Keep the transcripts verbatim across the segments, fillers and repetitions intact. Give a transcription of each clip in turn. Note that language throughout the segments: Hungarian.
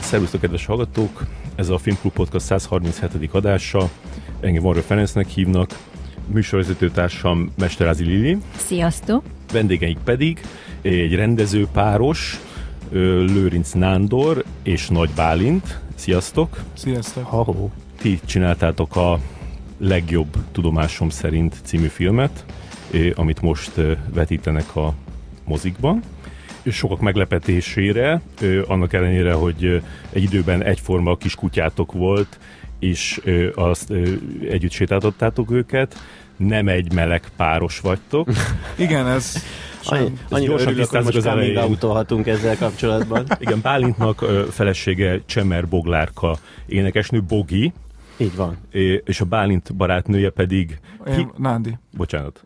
Szervusztok, kedves hallgatók! Ez a Filmklub Podcast száz harminchetedik adása. Engem Varga Ferencnek hívnak. Műsorvezetőtársam Mesterázi Lili. Sziasztok! Vendégeink pedig egy rendezőpáros, Lőrinc Nándor és Nagy Bálint. Sziasztok! Sziasztok! Ahó. Ti csináltátok a Legjobb tudomásom szerint című filmet, amit most vetítenek a mozikban. Sokak meglepetésére, annak ellenére, hogy egy időben egyforma kis kutyátok volt, és azt együtt sétáltattátok őket, nem egy meleg páros vagytok. Igen, ez... Annyi, annyira örülök, hogy most coming out-olhatunk ezzel kapcsolatban. Igen, Bálintnak felesége Csemer Boglárka énekesnő, Bogi. Így van. És a Bálint barátnője pedig... Ki... Nándi. Bocsánat.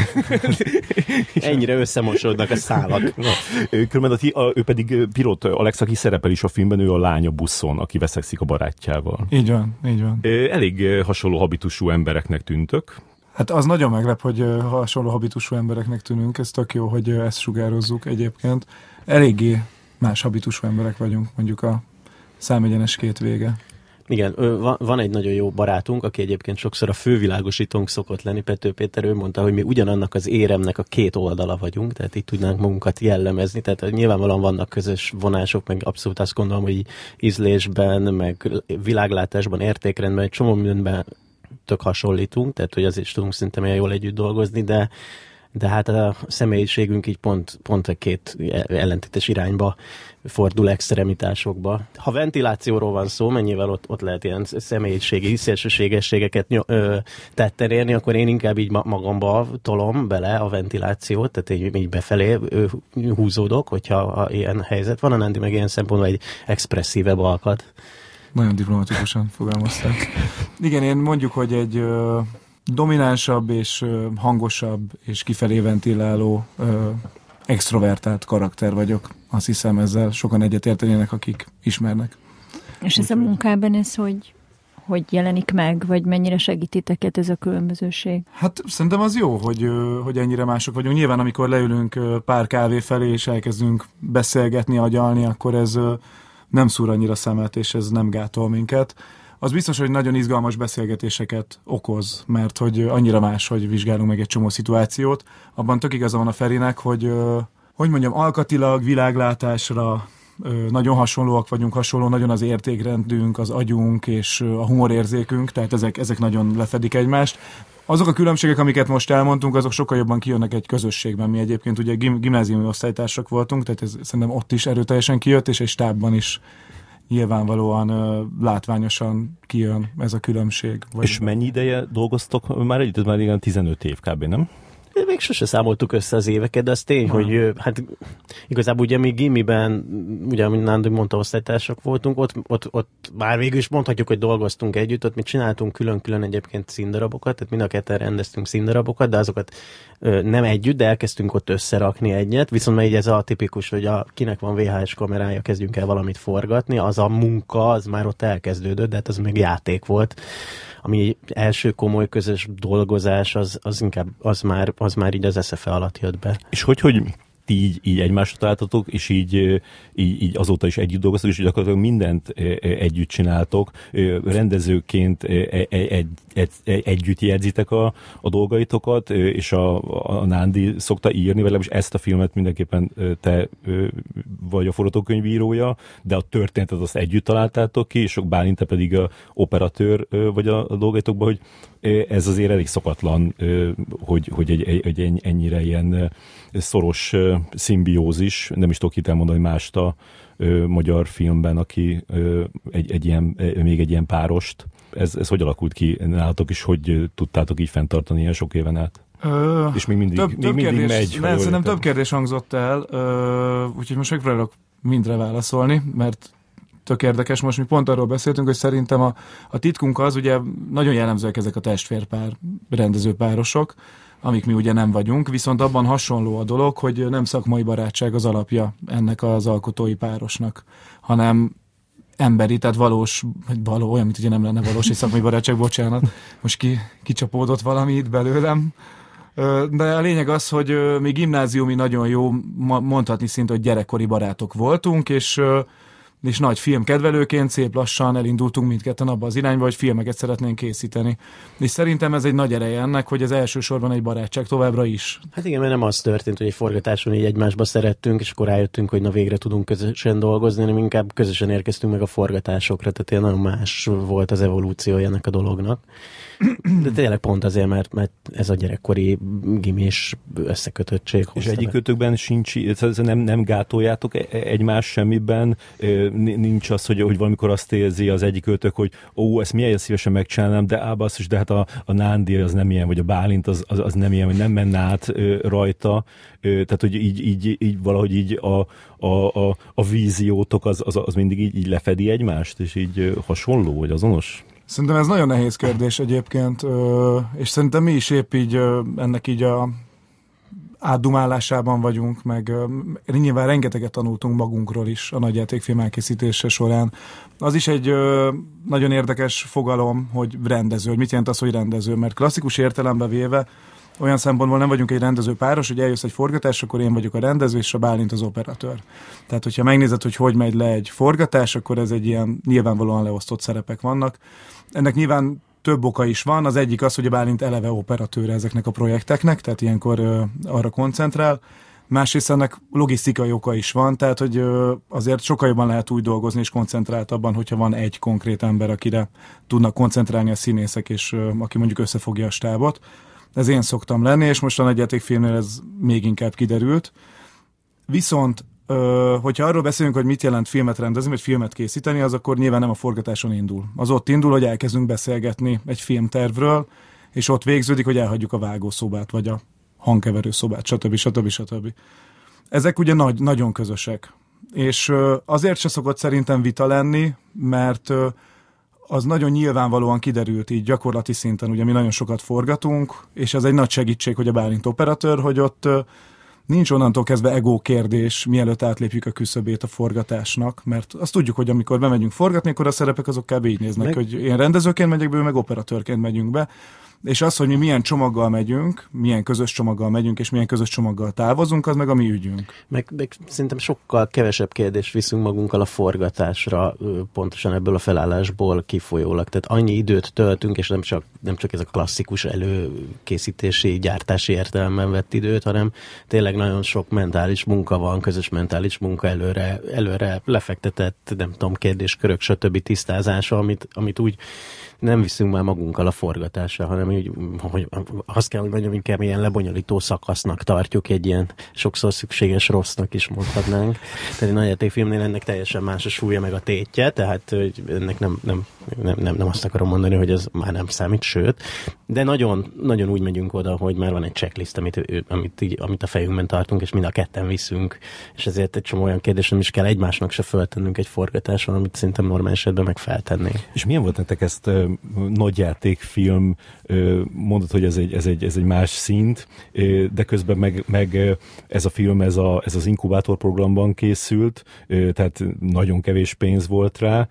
Ennyire összemosódnak a szálak. Különben a, a, ő pedig Pirot Alex, aki szerepel is a filmben, ő a lánya buszon, aki veszekszik a barátjával. Így van, így van. Elég hasonló habitusú embereknek tűntök. Hát az nagyon meglep, hogy hasonló habitusú embereknek tűnünk, ez tök jó, hogy ezt sugározzuk egyébként. Eléggé más habitusú emberek vagyunk, mondjuk a számegyenes két vége. Igen, van egy nagyon jó barátunk, aki egyébként sokszor a fővilágosítónk szokott lenni, Pető Péter, ő mondta, hogy mi ugyanannak az éremnek a két oldala vagyunk, tehát így tudnánk magunkat jellemezni, tehát nyilvánvalóan vannak közös vonások, meg abszolút azt gondolom, hogy ízlésben, meg világlátásban, értékrendben, egy csomó mindenben tök hasonlítunk, tehát hogy azért is tudunk szinte milyen jól együtt dolgozni, de de hát a személyiségünk így pont, pont a két ellentétes irányba fordul extremitásokba. Ha ventilációról van szó, mennyivel ott, ott lehet ilyen személyiségi, szélsőségességeket tetten érni, akkor én inkább így magamba tolom bele a ventilációt, tehát így, így befelé húzódok, hogyha ilyen helyzet van, a Nándi meg ilyen szempontból egy expresszívebb alkat. Nagyon diplomatikusan fogalmazták. Igen, én mondjuk, hogy egy ö, dominánsabb és ö, hangosabb és kifelé ventiláló ö, extrovertált karakter vagyok. Azt hiszem, ezzel sokan egyetértenének, akik ismernek. És ez a munkában ez, hogy, hogy jelenik meg, vagy mennyire segítiteket ez a különbözőség? Hát szerintem az jó, hogy, hogy ennyire mások vagyunk. Nyilván, amikor leülünk pár kávé felé, és elkezdünk beszélgetni, agyalni, akkor ez nem szúr annyira szemet, és ez nem gátol minket. Az biztos, hogy nagyon izgalmas beszélgetéseket okoz, mert hogy annyira más, hogy vizsgálunk meg egy csomó szituációt. Abban tök igaza van a Ferinek, hogy, hogy mondjam, alkatilag, világlátásra nagyon hasonlóak vagyunk, hasonló nagyon az értékrendünk, az agyunk és a humorérzékünk, tehát ezek, ezek nagyon lefedik egymást. Azok a különbségek, amiket most elmondtunk, azok sokkal jobban kijönnek egy közösségben. Mi egyébként ugye gim- gimnáziumi osztálytársak voltunk, tehát ez szerintem ott is erőteljesen kijött, és egy stábban is nyilvánvalóan uh, látványosan kijön ez a különbség. Vagy és mennyi ideje dolgoztok már együtt? Ez már igen tizenöt év kb, nem? Még sose számoltuk össze az éveket, de az tény, ha. hogy hát igazából ugye mi gimiben, ugye, mint Nándi mondta, osztálytársak voltunk, ott, ott, ott már végül is mondhatjuk, hogy dolgoztunk együtt, ott mi csináltunk külön-külön egyébként színdarabokat, tehát mind a ketten rendeztünk színdarabokat, de azokat ö, nem együtt, de elkezdtünk ott összerakni egyet, viszont már így ez a tipikus, hogy a, kinek van vé há es kamerája, kezdjünk el valamit forgatni, az a munka, az már ott elkezdődött, de hát az még játék volt. Ami első komoly közös dolgozás, az, az inkább, az már, az már így az es ef e alatt jött be. És hogy, hogy ti így, így egymásra találtatok, és így, így, így azóta is együtt dolgoztok, és gyakorlatilag mindent együtt csináltok, rendezőként egy, egy, egy, együtt jegyzitek a, a dolgaitokat, és a, a Nándi szokta írni, vagy legalábbis ezt a filmet mindenképpen te vagy a forgatókönyvírója, de a történetet azt együtt találtátok ki, és Bálint te pedig a operatőr vagy a, a dolgaitokban, hogy ez azért elég szokatlan, hogy, hogy egy, egy ennyire ilyen szoros szimbiózis, nem is tudok itt elmondani mást a ö, magyar filmben, aki ö, egy, egy ilyen, még egy ilyen párost. Ez, ez hogy alakult ki nálatok is, hogy tudtátok így fenntartani ilyen sok éven át? Ö, És még mindig, több, még több mindig kérdés, megy. Nem, szerintem több kérdés hangzott el, ö, úgyhogy most megpróbálok mindre válaszolni, mert tök érdekes. Most mi pont arról beszéltünk, hogy szerintem a, a titkunk az, ugye nagyon jellemzőek ezek a testvérpár rendezőpárosok, amik mi ugye nem vagyunk, viszont abban hasonló a dolog, hogy nem szakmai barátság az alapja ennek az alkotói párosnak, hanem emberi, tehát valós, vagy való, olyan, mint ugye nem lenne valós egy szakmai barátság, bocsánat, most ki, kicsapódott valami itt belőlem. De a lényeg az, hogy mi gimnáziumi nagyon jó, mondhatni szinte, hogy gyerekkori barátok voltunk, és és nagy filmkedvelőként szép lassan elindultunk mindketten abba az irányba, hogy filmeket szeretnénk készíteni. És szerintem ez egy nagy ereje ennek, hogy ez elsősorban egy barátság továbbra is. Hát igen, mert nem az történt, hogy egy forgatáson így egymásba szerettünk, és akkor rájöttünk, hogy na végre tudunk közösen dolgozni, hanem inkább közösen érkeztünk meg a forgatásokra, tehát ilyen nagyon más volt az evolúciója ennek a dolognak. De tényleg pont azért, mert, mert ez a gyerekkori gimis összekötöttség. És egyikőtökben sincs, nem, nem gátoljátok egymás semmiben, nincs az, hogy, hogy valamikor azt érzi az egyikőtök, hogy ó, ezt milyen szívesen megcsinálnám, de ába azt is, de hát a, a Nándi az nem ilyen, vagy a Bálint az, az, az nem ilyen, hogy nem menne át rajta, tehát hogy így, így, így valahogy így a, a, a, a víziótok az, az, az mindig így, így lefedi egymást, és így hasonló, vagy azonos? Szerintem ez nagyon nehéz kérdés egyébként, és szerintem mi is épp így ennek így a átdumálásában vagyunk, meg nyilván rengeteget tanultunk magunkról is a nagyjátékfilm elkészítése során. Az is egy nagyon érdekes fogalom, hogy rendező, hogy mit jelent az, hogy rendező, mert klasszikus értelembe véve olyan szempontból nem vagyunk egy rendező páros, hogy eljössz egy forgatás, akkor én vagyok a rendező, és a Bálint az operatőr. Tehát, hogyha megnézed, hogy hogy megy le egy forgatás, akkor ez egy ilyen nyilvánvalóan leosztott szerepek vannak. Ennek nyilván több oka is van. Az egyik az, hogy a Bálint eleve operatőre ezeknek a projekteknek, tehát ilyenkor ö, arra koncentrál. Másrészt ennek logisztikai oka is van, tehát hogy ö, azért sokkal jobban lehet úgy dolgozni és koncentráltabban, hogyha van egy konkrét ember, akire tudnak koncentrálni a színészek, és ö, aki mondjuk összefogja a stábot. Ez én szoktam lenni, és most a nagyjátékfilmnél ez még inkább kiderült. Viszont, ö, hogyha arról beszélünk, hogy mit jelent filmet rendezni, vagy filmet készíteni, az akkor nyilván nem a forgatáson indul. Az ott indul, hogy elkezdünk beszélgetni egy filmtervről, és ott végződik, hogy elhagyjuk a vágószobát, vagy a hangkeverőszobát, stb. stb. stb. Ezek ugye nagy, nagyon közösek. És ö, azért se szokott szerintem vita lenni, mert ö, az nagyon nyilvánvalóan kiderült így gyakorlati szinten, ugye mi nagyon sokat forgatunk, és ez egy nagy segítség, hogy a Bálint operatőr, hogy ott nincs onnantól kezdve ego kérdés, mielőtt átlépjük a küszöbét a forgatásnak, mert azt tudjuk, hogy amikor bemegyünk forgatni, akkor a szerepek azok kb. Így néznek, meg... hogy én rendezőként megyek be, meg operatőrként megyünk be, és az, hogy mi milyen csomaggal megyünk, milyen közös csomaggal megyünk, és milyen közös csomaggal távozunk, az meg a mi ügyünk. Meg, meg szerintem sokkal kevesebb kérdést viszünk magunkkal a forgatásra, pontosan ebből a felállásból kifolyólag. Tehát annyi időt töltünk, és nem csak, nem csak ez a klasszikus előkészítési, gyártási értelemben vett időt, hanem tényleg nagyon sok mentális munka van, közös mentális munka előre, előre lefektetett, nem tudom, kérdéskörök, stb. Tisztázása, amit, amit úgy nem viszünk már magunkkal a forgatásra, hanem úgy, hogy azt kell, hogy mondjam, inkább ilyen lebonyolító szakasznak tartjuk, egy ilyen sokszor szükséges rossznak is mondhatnánk. Tehát egy nagyjátékfilmnél ennek teljesen más a súlya meg a tétje, tehát hogy ennek nem, nem, nem, nem, nem azt akarom mondani, hogy ez már nem számít, sőt, de nagyon, nagyon úgy megyünk oda, hogy már van egy checklist, amit, amit, így, amit a fejünkben tartunk, és mind a ketten viszünk, és ezért egy csomó olyan kérdés nem is kell egymásnak se föltennünk egy forgatáson, amit szerintem normál esetben meg feltennénk. És milyen volt nektek ezt nagyjátékfilm, mondod, hogy ez egy, ez, egy, ez egy más szint, de közben meg, meg ez a film, ez, a, ez az inkubátor programban készült, tehát nagyon kevés pénz volt rá,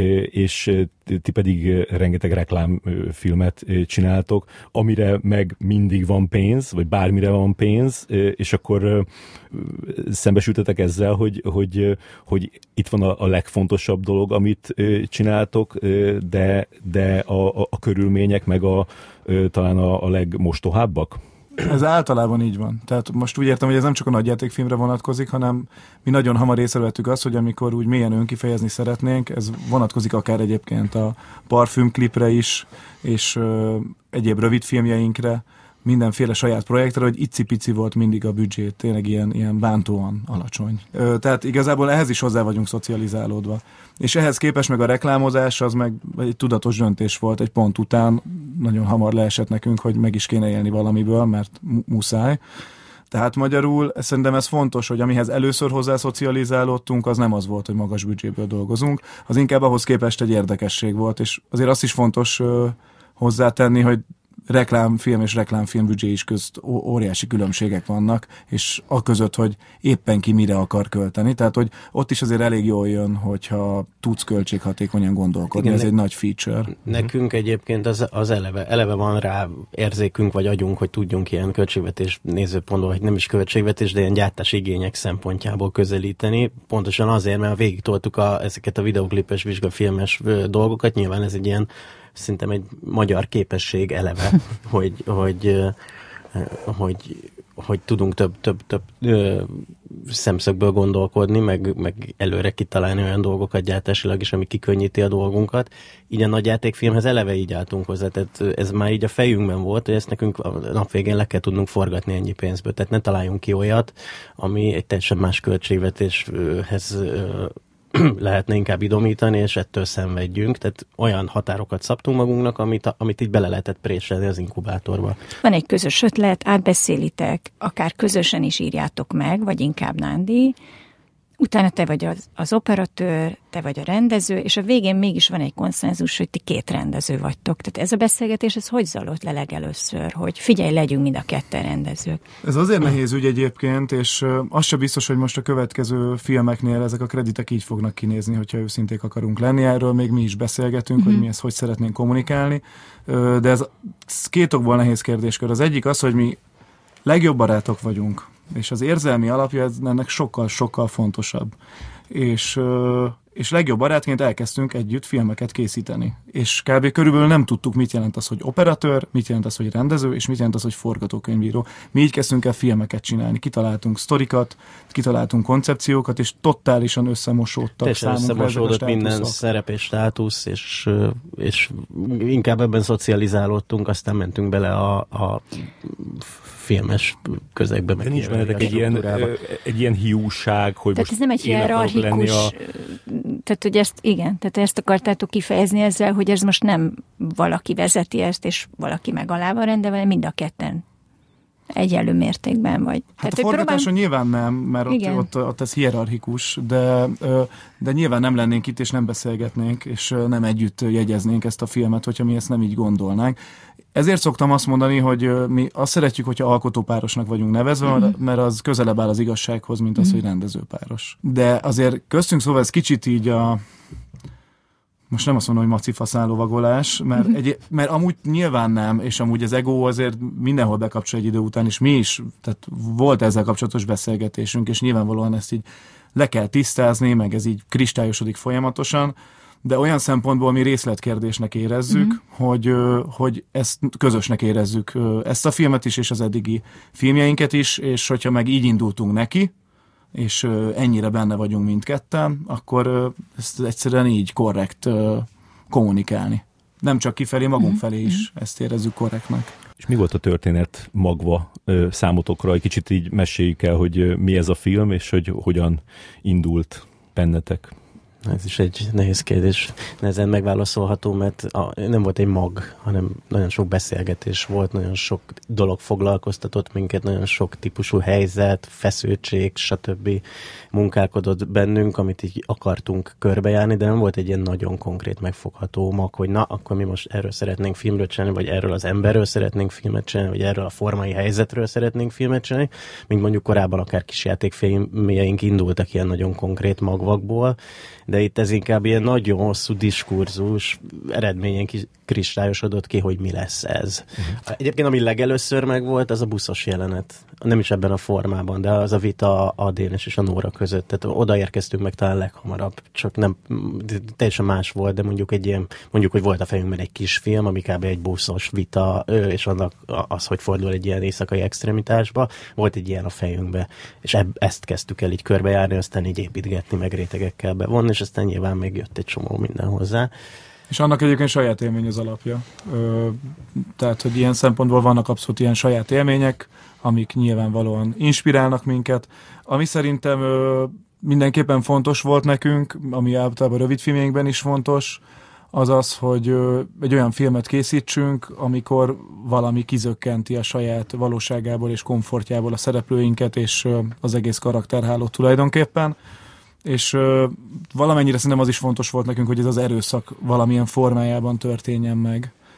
és ti pedig rengeteg reklámfilmet csináltok, amire meg mindig van pénz, vagy bármire van pénz, és akkor szembesültetek ezzel, hogy, hogy, hogy itt van a, a legfontosabb dolog, amit csináltok, de, de a, a, a körülmények meg a, talán a, a legmostohábbak? Ez általában így van. Tehát most úgy értem, hogy ez nem csak a nagyjátékfilmre vonatkozik, hanem mi nagyon hamar észrevettük azt, hogy amikor úgy mélyen önkifejezni szeretnénk, ez vonatkozik akár egyébként a parfümklipre is, és ö, egyéb rövidfilmjeinkre, mindenféle saját projektre, hogy icipici volt mindig a büdzsé, tényleg ilyen, ilyen bántóan alacsony. Ö, tehát igazából ehhez is hozzá vagyunk szocializálódva. És ehhez képest meg a reklámozás az meg egy tudatos döntés volt, egy pont után nagyon hamar leesett nekünk, hogy meg is kéne élni valamiből, mert muszáj. Tehát magyarul szerintem ez fontos, hogy amihez először hozzá szocializálódtunk, az nem az volt, hogy magas büdzséből dolgozunk, az inkább ahhoz képest egy érdekesség volt, és azért azt is fontos ö, hozzátenni, hogy reklámfilm és reklámfilm büdzsé is közt óriási különbségek vannak, és a között, hogy éppen ki mire akar költeni. Tehát, hogy ott is azért elég jól jön, hogyha tudsz költséghatékonyan gondolkodni. Igen, ez ne, egy nagy feature. Nekünk egyébként az, az eleve, eleve van rá érzékünk, vagy agyunk, hogy tudjunk ilyen költségvetés nézőpontból, hogy nem is költségvetés, de ilyen gyártási igények szempontjából közelíteni. Pontosan azért, mert végig toltuk a, ezeket a videoklipes, vizsgafilmes dolgokat. Nyilván ez egy ilyen szerintem egy magyar képesség eleve, hogy, hogy, hogy, hogy tudunk több, több, több ö, szemszögből gondolkodni, meg, meg előre kitalálni olyan dolgokat gyártásilag is, ami kikönnyíti a dolgunkat. Így a nagyjátékfilmhez eleve így álltunk hozzá, tehát ez már így a fejünkben volt, hogy ezt nekünk a nap végén le kell tudnunk forgatni ennyi pénzből, tehát ne találjunk ki olyat, ami egy teljesen más költségvetéshez lehetne inkább idomítani, és ettől szenvedjünk. Tehát olyan határokat szabtunk magunknak, amit, amit így bele lehetett préselni az inkubátorba. Van egy közös ötlet, átbeszélitek, akár közösen is írjátok meg, vagy inkább Nándi, utána te vagy az, az operatőr, te vagy a rendező, és a végén mégis van egy konszenzus, hogy ti két rendező vagytok. Tehát ez a beszélgetés, ez hogy zajlott le legelőször, hogy figyelj, legyünk mind a ketten rendezők? Ez azért nehéz ügy egyébként, és az sem biztos, hogy most a következő filmeknél ezek a kreditek így fognak kinézni, hogyha őszinték akarunk lenni. Erről még mi is beszélgetünk, mm-hmm. hogy mi ezt hogy szeretnénk kommunikálni. De ez két okból nehéz kérdéskör. Az egyik az, hogy mi legjobb barátok vagyunk, és az érzelmi alapja ennek sokkal-sokkal fontosabb. És, és legjobb barátként elkezdtünk együtt filmeket készíteni. És kb. Körülbelül nem tudtuk, mit jelent az, hogy operatőr, mit jelent az, hogy rendező, és mit jelent az, hogy forgatókönyvíró. Mi így kezdtünk el filmeket csinálni. Kitaláltunk sztorikat, kitaláltunk koncepciókat, és totálisan összemosódtak számunkra. Összemosódott minden szerep és státusz, és, és inkább ebben szocializálódtunk, aztán mentünk bele a, a filmes közegbe. De nincs bennetek egy ilyen, egy ilyen hiúság, hogy tehát most ez nem egy hierarchikus, a... tehát hogy ezt, igen, tehát ezt akartátok kifejezni ezzel, hogy ez most nem valaki vezeti ezt, és valaki meg alá van rendelve, mind a ketten egyenlő mértékben vagy. Hát tehát, a forgatáson próbál... nyilván nem, mert ott, ott, ott ez hierarchikus, de, de nyilván nem lennénk itt, és nem beszélgetnénk, és nem együtt jegyeznénk ezt a filmet, hogyha mi ezt nem így gondolnánk. Ezért szoktam azt mondani, hogy mi azt szeretjük, hogyha alkotópárosnak vagyunk nevezve, mm-hmm. mert az közelebb áll az igazsághoz, mint az, mm-hmm. hogy rendezőpáros. De azért köztünk szóval ez kicsit így a... Most nem azt mondom, hogy macifaszán lovagolás, mert, egy, mert amúgy nyilván nem, és amúgy az ego azért mindenhol bekapcsol egy idő után, és mi is, tehát volt ezzel kapcsolatos beszélgetésünk, és nyilvánvalóan ezt így le kell tisztázni, meg ez így kristályosodik folyamatosan, de olyan szempontból mi részletkérdésnek érezzük, mm-hmm. hogy, hogy ezt közösnek érezzük ezt a filmet is, és az eddigi filmjeinket is, és hogyha meg így indultunk neki, és ennyire benne vagyunk mindketten, akkor ezt egyszerűen így korrekt kommunikálni. Nem csak kifelé, magunk mm-hmm. felé is ezt érezzük korrektnek. És mi volt a történet magva számotokra? Egy kicsit így meséljük el, hogy mi ez a film, és hogy hogyan indult bennetek. Ez is egy nehéz kérdés, nehezen megválaszolható, mert a, nem volt egy mag, hanem nagyon sok beszélgetés volt, nagyon sok dolog foglalkoztatott minket, nagyon sok típusú helyzet, feszültség, stb. Munkálkodott bennünk, amit így akartunk körbejárni, de nem volt egy ilyen nagyon konkrét megfogható mag, hogy na, akkor mi most erről szeretnénk filmről csinálni, vagy erről az emberről szeretnénk filmet csinálni, vagy erről a formai helyzetről szeretnénk filmet csinálni, mint mondjuk korábban akár kisjátékfilmjeink indultak ilyen nagyon konkrét magvakból, de itt ez inkább ilyen nagyon hosszú diskurzus eredményen kristályosodott ki, hogy mi lesz ez. Uh-huh. Egyébként, ami legelőször megvolt, az a buszos jelenet. Nem is ebben a formában, de az a vita a Dénes és a Nóra között. Tehát odaérkeztünk meg talán leghamarabb, csak nem, teljesen más volt, de mondjuk egy ilyen, mondjuk, hogy volt a fejünkben egy kis film, ami kb. Egy buszos vita, és annak az, hogy fordul egy ilyen éjszakai extremitásba, volt egy ilyen a fejünkbe. És eb- ezt kezdtük el így körbejárni, aztán így építgetni, meg rétegekkel bevonni, és aztán nyilván még jött egy csomó minden hozzá. És annak egyébként saját élmény az alapja. Ö, tehát, hogy ilyen szempontból vannak abszolút ilyen saját élmények, amik nyilvánvalóan inspirálnak minket. Ami szerintem ö, mindenképpen fontos volt nekünk, ami általában rövidfilmjeinkben is fontos, az az, hogy ö, egy olyan filmet készítsünk, amikor valami kizökkenti a saját valóságából és komfortjából a szereplőinket, és ö, az egész karakterhálót tulajdonképpen. És ö, valamennyire szerintem az is fontos volt nekünk, hogy ez az erőszak valamilyen formájában történjen meg.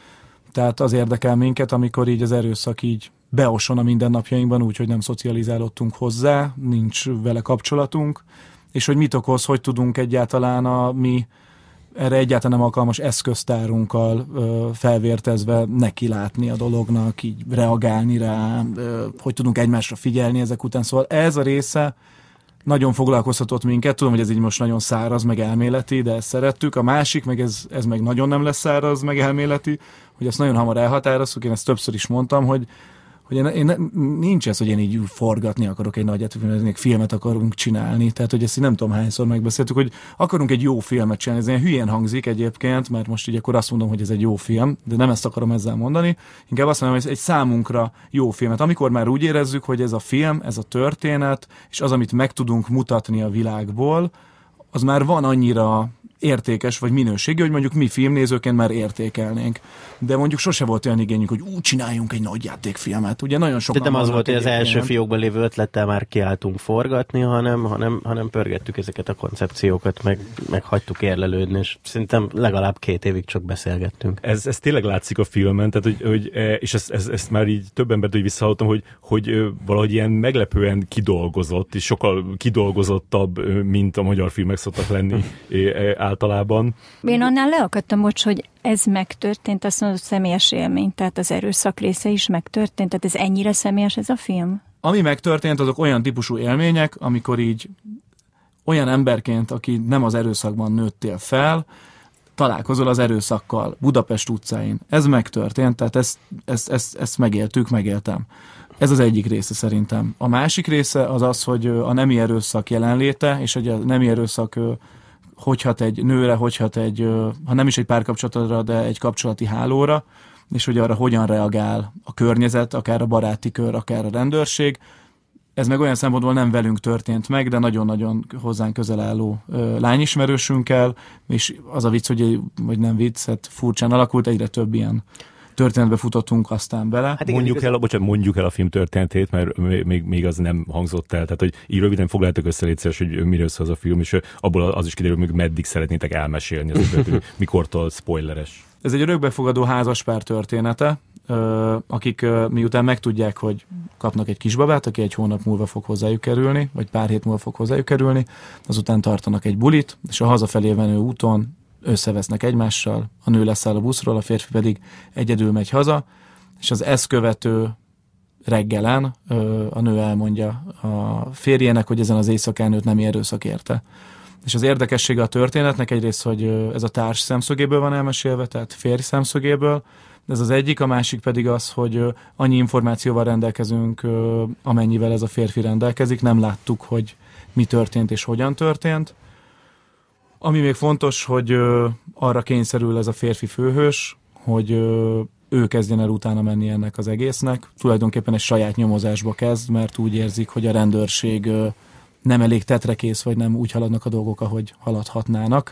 Tehát az érdekel minket, amikor így az erőszak így beoson a mindennapjainkban, úgy, hogy nem szocializálódtunk hozzá, nincs vele kapcsolatunk, és hogy mit okoz, hogy tudunk egyáltalán a mi erre egyáltalán nem alkalmas eszköztárunkkal ö, felvértezve nekilátni a dolognak, így reagálni rá, ö, hogy tudunk egymásra figyelni ezek után. Szóval ez a része nagyon foglalkoztatott minket. Tudom, hogy ez így most nagyon száraz, meg elméleti, de ezt szerettük. A másik, meg ez, ez meg nagyon nem lesz száraz, meg elméleti, hogy ezt nagyon hamar elhatározzuk. Én ezt többször is mondtam, hogy hogy én, én, nincs ez, hogy én így forgatni akarok egy nagy játékfilmet, filmet akarunk csinálni. Tehát, hogy ezt így nem tudom hányszor megbeszéltük, hogy akarunk egy jó filmet csinálni. Ez ilyen hülyén hangzik egyébként, mert most így akkor azt mondom, hogy ez egy jó film, de nem ezt akarom ezzel mondani. Inkább azt mondom, hogy ez egy számunkra jó filmet. Amikor már úgy érezzük, hogy ez a film, ez a történet, és az, amit meg tudunk mutatni a világból, az már van annyira értékes vagy minőségi, hogy mondjuk mi filmnézőként már értékelnénk. De mondjuk sose volt olyan igényünk, hogy úgy csináljunk egy nagy játékfilmet. Ugye nagyon sokan... De nem az volt, hogy az egyébként. első fiókban lévő ötlettel már kiálltunk forgatni, hanem, hanem, hanem pörgettük ezeket a koncepciókat, meg, meg hagytuk érlelődni, és szerintem legalább két évig csak beszélgettünk. Ez, ez tényleg látszik a filmen, tehát, hogy, hogy, és ezt, ezt, ezt már így több embertől visszahallottam, hogy, hogy valahogy ilyen meglepően kidolgozott, és sokkal kidolgozottabb, mint a magyar filmek szoktak lenni általában. Én annál leakadtam, bocs, hogy ez megtörtént, azt mondod, személyes élmény, tehát az erőszak része is megtörtént, tehát ez ennyire személyes ez a film? Ami megtörtént, azok olyan típusú élmények, amikor így olyan emberként, aki nem az erőszakban nőttél fel, találkozol az erőszakkal Budapest utcáin. Ez megtörtént, tehát ezt, ezt, ezt, ezt megéltük, megéltem. Ez az egyik része szerintem. A másik része az az, hogy a nemi erőszak jelenléte, és hogy a nemi erőszak hogy hat egy nőre, hogy hat egy, ha nem is egy párkapcsolatra, de egy kapcsolati hálóra, és hogy arra hogyan reagál a környezet, akár a baráti kör, akár a rendőrség. Ez meg olyan szempontból nem velünk történt meg, de nagyon-nagyon hozzánk közel álló ö, lányismerősünkkel, és az a vicc, hogy, vagy nem vicc, hát furcsán alakult, egyre több ilyen történetbe futottunk aztán bele. Hát mondjuk, igaz... el, bocsánat, mondjuk el a film történetét, mert még, még az nem hangzott el. Tehát, hogy így röviden foglaljátok össze, létszeres, hogy miről szól az a film, és abból az is kiderül, hogy meddig szeretnétek elmesélni, az, hogy mikortól spoileres. Ez egy örökbefogadó házaspár története, akik miután megtudják, hogy kapnak egy kisbabát, aki egy hónap múlva fog hozzájuk kerülni, vagy pár hét múlva fog hozzájuk kerülni, azután tartanak egy bulit, és a hazafelé menő úton összevesznek egymással, a nő leszáll a buszról, a férfi pedig egyedül megy haza, és az ezt követő reggelen a nő elmondja a férjének, hogy ezen az éjszakán őt nem erőszak érte. És az érdekessége a történetnek egyrészt, hogy ez a társ szemszögéből van elmesélve, tehát férj szemszögéből, ez az egyik, a másik pedig az, hogy annyi információval rendelkezünk, amennyivel ez a férfi rendelkezik, nem láttuk, hogy mi történt és hogyan történt. Ami még fontos, hogy arra kényszerül ez a férfi főhős, hogy ő kezdjen el utána menni ennek az egésznek. Tulajdonképpen egy saját nyomozásba kezd, mert úgy érzik, hogy a rendőrség nem elég tetrekész, vagy nem úgy haladnak a dolgok, ahogy haladhatnának.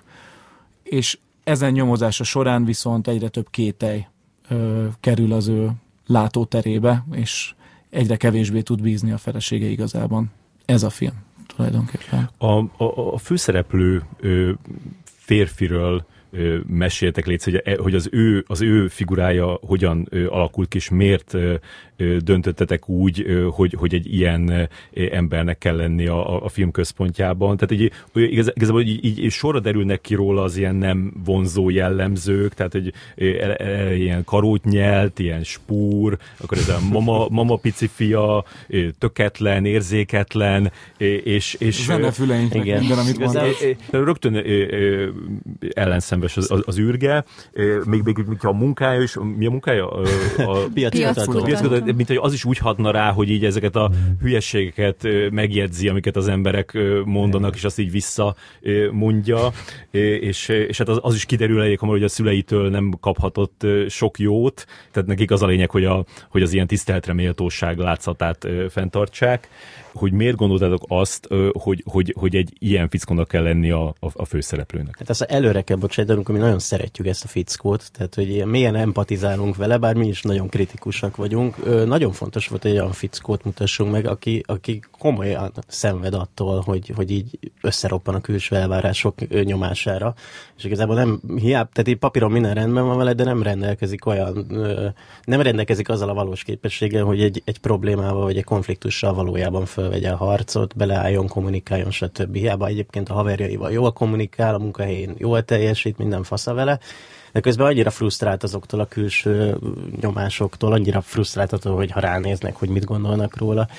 És ezen nyomozása során viszont egyre több kételj ö, kerül az ő látóterébe, és egyre kevésbé tud bízni a felesége igazában. Ez a film tulajdonképpen. A, a, a főszereplő ö, férfiről ö, meséltek, létsz, hogy, hogy az, ő, az ő figurája hogyan ö, alakult ki, és miért ö, ö, döntöttetek úgy, ö, hogy, hogy egy ilyen ö, embernek kell lenni a, a film központjában. Tehát így, igaz, igazából így, így sorra derülnek ki róla az ilyen nem vonzó jellemzők, tehát egy e, e, ilyen karót nyelt, ilyen spúr, akkor ez a mama, mama pici fia, töketlen, érzéketlen, és... és zenefüleinknek minden, amit mondasz. Rögtön ö, ö, ellenszenves az, az, az űrge, még, még mint a munkája is, mi a munkája? A, a piackutató. Mint hogy az is úgy hatna rá, hogy így ezeket a hülyeségeket megjegyzi, amiket az emberek mondanak, és azt így visszamondja, és, és hát az, az is kiderül elég hamar, hogy a szüleitől nem kaphatott sok jót, tehát nekik az a lényeg, hogy, a, hogy az ilyen tiszteletre méltóság látszatát fenntartsák. hogy miért gondoltátok azt, hogy, hogy, hogy egy ilyen fickónak kell lenni a, a, a főszereplőnek? Hát azt előre kell bocsájtanunk, mi nagyon szeretjük ezt a fickót, tehát hogy milyen empatizálunk vele, bár mi is nagyon kritikusak vagyunk. Ö, nagyon fontos volt, hogy olyan fickót mutassunk meg, aki, aki komolyan szenved attól, hogy, hogy így összeroppan a külső elvárások nyomására. És igazából nem hiába, tehát így papíron minden rendben van vele, de nem rendelkezik olyan, ö, nem rendelkezik azzal a valós képességgel, hogy egy, egy problémával vagy egy konfliktussal valójában fölvegye a harcot, beleálljon, kommunikáljon, stb. Hiába egyébként a haverjaival jól kommunikál, a munkahelyén jól teljesít, minden fasza vele, de közben annyira frusztrált azoktól a külső nyomásoktól, annyira frusztrált attól, hogy ha ránéznek, hogy mit gondolnak róla,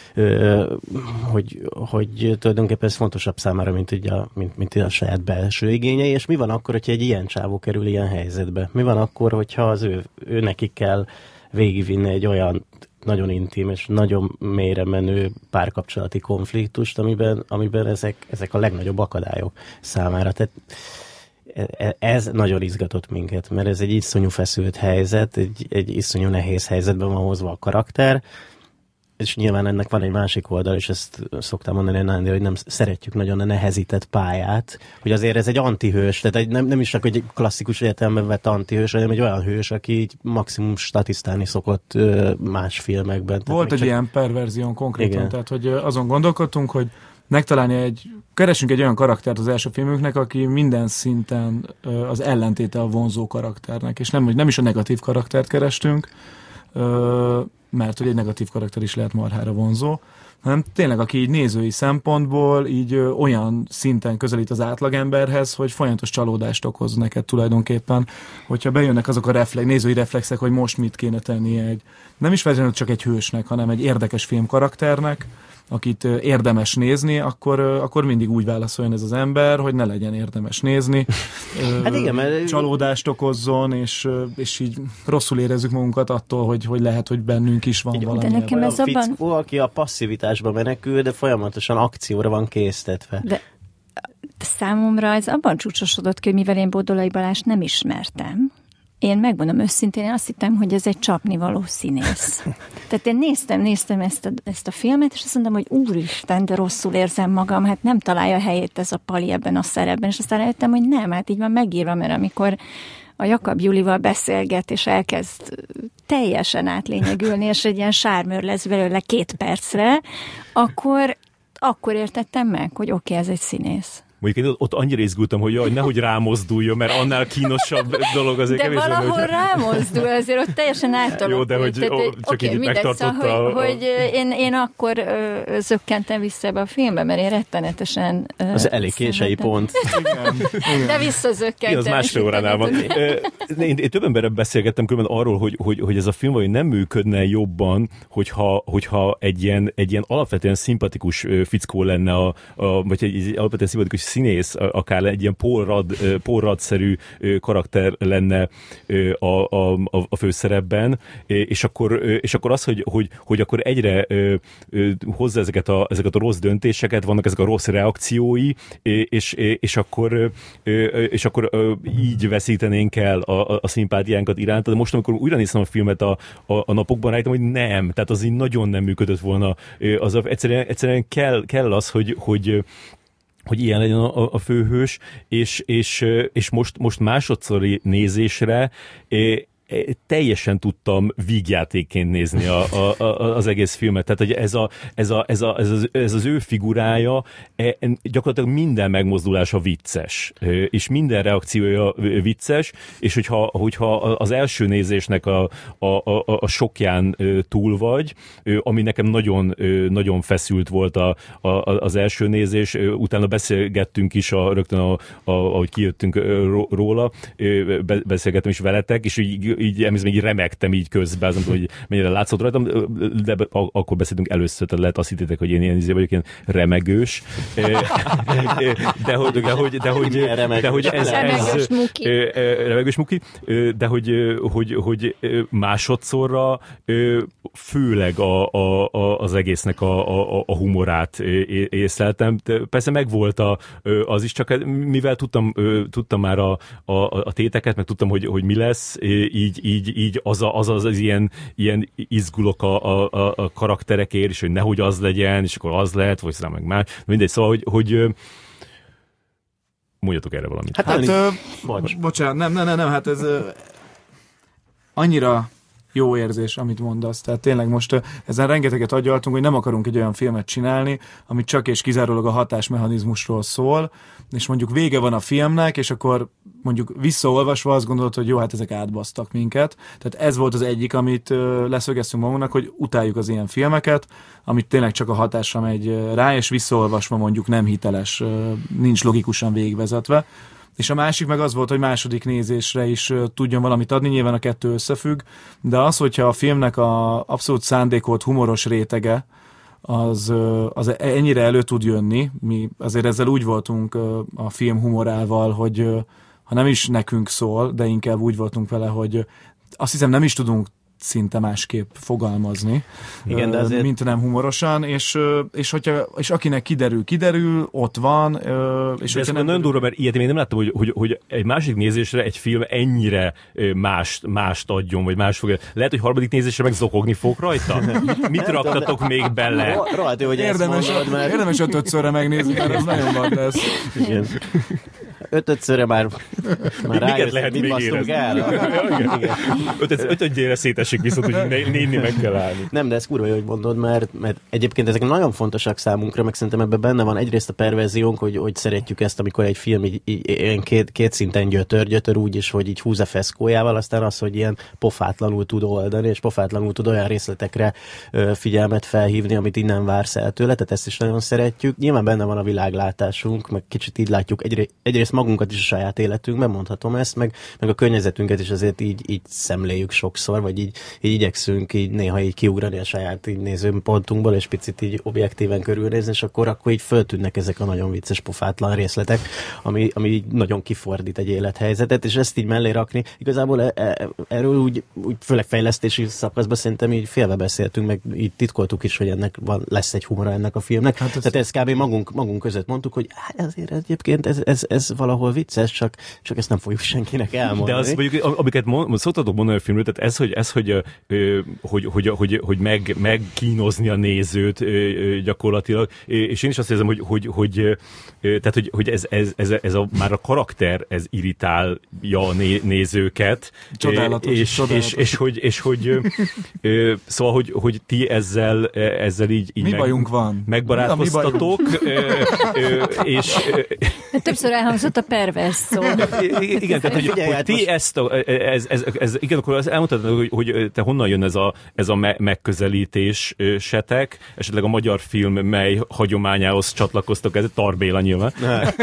hogy, hogy tulajdonképpen ez fontosabb számára, mint, ugye a, mint, mint a saját belső igényei, és mi van akkor, hogyha egy ilyen csávó kerül ilyen helyzetbe? Mi van akkor, hogyha az ő, ő neki kell végigvinni egy olyan nagyon intim és nagyon mélyre menő párkapcsolati konfliktust, amiben, amiben ezek, ezek a legnagyobb akadályok számára. Tehát ez nagyon izgatott minket, mert ez egy iszonyú feszült helyzet, egy, egy iszonyú nehéz helyzetben van hozva a karakter, és nyilván ennek van egy másik oldal, és ezt szoktam mondani, Nándi, hogy nem szeretjük nagyon a nehezített pályát, hogy azért ez egy antihős, tehát egy, nem, nem is csak egy klasszikus értelemben vett antihős, hanem egy olyan hős, aki így maximum statisztálni szokott más filmekben. Volt egy csak... ilyen perverzión konkrétan, igen. Tehát hogy azon gondolkodtunk, hogy megtalálni egy, keresünk egy olyan karaktert az első filmünknek, aki minden szinten az ellentéte a vonzó karakternek, és nem, nem is a negatív karaktert kerestünk, mert hogy egy negatív karakter is lehet marhára vonzó, hanem tényleg, aki így nézői szempontból így ö, olyan szinten közelít az átlagemberhez, hogy folyamatos csalódást okoz neked tulajdonképpen, hogyha bejönnek azok a reflex, nézői reflexek, hogy most mit kéne tenni egy, nem is feltétlenül csak egy hősnek, hanem egy érdekes filmkarakternek, akit ö, érdemes nézni, akkor, ö, akkor mindig úgy válaszoljon ez az ember, hogy ne legyen érdemes nézni, ö, hát igen, mert... csalódást okozzon, és, ö, és így rosszul érezzük magunkat attól, hogy, hogy lehet, hogy bennünk is van valami. De nekem ez abban... fickó, aki a passzivitásba menekül, de folyamatosan akcióra van késztetve. De számomra ez abban csúcsosodott ki, hogy mivel én Bódolai Balást nem ismertem, én megmondom őszintén, én azt hittem, hogy ez egy csapnivaló színész. Tehát én néztem, néztem ezt a, ezt a filmet, és azt mondtam, hogy úristen, de rosszul érzem magam, hát nem találja helyét ez a Pali ebben a szerepben, és aztán rájöttem, hogy nem, hát így van megírva, mert amikor a Jakab Julival beszélget, és elkezd teljesen átlényegülni, és egy ilyen sármőr lesz belőle két percre, akkor, akkor értettem meg, hogy oké, okay, ez egy színész. Mondjuk én ott annyira izgultam, hogy jaj, nehogy rámozduljon, mert annál kínosabb dolog azért de kevés. De valahol hogy... rámozdul, azért ott teljesen átalakul. Jó, de hogy ó, csak okay, így megtartotta. Szóval, hogy, hogy én, én akkor ö, zökkentem vissza ebbe a filmbe, mert én rettenetesen... Ö, az elég késői pont. Igen, igen. De visszazökkentem. Én az másfél óránál van. Én, én több emberrel beszélgettem különben arról, hogy, hogy, hogy ez a film vagy nem működne jobban, hogyha, hogyha egy, ilyen, egy ilyen alapvetően szimpatikus fickó lenne, a, a, vagy egy, egy alapvetően szimpatikus színész, akár egy ilyen Paul Rudd, Paul Rudd-szerű karakter lenne a, a, a főszerepben, és akkor, és akkor az, hogy, hogy, hogy akkor egyre hozza ezeket a, ezeket a rossz döntéseket, vannak ezek a rossz reakciói, és, és, akkor, és akkor így veszítenénk el a, a szimpátiánkat iránta, de most, amikor újra néztem a filmet a, a, a napokban, rájöttem, hogy nem, tehát az így nagyon nem működött volna. Az egyszerűen, egyszerűen kell, kell az, hogy, hogy hogy ilyen legyen a, a főhős, és, és, és most, most másodszori nézésre teljesen tudtam vígjátékként nézni a, a, a, az egész filmet. Tehát, hogy ez, a, ez, a, ez, a, ez, az, ez az ő figurája, gyakorlatilag minden megmozdulása vicces, és minden reakciója vicces, és hogyha, hogyha az első nézésnek a, a, a, a sokján túl vagy, ami nekem nagyon, nagyon feszült volt a, a, az első nézés, utána beszélgettünk is, a, rögtön a, a, ahogy kijöttünk róla, beszélgettem is veletek, és így így emlékszem, így remegtem így közben, az nem tudom, hogy mennyire látszott rajtam, de akkor beszéltünk először, tehát lehet azt hittétek, hogy én ilyen izé vagyok, ilyen remegős. De hogy, de hogy, de hogy, de hogy ez, ez remegős muki, de hogy, hogy, hogy másodszorra főleg a, a, a, az egésznek a, a, a humorát észleltem. Persze megvolt a, az is, csak mivel tudtam, tudtam már a, a, a téteket, meg tudtam, hogy, hogy mi lesz, így így, így, így az, a, az, az, az ilyen, ilyen izgulok a, a, a karakterekért, és hogy nehogy az legyen, és akkor az lehet, vagy meg más. Mindegy, szóval, hogy, hogy mondjatok erre valamit. Hát, hát ö, Bocs. bocsánat, nem, nem, nem, nem, hát ez ö, annyira jó érzés, amit mondasz. Tehát tényleg most ezen rengeteget agyaltunk, hogy nem akarunk egy olyan filmet csinálni, ami csak és kizárólag a hatásmechanizmusról szól, és mondjuk vége van a filmnek, és akkor mondjuk visszaolvasva azt gondolod, hogy jó, hát ezek átbasztak minket. Tehát ez volt az egyik, amit leszögeztünk magunknak, hogy utáljuk az ilyen filmeket, amit tényleg csak a hatásra megy rá, és visszaolvasva mondjuk nem hiteles, nincs logikusan végigvezetve. És a másik meg az volt, hogy második nézésre is uh, tudjon valamit adni, nyilván a kettő összefügg, de az, hogyha a filmnek a abszolút szándékolt humoros rétege, az, uh, az ennyire elő tud jönni, mi azért ezzel úgy voltunk uh, a film humorával, hogy uh, ha nem is nekünk szól, de inkább úgy voltunk vele, hogy uh, azt hiszem nem is tudunk szinte másképp fogalmazni, igen, de azért... mint nem humorosan, és, és, hogyha, és akinek kiderül, kiderül, ott van. És de ez nem nagyon durva, mert ilyet én nem láttam, hogy, hogy, hogy egy másik nézésre egy film ennyire mást, mást adjon, vagy más fogja. Lehet, hogy harmadik nézésre meg zokogni fog rajta? Mit raktatok még bele? Rohadt, hogy érdemes, ezt mondod, mert... érdemes ötödszörre megnézni, mert ez nagyon van lesz. Igen. Ötödszörre már, már rájössz, lehet mit basztunk el. Ötödjére szétesik viszont, hogy nézni meg kell állni. Nem, de ez kurva jó, hogy mondod, mert, mert egyébként ezek nagyon fontosak számunkra, meg szerintem ebben benne van egyrészt a perverziónk, hogy, hogy szeretjük ezt, amikor egy film így, így, így két, két szinten gyötör, gyötör úgy is, hogy így húz a feszkójával, aztán az, hogy ilyen pofátlanul tud oldani, és pofátlanul tud olyan részletekre ö, figyelmet felhívni, amit így nem vársz el tőle, tehát ezt is nagyon szeretjük. Nyilván benne van a világlátásunk, meg kicsit így látjuk egyré, egyrészt magunkat is a saját életünkben, mondhatom ezt, meg, meg a környezetünket is azért így, így szemléljük sokszor, vagy így, így igyekszünk így néha így kiugrani a saját így nézőpontunkból, és picit így objektíven körülnézni, és akkor, akkor így föltűnnek ezek a nagyon vicces, pofátlan részletek, ami, ami így nagyon kifordít egy élethelyzetet, és ezt így mellé rakni. Igazából e, e, erről úgy, úgy főleg fejlesztési szakaszban szerintem így félve beszéltünk, meg így titkoltuk is, hogy ennek van, lesz egy humora ennek a filmnek. Hát ez... Tehát ezt kb. magunk, magunk között mondtuk, hogy hát azért egyébként ez, ez, ez valahol vicces, csak, csak ezt nem fogjuk senkinek elmondani. De az mondjuk, amiket mond, szoktatok mondani a filmről, tehát ez, hogy, ez, hogy, hogy, hogy, hogy, hogy meg, megkínozni a nézőt gyakorlatilag, és én is azt érzem, hogy, hogy, hogy, tehát, hogy, hogy ez, ez, ez, ez a, már a karakter, ez irritálja a né, nézőket. Csodálatos, és, csodálatos. És, és, hogy, és hogy szóval, hogy, hogy ti ezzel, ezzel így, így mi meg, bajunk van? megbarátkoztatok, és többször elhangzott a pervers szó. Igen, tehát, hogy, Figyelj, hogy ti most... ezt, a, ez, ez, ez, igen, akkor azt elmondhatod, hogy, hogy te honnan jön ez a, ez a me- megközelítésetek, esetleg a magyar film mely hagyományához csatlakoztok, ez Tar Béla nyilván.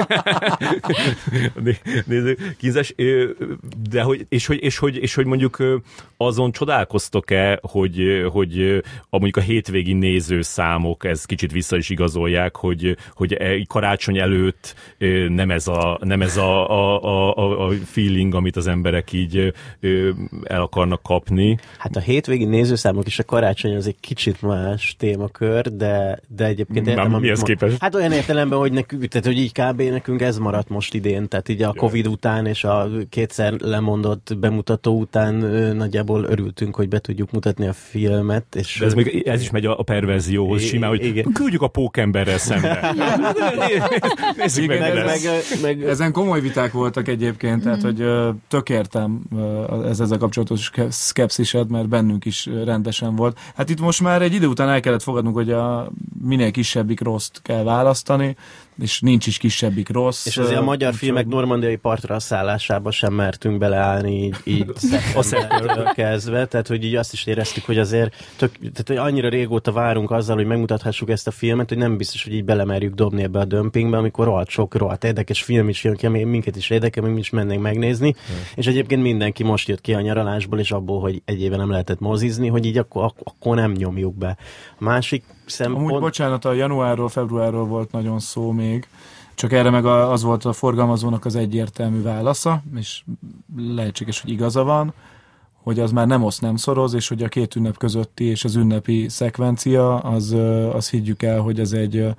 Nézzük, kínzás, de hogy, és hogy, és hogy, és hogy mondjuk azon csodálkoztok-e, hogy, hogy a, mondjuk a hétvégi nézőszámok ez kicsit vissza is igazolják, hogy, hogy karácsony előtt nem ez a, nem ez a, a, a, a feeling, amit az emberek így el akarnak kapni. Hát a hétvégi nézőszámok és a karácsony az egy kicsit más témakör, de, de egyébként értem, mi ez képest? Hát olyan értelemben, hogy nekünk, tehát hogy így kb. Nekünk ez maradt most idén, tehát így a Covid után és a kétszer lemondott bemutató után nagyjából örültünk, hogy be tudjuk mutatni a filmet. És de ez, még, ez is megy a, a perverzióhoz simán, hogy igen. Küldjük a pókemberrel szembe. Nézzük igen, meg, ez meg, meg... Ezen komoly viták voltak egyébként, tehát hogy tök értem ez ezzel kapcsolatos szkepszised, mert bennünk is rendesen volt. Hát itt most már egy idő után el kellett fogadnunk, hogy a minél kisebbik rosszt kell választani, és nincs is kisebbik rossz. És azért a magyar filmek normandiai partra szállásába sem mertünk beleállni így, így szeptembertől kezdve, tehát hogy így azt is éreztük, hogy azért tök, tehát, hogy annyira régóta várunk azzal, hogy megmutathassuk ezt a filmet, hogy nem biztos, hogy így belemerjük dobni ebbe a dömpingbe, amikor rohadt sok, rohadt érdekes film is jön ki, ami minket is érdekel, mi is mennénk megnézni, hmm. és egyébként mindenki most jött ki a nyaralásból, és abból, hogy egy éve nem lehetett mozizni, hogy így akkor, akkor nem nyomjuk be. A másik szempont... Amúgy bocsánat, a januárról, februárról volt nagyon szó még, csak erre meg az volt a forgalmazónak az egyértelmű válasza, és lehetséges, hogy igaza van, hogy az már nem osz, nem szoroz, és hogy a két ünnep közötti és az ünnepi szekvencia, az, az higgyük el, hogy ez egy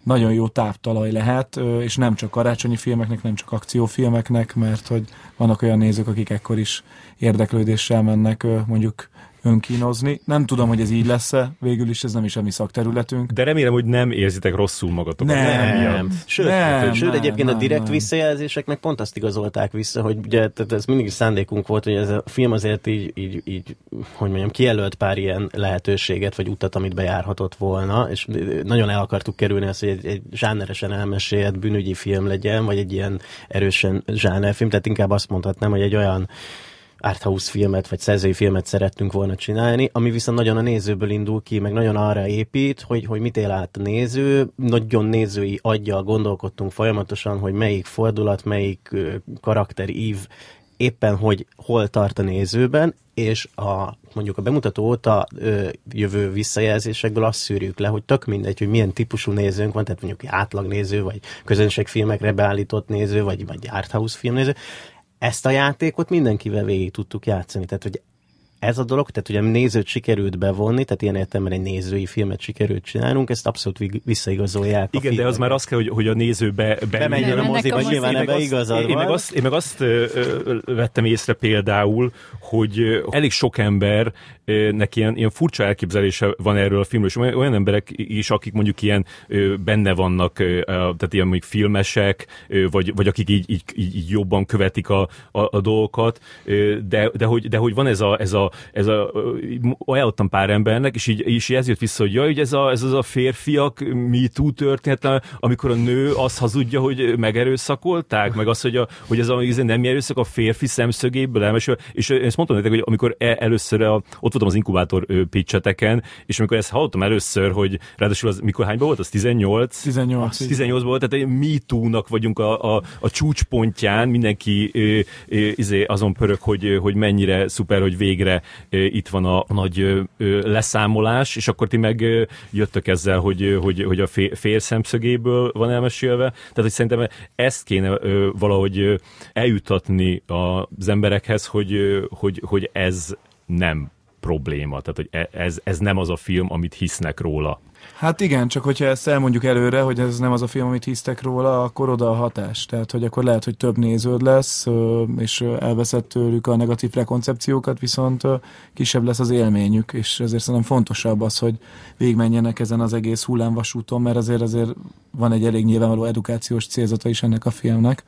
nagyon jó táptalaj lehet, és nem csak karácsonyi filmeknek, nem csak akciófilmeknek, mert hogy vannak olyan nézők, akik ekkor is érdeklődéssel mennek mondjuk önkínozni. Nem tudom, hogy ez így lesz-e, végül is ez nem is a mi szakterületünk. De remélem, hogy nem érzitek rosszul magatokat. Nem, nem. Sőt, nem, sőt nem, egyébként nem, a direkt nem. visszajelzéseknek pont azt igazolták vissza, hogy ugye tehát ez mindig szándékunk volt, hogy ez a film azért így, így, így hogy mondjam, kijelölt pár ilyen lehetőséget, vagy utat, amit bejárhatott volna, és nagyon el akartuk kerülni azt, hogy egy, egy zsáneresen elmesélt bűnügyi film legyen, vagy egy ilyen erősen zsánerfilm, tehát inkább azt mondhatnám, hogy egy olyan arthouse filmet, vagy szerzői filmet szerettünk volna csinálni, ami viszont nagyon a nézőből indul ki, meg nagyon arra épít, hogy, hogy mit él át a néző, nagyon nézői aggyal gondolkodtunk folyamatosan, hogy melyik fordulat, melyik ö, karakterív éppen, hogy hol tart a nézőben, és a, mondjuk a bemutató óta ö, jövő visszajelzésekből azt szűrjük le, hogy tök mindegy, hogy milyen típusú nézőnk van, tehát mondjuk átlagnéző, vagy közönségfilmekre beállított néző, vagy, vagy arthouse filmnéző. Ezt a játékot mindenkivel végig tudtuk játszani. Tehát, hogy ez a dolog, tehát ugye nézőt sikerült bevonni, tehát ilyen értelemben egy nézői filmet sikerült csinálnunk, ezt abszolút visszaigazolják. Igen, de az már az kell, hogy, hogy a néző be, be bemenjen a moziba, nyilván ebbe igazad én, meg azt, én meg azt ö, ö, vettem észre például, hogy ö, elég sok embernek ilyen, ilyen furcsa elképzelése van erről a filmről, és olyan emberek is, akik mondjuk ilyen ö, benne vannak, ö, tehát ilyen mondjuk filmesek, ö, vagy, vagy akik így, így, így jobban követik a, a, a dolgokat, ö, de, de, hogy, de hogy van ez a, ez a ez a, ajánlottam pár embernek, és így, és így ez jött vissza, hogy jaj, hogy ez, a, ez az a férfiak Me Too történet, amikor a nő azt hazudja, hogy megerőszakolták, meg az, hogy, a, hogy ez a nem erőszak a férfi szemszögéből elmesél, és ezt mondtam nektek, hogy amikor először a, ott voltam az inkubátor pitcheteken, és amikor ezt hallottam először, hogy ráadásul az, mikor hányban volt, az tizennyolc? tizennyolc. tizennyolc volt, tehát egy Me Too-nak vagyunk a, a, a csúcspontján, mindenki ö, ö, izé, azon pörög, hogy, hogy mennyire szuper, hogy végre itt van a nagy leszámolás, és akkor ti meg jöttök ezzel, hogy, hogy, hogy a fér szemszögéből van elmesélve. Tehát, hogy szerintem ezt kéne valahogy eljutatni az emberekhez, hogy, hogy, hogy ez nem probléma. Tehát, hogy ez, ez nem az a film, amit hisznek róla. Hát igen, csak hogyha ezt elmondjuk előre, hogy ez nem az a film, amit hisztek róla, akkor oda a hatás. Tehát, hogy akkor lehet, hogy több néződ lesz, és elveszett tőlük a negatív prekoncepciókat, viszont kisebb lesz az élményük, és ezért szerintem fontosabb az, hogy végigmenjenek ezen az egész hullámvasúton, mert azért azért van egy elég nyilvánvaló edukációs célzata is ennek a filmnek.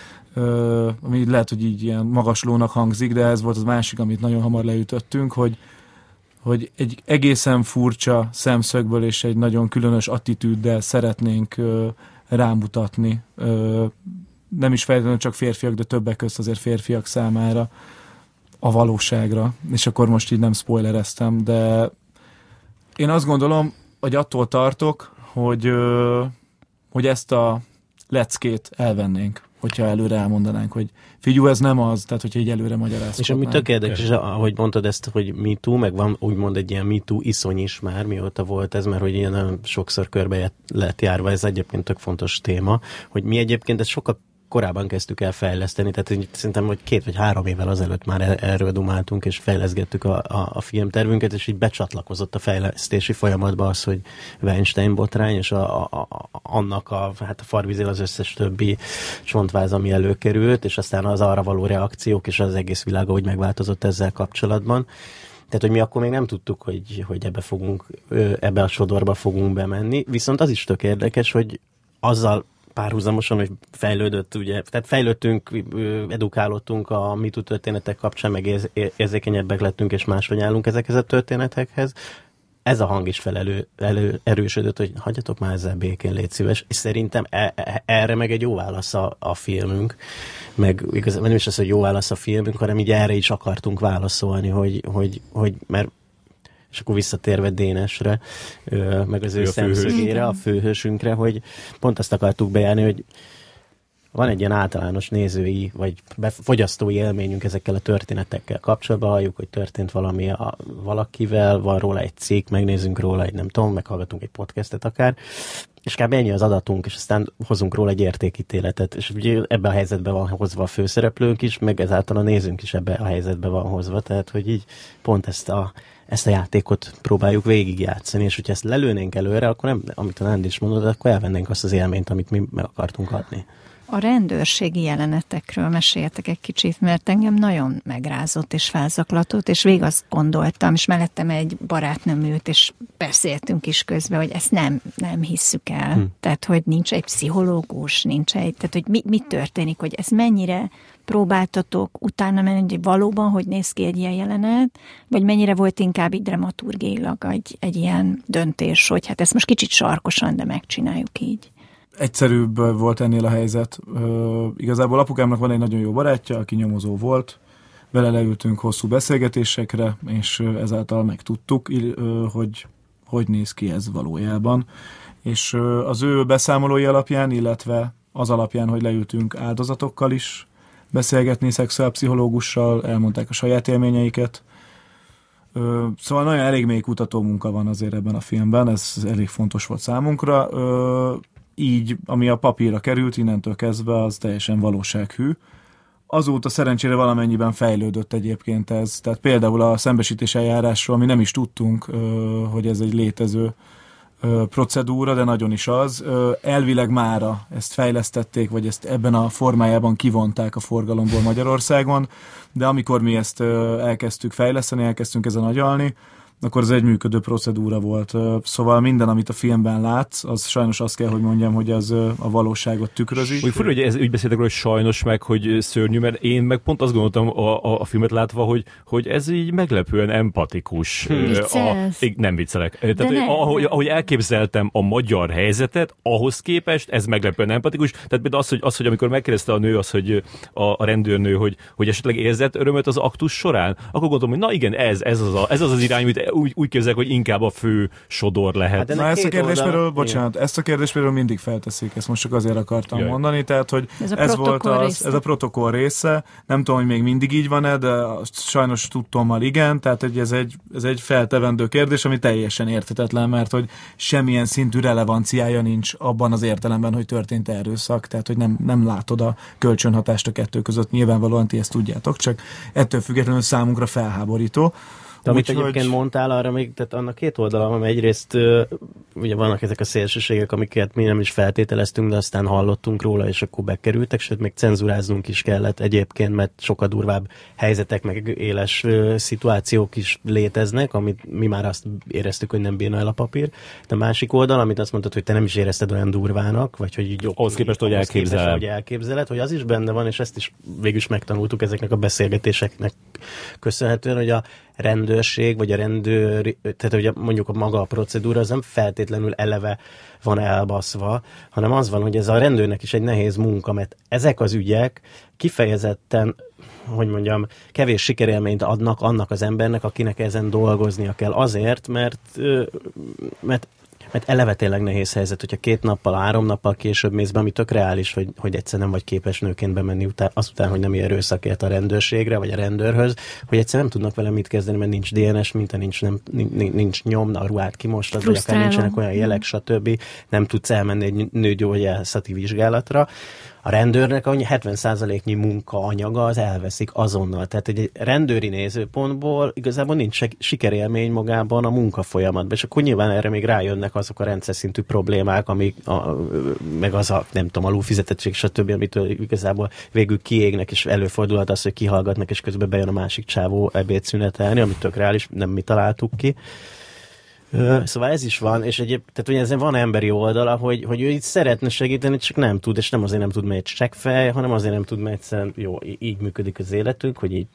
Ami lehet, hogy így ilyen magaslónak hangzik, de ez volt az másik, amit nagyon hamar leütöttünk, hogy hogy egy egészen furcsa szemszögből és egy nagyon különös attitűddel szeretnénk ö, rámutatni. Ö, nem is feltétlenül csak férfiak, de többek közt azért férfiak számára a valóságra. És akkor most így nem spoilereztem, de én azt gondolom, hogy attól tartok, hogy, ö, hogy ezt a leckét elvennénk, hogyha előre elmondanánk, hogy figyú, ez nem az, tehát hogyha így előre magyarázhatnánk. És ami tök érdekes, ahogy mondtad ezt, hogy Me Too, meg van úgymond egy ilyen Me Too iszony is már, mióta volt ez, mert hogy ilyen sokszor körbe lett járva, ez egyébként tök fontos téma, hogy mi egyébként ezt sokkal korábban kezdtük el fejleszteni, tehát szerintem, hogy két vagy három évvel azelőtt már erről dumáltunk, és fejleszgettük a, a, a filmtervünket, és így becsatlakozott a fejlesztési folyamatba az, hogy Weinstein botrány, és a, a, a, annak a, hát a farvizél az összes többi csontváz, ami előkerült, és aztán az arra való reakciók, és az egész világ, hogy megváltozott ezzel kapcsolatban. Tehát, hogy mi akkor még nem tudtuk, hogy, hogy ebbe fogunk, ebbe a sodorba fogunk bemenni, viszont az is tök érdekes, hogy azzal párhuzamosan, hogy fejlődött, ugye, tehát fejlődtünk, edukálódtunk a Me Too történetek kapcsán, meg érz, érzékenyebbek lettünk, és máshogy állunk ezekhez a történetekhez. Ez a hang is felelő, elő, erősödött, hogy hagyjatok már ezzel békén, légy szíves, és szerintem e, e, erre meg egy jó válasz a, a filmünk, meg igazából nem is az, hogy jó válasz a filmünk, hanem így erre is akartunk válaszolni, hogy, hogy, hogy mert és akkor visszatérve Dénesre, meg az ő, ő szemszögére, a főhősünkre, hogy pont azt akartuk bejárni, hogy van egy ilyen általános nézői, vagy fogyasztói élményünk ezekkel a történetekkel kapcsolatban, halljuk, hogy történt valami a valakivel, van róla egy cikk, megnézzünk róla egy, nem tudom, meghallgatunk egy podcastet akár, és kb. Ennyi az adatunk, és aztán hozunk róla egy értékítéletet, és ugye ebben a helyzetben van hozva a főszereplőnk is, meg ezáltal a nézőnk is ebben a helyzetben van hozva, tehát hogy így pont ezt a, ezt a játékot próbáljuk végigjátszani, és hogyha ezt lelőnénk előre, akkor nem, amit a Nándi is mondod, akkor elvennénk azt az élményt, amit mi meg akartunk adni. A rendőrségi jelenetekről meséltek egy kicsit, mert engem nagyon megrázott és felzaklatott, és végig azt gondoltam, és mellettem egy barátnőm ült, és beszéltünk is közben, hogy ezt nem, nem hisszük el. Hm. Tehát, hogy nincs egy pszichológus, nincs egy, tehát, hogy mi, mi történik, hogy ez mennyire próbáltatok utána menni, hogy valóban, hogy néz ki egy ilyen jelenet, vagy mennyire volt inkább így dramaturgiailag egy, egy ilyen döntés, hogy hát ezt most kicsit sarkosan, de megcsináljuk így. Egyszerűbb volt ennél a helyzet. Ö, igazából apukámnak van egy nagyon jó barátja, aki nyomozó volt. Vele leültünk hosszú beszélgetésekre, és ezáltal megtudtuk, hogy hogy néz ki ez valójában. És az ő beszámolói alapján, illetve az alapján, hogy leültünk áldozatokkal is beszélgetni, szexuálpszichológussal, elmondták a saját élményeiket. Ö, szóval nagyon elég mély kutató munka van azért ebben a filmben, ez elég fontos volt számunkra. Ö, így, ami a papírra került, innentől kezdve az teljesen valósághű. Azóta szerencsére valamennyiben fejlődött egyébként ez. Tehát például a szembesítés eljárásról mi nem is tudtunk, hogy ez egy létező procedúra, de nagyon is az. Elvileg mára ezt fejlesztették, vagy ezt ebben a formájában kivonták a forgalomból Magyarországon, de amikor mi ezt elkezdtük fejleszteni, elkezdtünk ezen agyalni, akkor ez egy működő procedúra volt. Szóval minden, amit a filmben látsz, az sajnos azt kell, hogy mondjam, hogy az a valóságot tükrözi. Úgy fura, hogy ez, úgy beszéltek róla, hogy sajnos meg, hogy szörnyű, mert én meg pont azt gondoltam a, a, a filmet látva, hogy, hogy ez így meglepően empatikus. Hmm. A, nem viccelek. Tehát, ne. ahogy, ahogy elképzeltem a magyar helyzetet, ahhoz képest ez meglepően empatikus. Tehát például az, hogy, az, hogy amikor megkérdezte a nő, az, hogy a, a rendőrnő, hogy, hogy esetleg érzett örömöt az aktus során, akkor gondoltam, hogy na igen, ez, ez, az, a, ez az az irány, amit úgy, úgy képzelek, hogy inkább a fő sodor lehet. Hát, na ezt a kérdésről, bocsánat, igen. ezt a kérdésről mindig felteszik, ezt most csak azért akartam Jaj. mondani, tehát, hogy ez, ez volt az, ez a protokoll része, nem tudom, hogy még mindig így van-e, de sajnos tudtommal igen, tehát hogy ez egy, ez egy feltevendő kérdés, ami teljesen érthetetlen, mert hogy semmilyen szintű relevanciája nincs abban az értelemben, hogy történt erőszak, tehát hogy nem, nem látod a kölcsönhatást a kettő között, nyilvánvalóan ti ezt tudjátok, csak ettől függetlenül számunkra felháborító. De amit Úgy, egyébként hogy... mondtál, arra még, tehát annak két oldala, amely egyrészt uh, ugye vannak ezek a szélsőségek, amiket mi nem is feltételeztünk, de aztán hallottunk róla, és akkor bekerültek, sőt, még cenzuráznunk is kellett egyébként, mert sokkal durvább helyzetek, meg éles uh, szituációk is léteznek, amit mi már azt éreztük, hogy nem bírna el a papír. De a másik oldal, amit azt mondtad, hogy te nem is érezted olyan durvának, vagy hogy így ahhoz képest, hogy elképzeled. hogy elképzeled, hogy az is benne van, és ezt is végül is megtanultuk ezeknek a beszélgetéseknek köszönhetően, hogy a rendőrség, vagy a rendőr, tehát ugye mondjuk a maga a procedúra, az nem feltétlenül eleve van elbaszva, hanem az van, hogy ez a rendőrnek is egy nehéz munka, mert ezek az ügyek kifejezetten, hogy mondjam, kevés sikerélményt adnak annak az embernek, akinek ezen dolgoznia kell azért, mert, mert mert eleve tényleg nehéz helyzet, hogyha két nappal, három nappal később mész be, ami tök reális, hogy, hogy egyszer nem vagy képes nőként bemenni után, azután, hogy nem ilyen erőszakért a rendőrségre, vagy a rendőrhöz, hogy egyszer nem tudnak vele mit kezdeni, mert nincs dé en es minta, nincs, nem, nincs, nincs nyom, a ruhát kimostad, vagy akár nincsenek olyan jelek, stb. Nem tudsz elmenni egy nőgyógyászati vizsgálatra. A rendőrnek a hetven százaléknyi munkaanyaga az elveszik azonnal. Tehát egy rendőri nézőpontból igazából nincs sikerélmény magában a munkafolyamatban. És akkor nyilván erre még rájönnek azok a rendszer szintű problémák, amik a, meg az a, nem tudom, alulfizetettség, stb., amitől igazából végül kiégnek, és előfordulhat az, hogy kihallgatnak, és közben bejön a másik csávó ebédszünetelni, amit tök reális, nem mi találtuk ki. Szóval ez is van, és egyéb, tehát ugye ezen van emberi oldala, hogy, hogy ő itt szeretne segíteni, csak nem tud, és nem azért nem tud, mert egy seggfej, hanem azért nem tud, mert egyszerűen jó, így működik az életünk, hogy így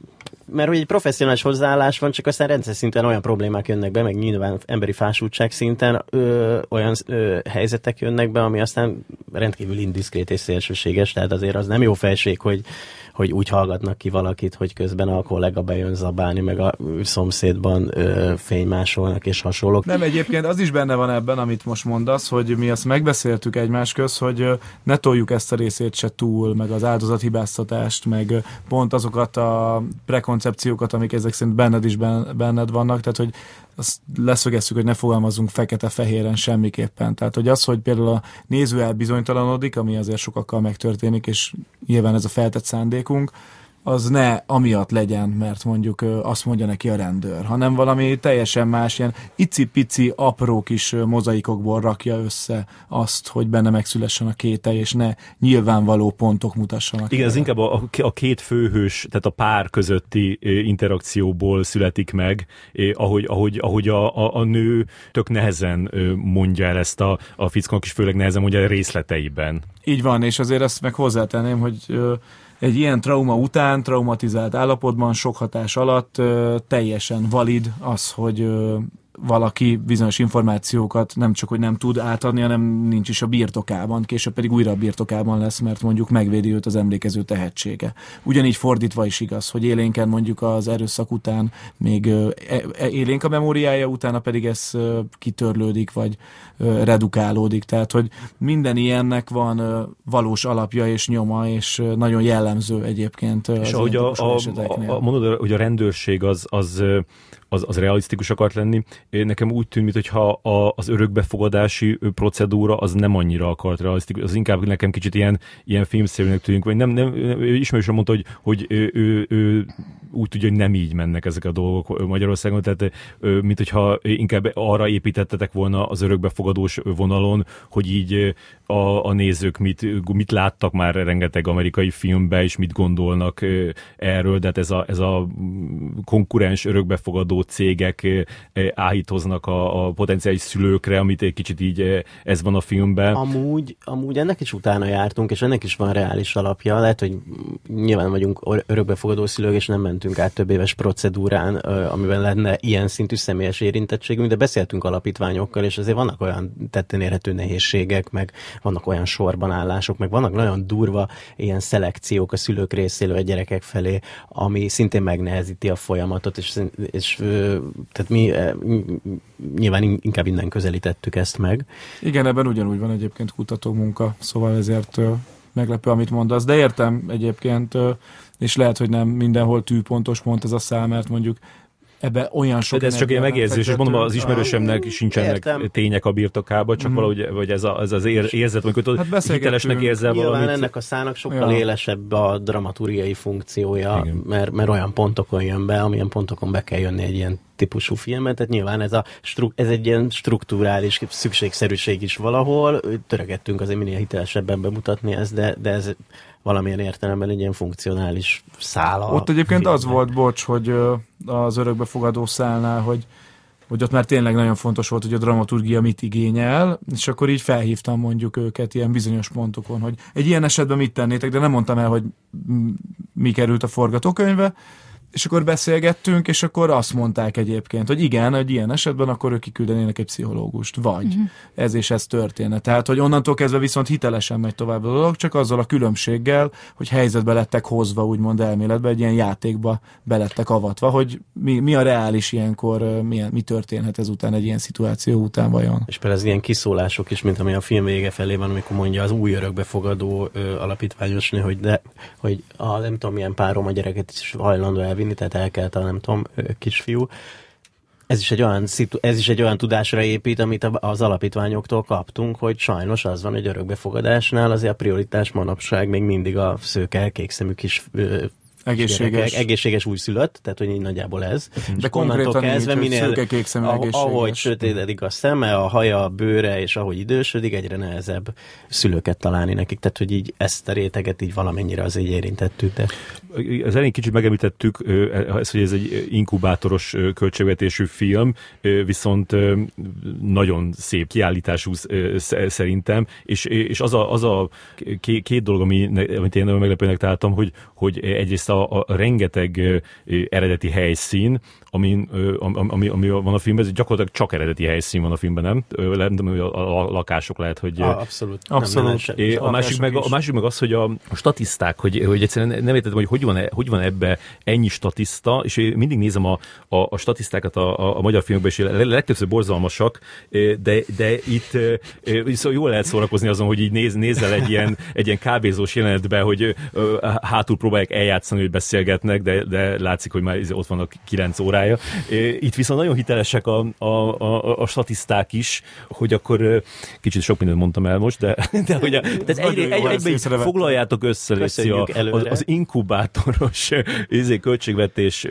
mert hogy egy professzionális hozzáállás van, csak aztán rendszer szinten olyan problémák jönnek be, meg nyilván emberi fásultság szinten ö, olyan ö, helyzetek jönnek be, ami aztán rendkívül indiszkrét és szélsőséges, tehát azért az nem jó felség, hogy hogy úgy hallgatnak ki valakit, hogy közben a kollega bejön zabálni, meg a szomszédban ö, fénymásolnak és hasonlók. Nem, egyébként az is benne van ebben, amit most mondasz, hogy mi azt megbeszéltük egymás közt, hogy ne toljuk ezt a részét se túl, meg az áldozathibáztatást, meg pont azokat a prekoncepciókat, amik ezek szerint benned is benned vannak, tehát hogy azt leszögezzük, hogy ne fogalmazzunk fekete-fehéren semmiképpen. Tehát, hogy az, hogy például a néző elbizonytalanodik, ami azért sokakkal megtörténik, és nyilván ez a feltett szándékunk, az ne amiatt legyen, mert mondjuk azt mondja neki a rendőr, hanem valami teljesen más, ilyen icipici, apró kis mozaikokból rakja össze azt, hogy benne megszülessen a kételj, és ne nyilvánvaló pontok mutassanak. Igen, ez inkább a, a két főhős, tehát a pár közötti interakcióból születik meg, ahogy, ahogy, ahogy a, a, a nő tök nehezen mondja el ezt a, a fickónak, és főleg nehezen mondja el részleteiben. Így van, és azért azt meg hozzátenném, hogy egy ilyen trauma után, traumatizált állapotban, sok hatás alatt ö, teljesen valid az, hogy ö, valaki bizonyos információkat nem csak, hogy nem tud átadni, hanem nincs is a birtokában, később pedig újra a birtokában lesz, mert mondjuk megvédi őt az emlékező tehetsége. Ugyanígy fordítva is igaz, hogy élénken mondjuk az erőszak után még e, élénk a memóriája, utána pedig ez kitörlődik, vagy redukálódik. Tehát, hogy minden ilyennek van valós alapja és nyoma, és nagyon jellemző egyébként. És ahogy a, a, a, mondod, hogy a rendőrség az, az Az, az realisztikus akart lenni. Nekem úgy tűnt, mintha az örökbefogadási procedúra az nem annyira akart realisztikus, az inkább nekem kicsit ilyen, ilyen filmszerűnek tűnik, vagy nem, nem ismerősen mondta, hogy, hogy ő, ő, ő úgy tudja, hogy nem így mennek ezek a dolgok Magyarországon, tehát mint hogyha inkább arra építettetek volna az örökbefogadós vonalon, hogy így a, a nézők mit, mit láttak már rengeteg amerikai filmben, és mit gondolnak erről, de hát ez a, ez a konkurens örökbefogadó cégek áhítoznak a, a potenciális szülőkre, amit egy kicsit így ez van a filmben. Amúgy, amúgy ennek is utána jártunk, és ennek is van reális alapja. Lehet, hogy nyilván vagyunk örökbefogadó szülők, és nem mentünk át több éves procedúrán, amiben lenne ilyen szintű személyes érintettségünk, de beszéltünk alapítványokkal, és azért vannak olyan tetten érhető nehézségek, meg vannak olyan sorban állások, meg vannak nagyon durva ilyen szelekciók a szülők részéről a gyerekek felé, ami szintén megnehezíti a folyamatot, és, és tehát mi nyilván inkább innen közelítettük ezt meg. Igen, ebben ugyanúgy van egyébként kutató munka, szóval ezért meglepő, amit mondasz, de értem egyébként, és lehet, hogy nem mindenhol tűpontos pont ez a szám, mert mondjuk ebbe olyan sok... De ez csak ilyen megérzés, és mondom, az ismerősemnek sincsenek értem. Tények a birtokában, csak mm. valahogy vagy ez, a, ez az ér, érzet, amikor hát hitelesnek érzel nyilván valamit. Ennek a szának sokkal ja. élesebb a dramaturgiai funkciója, mert, mert olyan pontokon jön be, amilyen pontokon be kell jönni egy ilyen típusú filmet, tehát nyilván ez, a, ez egy ilyen strukturális szükségszerűség is valahol, törekedtünk azért minél hitelesebben bemutatni ezt, de, de ez valamilyen értelemben egy ilyen funkcionális szála. Ott egyébként filmnek. Az volt, bocs, hogy az örökbefogadó szálnál, hogy, hogy ott már tényleg nagyon fontos volt, hogy a dramaturgia mit igényel, és akkor így felhívtam mondjuk őket ilyen bizonyos pontokon, hogy egy ilyen esetben mit tennétek, de nem mondtam el, hogy mi került a forgatókönyvbe, és akkor beszélgettünk, és akkor azt mondták egyébként, hogy igen, egy ilyen esetben akkor ők kiküldenének egy pszichológust, vagy uh-huh. ez és ez történne. Tehát, hogy onnantól kezdve viszont hitelesen megy tovább a dolog, csak azzal a különbséggel, hogy helyzetbe lettek hozva, úgymond elméletbe, egy ilyen játékba belettek avatva, hogy mi, mi a reális ilyenkor, mi, mi történhet ezután egy ilyen szituáció után vajon. És például az ilyen kiszólások is, mint ami a film vége felé van, amikor mondja az új örökbefogadó ö, alapítványosnő, hogy de, hogy a nem tudom milyen párom a gyereket is hajlandó elvinni, tehát elkelt a nem tudom, kisfiú. Ez is egy olyan, ez is egy olyan tudásra épít, amit az alapítványoktól kaptunk, hogy sajnos az van, hogy örökbefogadásnál azért a prioritás manapság még mindig a szőke, kékszemű kis egészséges. egészséges újszülött, tehát hogy így nagyjából ez. De konkrétan kezdve, minél ah, ahogy sötétedik a szeme, a haja, a bőre, és ahogy idősödik, egyre nehezebb szülőket találni nekik, tehát hogy így ezt a réteget így valamennyire az így érintettük. De... Az elején kicsit megemlítettük, hogy ez egy inkubátoros költségvetésű film, viszont nagyon szép kiállítású szerintem, és, és az a, az a két dolog, amit én meglepőnek találtam, hogy, hogy egyrészt a, a rengeteg ö, eredeti helyszín, ami, ö, ami, ami van a filmben, ez gyakorlatilag csak eredeti helyszín van a filmben, nem? Nem tudom, hogy a, a lakások lehet, hogy... A, abszolút. Abszolút. Nem, nem, É, a, másik meg, a másik meg az, hogy a statiszták, hogy, hogy egyszerűen nem értettem, hogy hogy van, hogy van ebbe ennyi statiszta, és én mindig nézem a, a, a statisztákat a, a, a magyar filmekben, és legtöbbször borzalmasak, de, de itt szóval jól lehet szórakozni azon, hogy így néz, nézel egy ilyen, egy ilyen kávézós jelenetbe, hogy hátul próbálják eljátszani, hogy beszélgetnek, de, de látszik, hogy már ott van a kilenc órája. Itt viszont nagyon hitelesek a, a, a, a statiszták is, hogy akkor kicsit sok mindent mondtam el most, de, de hogy a, tehát egy, egy, egy, egy, foglaljátok össze a, az, az inkubátoros izé, költségvetés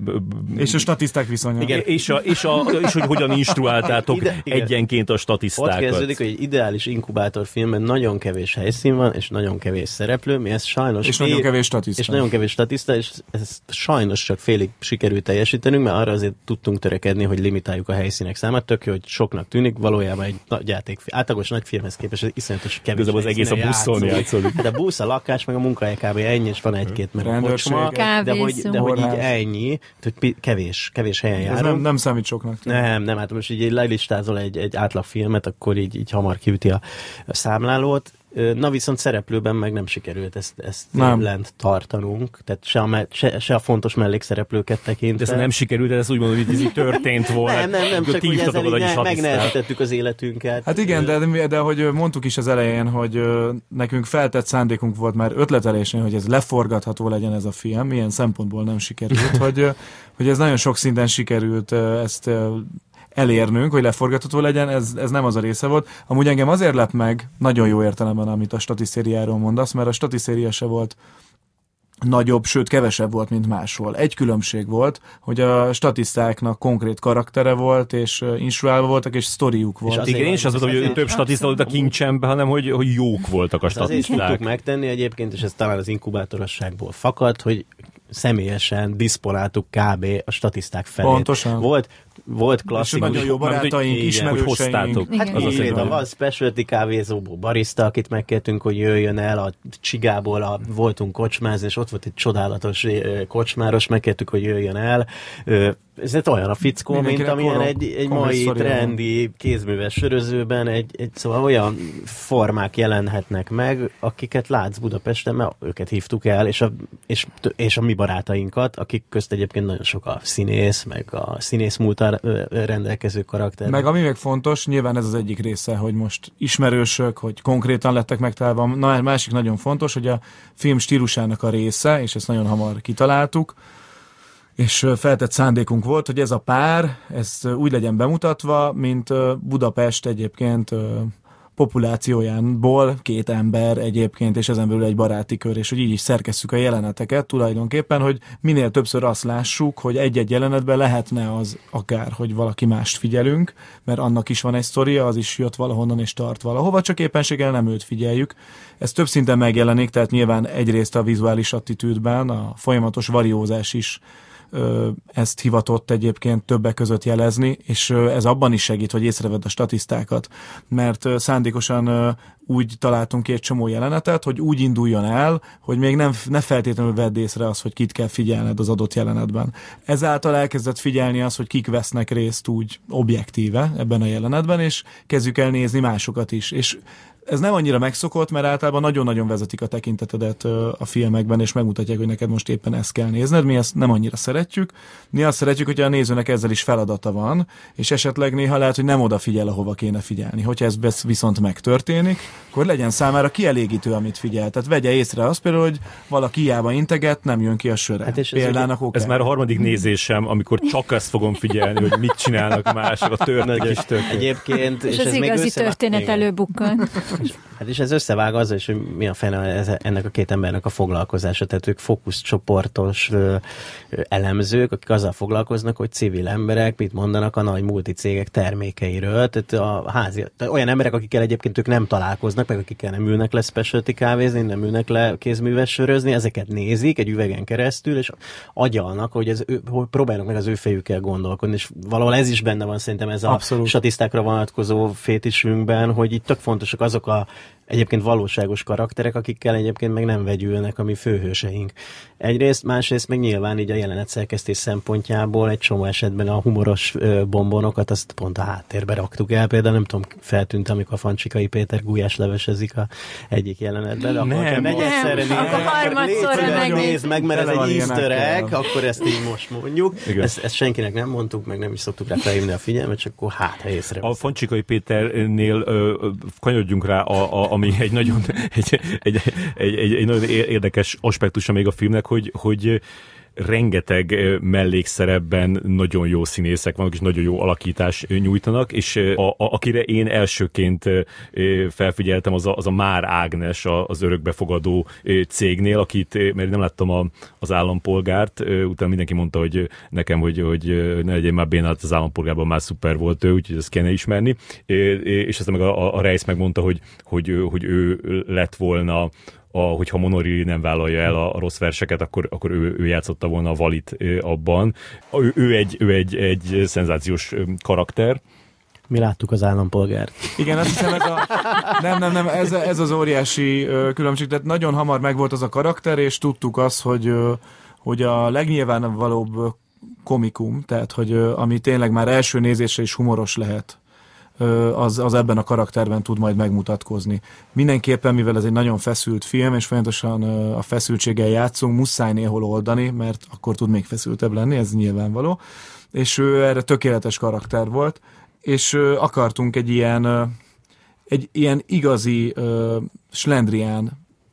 és a statiszták viszonya. Igen, és, a, és, a, és hogy hogyan instruáltátok Ide, egyenként a statisztákat. Ott kezdődik, hogy egy ideális inkubátorfilmben nagyon kevés helyszín van, és nagyon kevés szereplő, mi ezt sajnos... És fél, nagyon kevés statiszta. És nagyon kevés statiszta, és ezt sajnos csak félig sikerült teljesítenünk, mert arra azért tudtunk törekedni, hogy limitáljuk a helyszínek számát. Tök jó, hogy soknak tűnik, valójában egy nagy játék, átlagos nagy filmhez képest ez iszonyatos kevés. Az egész a buszon játszódik. Hát a busz, a lakás, meg a munkahely kb. Ennyi, és van egy-két meg a kocsma, de hogy, de hogy így ennyi, hogy kevés, kevés helyen járunk. Ez nem, nem számít soknak. Nem, nem, hát most így lelistázol egy, egy átlagfilmet, akkor így, így hamar kiüti a, a számlálót. Na viszont szereplőben meg nem sikerült ezt, ezt lent tartanunk, tehát se a, se, se a fontos mellékszereplőket tekintve. De ez nem sikerült, ez úgy mondom, hogy ez így történt volna. Nem, nem, nem, csak hogy ezzel így megnehezítettük az életünket. Hát igen, de, de hogy mondtuk is az elején, hogy nekünk feltett szándékunk volt már ötletelésén, hogy ez leforgatható legyen ez a film, milyen szempontból nem sikerült, hogy, hogy ez nagyon sok szinten sikerült ezt elérnünk, hogy leforgatható legyen, ez, ez nem az a része volt. Amúgy engem azért lep meg, nagyon jó értelemben, amit a statiszériáról mondasz, mert a statiszéria se volt nagyobb, sőt kevesebb volt, mint máshol. Egy különbség volt, hogy a statisztáknak konkrét karaktere volt, és instruálva voltak, és sztoriuk volt. És igen, én is azt mondom, hogy több statiszta volt a kincsemben, hanem hogy, hogy jók voltak a statiszták. Azért tudtuk megtenni egyébként, és ez talán az inkubátorosságból fakad, hogy személyesen diszponáltuk kb. A statiszták felét. Pontosan. Volt, volt klasszikus. És nagyon jó barátaink, ismerőseink. Hát az az, hogy van specialty kávézóból barista, akit megkértünk, hogy jöjjön el a Csigából, a, voltunk kocsmázni, és ott volt egy csodálatos kocsmáros, megkértük, hogy jöjjön el. Ez olyan a fickó, mindenkinek mint amilyen egy, egy mai trendi kézműves sörözőben, egy, egy, szóval olyan formák jelenhetnek meg, akiket látsz Budapesten, mert őket hívtuk el, és a, és, és a mi barátainkat, akik közt egyébként nagyon sok a színész, meg a színész múltal rendelkező karakter. Meg ami még fontos, nyilván ez az egyik része, hogy most ismerősök, hogy konkrétan lettek megtalálva. Na, másik nagyon fontos, hogy a film stílusának a része, és ezt nagyon hamar kitaláltuk, és feltett szándékunk volt, hogy ez a pár, ez úgy legyen bemutatva, mint Budapest egyébként populációjából két ember egyébként, és ezen belül egy baráti kör, és hogy így is szerkesszük a jeleneteket tulajdonképpen, hogy minél többször azt lássuk, hogy egy-egy jelenetben lehetne az akár, hogy valaki mást figyelünk, mert annak is van egy sztoria, az is jött valahonnan és tart valahova, csak éppenséggel nem őt figyeljük. Ez több szinten megjelenik, tehát nyilván egyrészt a vizuális attitűdben, a folyamatos variózás is ezt hivatott egyébként többek között jelezni, és ez abban is segít, hogy észrevedd a statisztákat, mert szándékosan úgy találtunk ki egy csomó jelenetet, hogy úgy induljon el, hogy még nem, ne feltétlenül vedd észre az, hogy kit kell figyelned az adott jelenetben. Ezáltal elkezdett figyelni az, hogy kik vesznek részt úgy objektíve ebben a jelenetben, és kezdjük el nézni másokat is. És ez nem annyira megszokott, mert általában nagyon-nagyon vezetik a tekintetedet a filmekben, és megmutatják, hogy neked most éppen ezt kell nézned. Mi ezt nem annyira szeretjük. Mi azt szeretjük, hogy a nézőnek ezzel is feladata van, és esetleg néha lehet, hogy nem odafigyel, ahova kéne figyelni. Hogyha ez viszont megtörténik, akkor legyen számára kielégítő, amit figyel. Tehát vegye észre azt például, hogy valaki hiába integet, nem jön ki a söre. Hát és példának ez, ez már a harmadik nézésem, amikor csak ezt fogom figyelni, hogy mit csinálnak mások, a törnek is történet. Egyébként, és, és az ez igazi történet előbukkan. Hát és ez összevág azzal is, hogy mi a fene ez, ennek a két embernek a foglalkozása. Tehát ők fókuszcsoportos ö, ö, elemzők, akik azzal foglalkoznak, hogy civil emberek mit mondanak a nagy multicégek termékeiről. Tehát a házi, tehát olyan emberek, akikkel egyébként ők nem találkoznak, meg akikkel nem ülnek le specialty kávézni, nem ülnek le kézműves sörözni, ezeket nézik egy üvegen keresztül, és agyalnak, hogy, ez ő, hogy próbálnak meg az ő fejükkel gondolkodni. És valahol ez is benne van szerintem ez a Abszolút. Statisztákra vonatkozó fétisünkben, hogy itt tök fontosak azok a egyébként valóságos karakterek, akikkel egyébként meg nem vegyülnek a mi főhőseink. Egyrészt, másrészt meg nyilván így a jelenetszerkesztés szempontjából egy csomó esetben a humoros bombonokat azt pont a háttérbe raktuk el. Például nem tudom, feltűnt, amikor Fancsikai Péter gulyáslevesezik a egyik jelenetben. De nem, akkor nem, negyedszerre nem, akkor harmadszorra meg nézd meg, mert ez egy easter egg, akkor ezt így most mondjuk. Ezt, ezt senkinek nem mondtuk, meg nem is szoktuk rá felhívni a figyelmet, csak akkor hát, ha észre. A Fancsikai Péternél ö, kanyarodjunk rá, a, a, ami egy nagyon, egy, egy, egy, egy, egy nagyon érdekes aspektusa még a filmnek, hogy, hogy rengeteg mellékszerepben nagyon jó színészek vannak, és nagyon jó alakítás nyújtanak, és a, a, akire én elsőként felfigyeltem, az a, az a Már Ágnes, az örökbefogadó cégnél, akit, mert nem láttam a, az Állampolgárt, utána mindenki mondta, hogy nekem, hogy, hogy ne legyen már bénát, az Állampolgárban már szuper volt ő, úgyhogy ezt kéne ismerni, és aztán meg a, a Reisz megmondta, hogy, hogy, hogy ő lett volna A, hogyha Monori nem vállalja el a, a rossz verseket, akkor, akkor ő, ő játszotta volna a Valit abban. Ő, ő, egy, ő egy, egy szenzációs karakter. Mi láttuk az Állampolgárt. Igen, azt hiszem, ez a... Nem, nem, nem, ez, ez az óriási uh, különbség. Tehát nagyon hamar megvolt az a karakter, és tudtuk azt, hogy, uh, hogy a legnyilvánvalóbb komikum, tehát, hogy uh, ami tényleg már első nézésre is humoros lehet, Az, az ebben a karakterben tud majd megmutatkozni. Mindenképpen, mivel ez egy nagyon feszült film, és folyamatosan a feszültséggel játszunk, muszáj néhol oldani, mert akkor tud még feszültebb lenni, ez nyilvánvaló. És ő erre tökéletes karakter volt, és akartunk egy ilyen, egy ilyen igazi uh, slendrián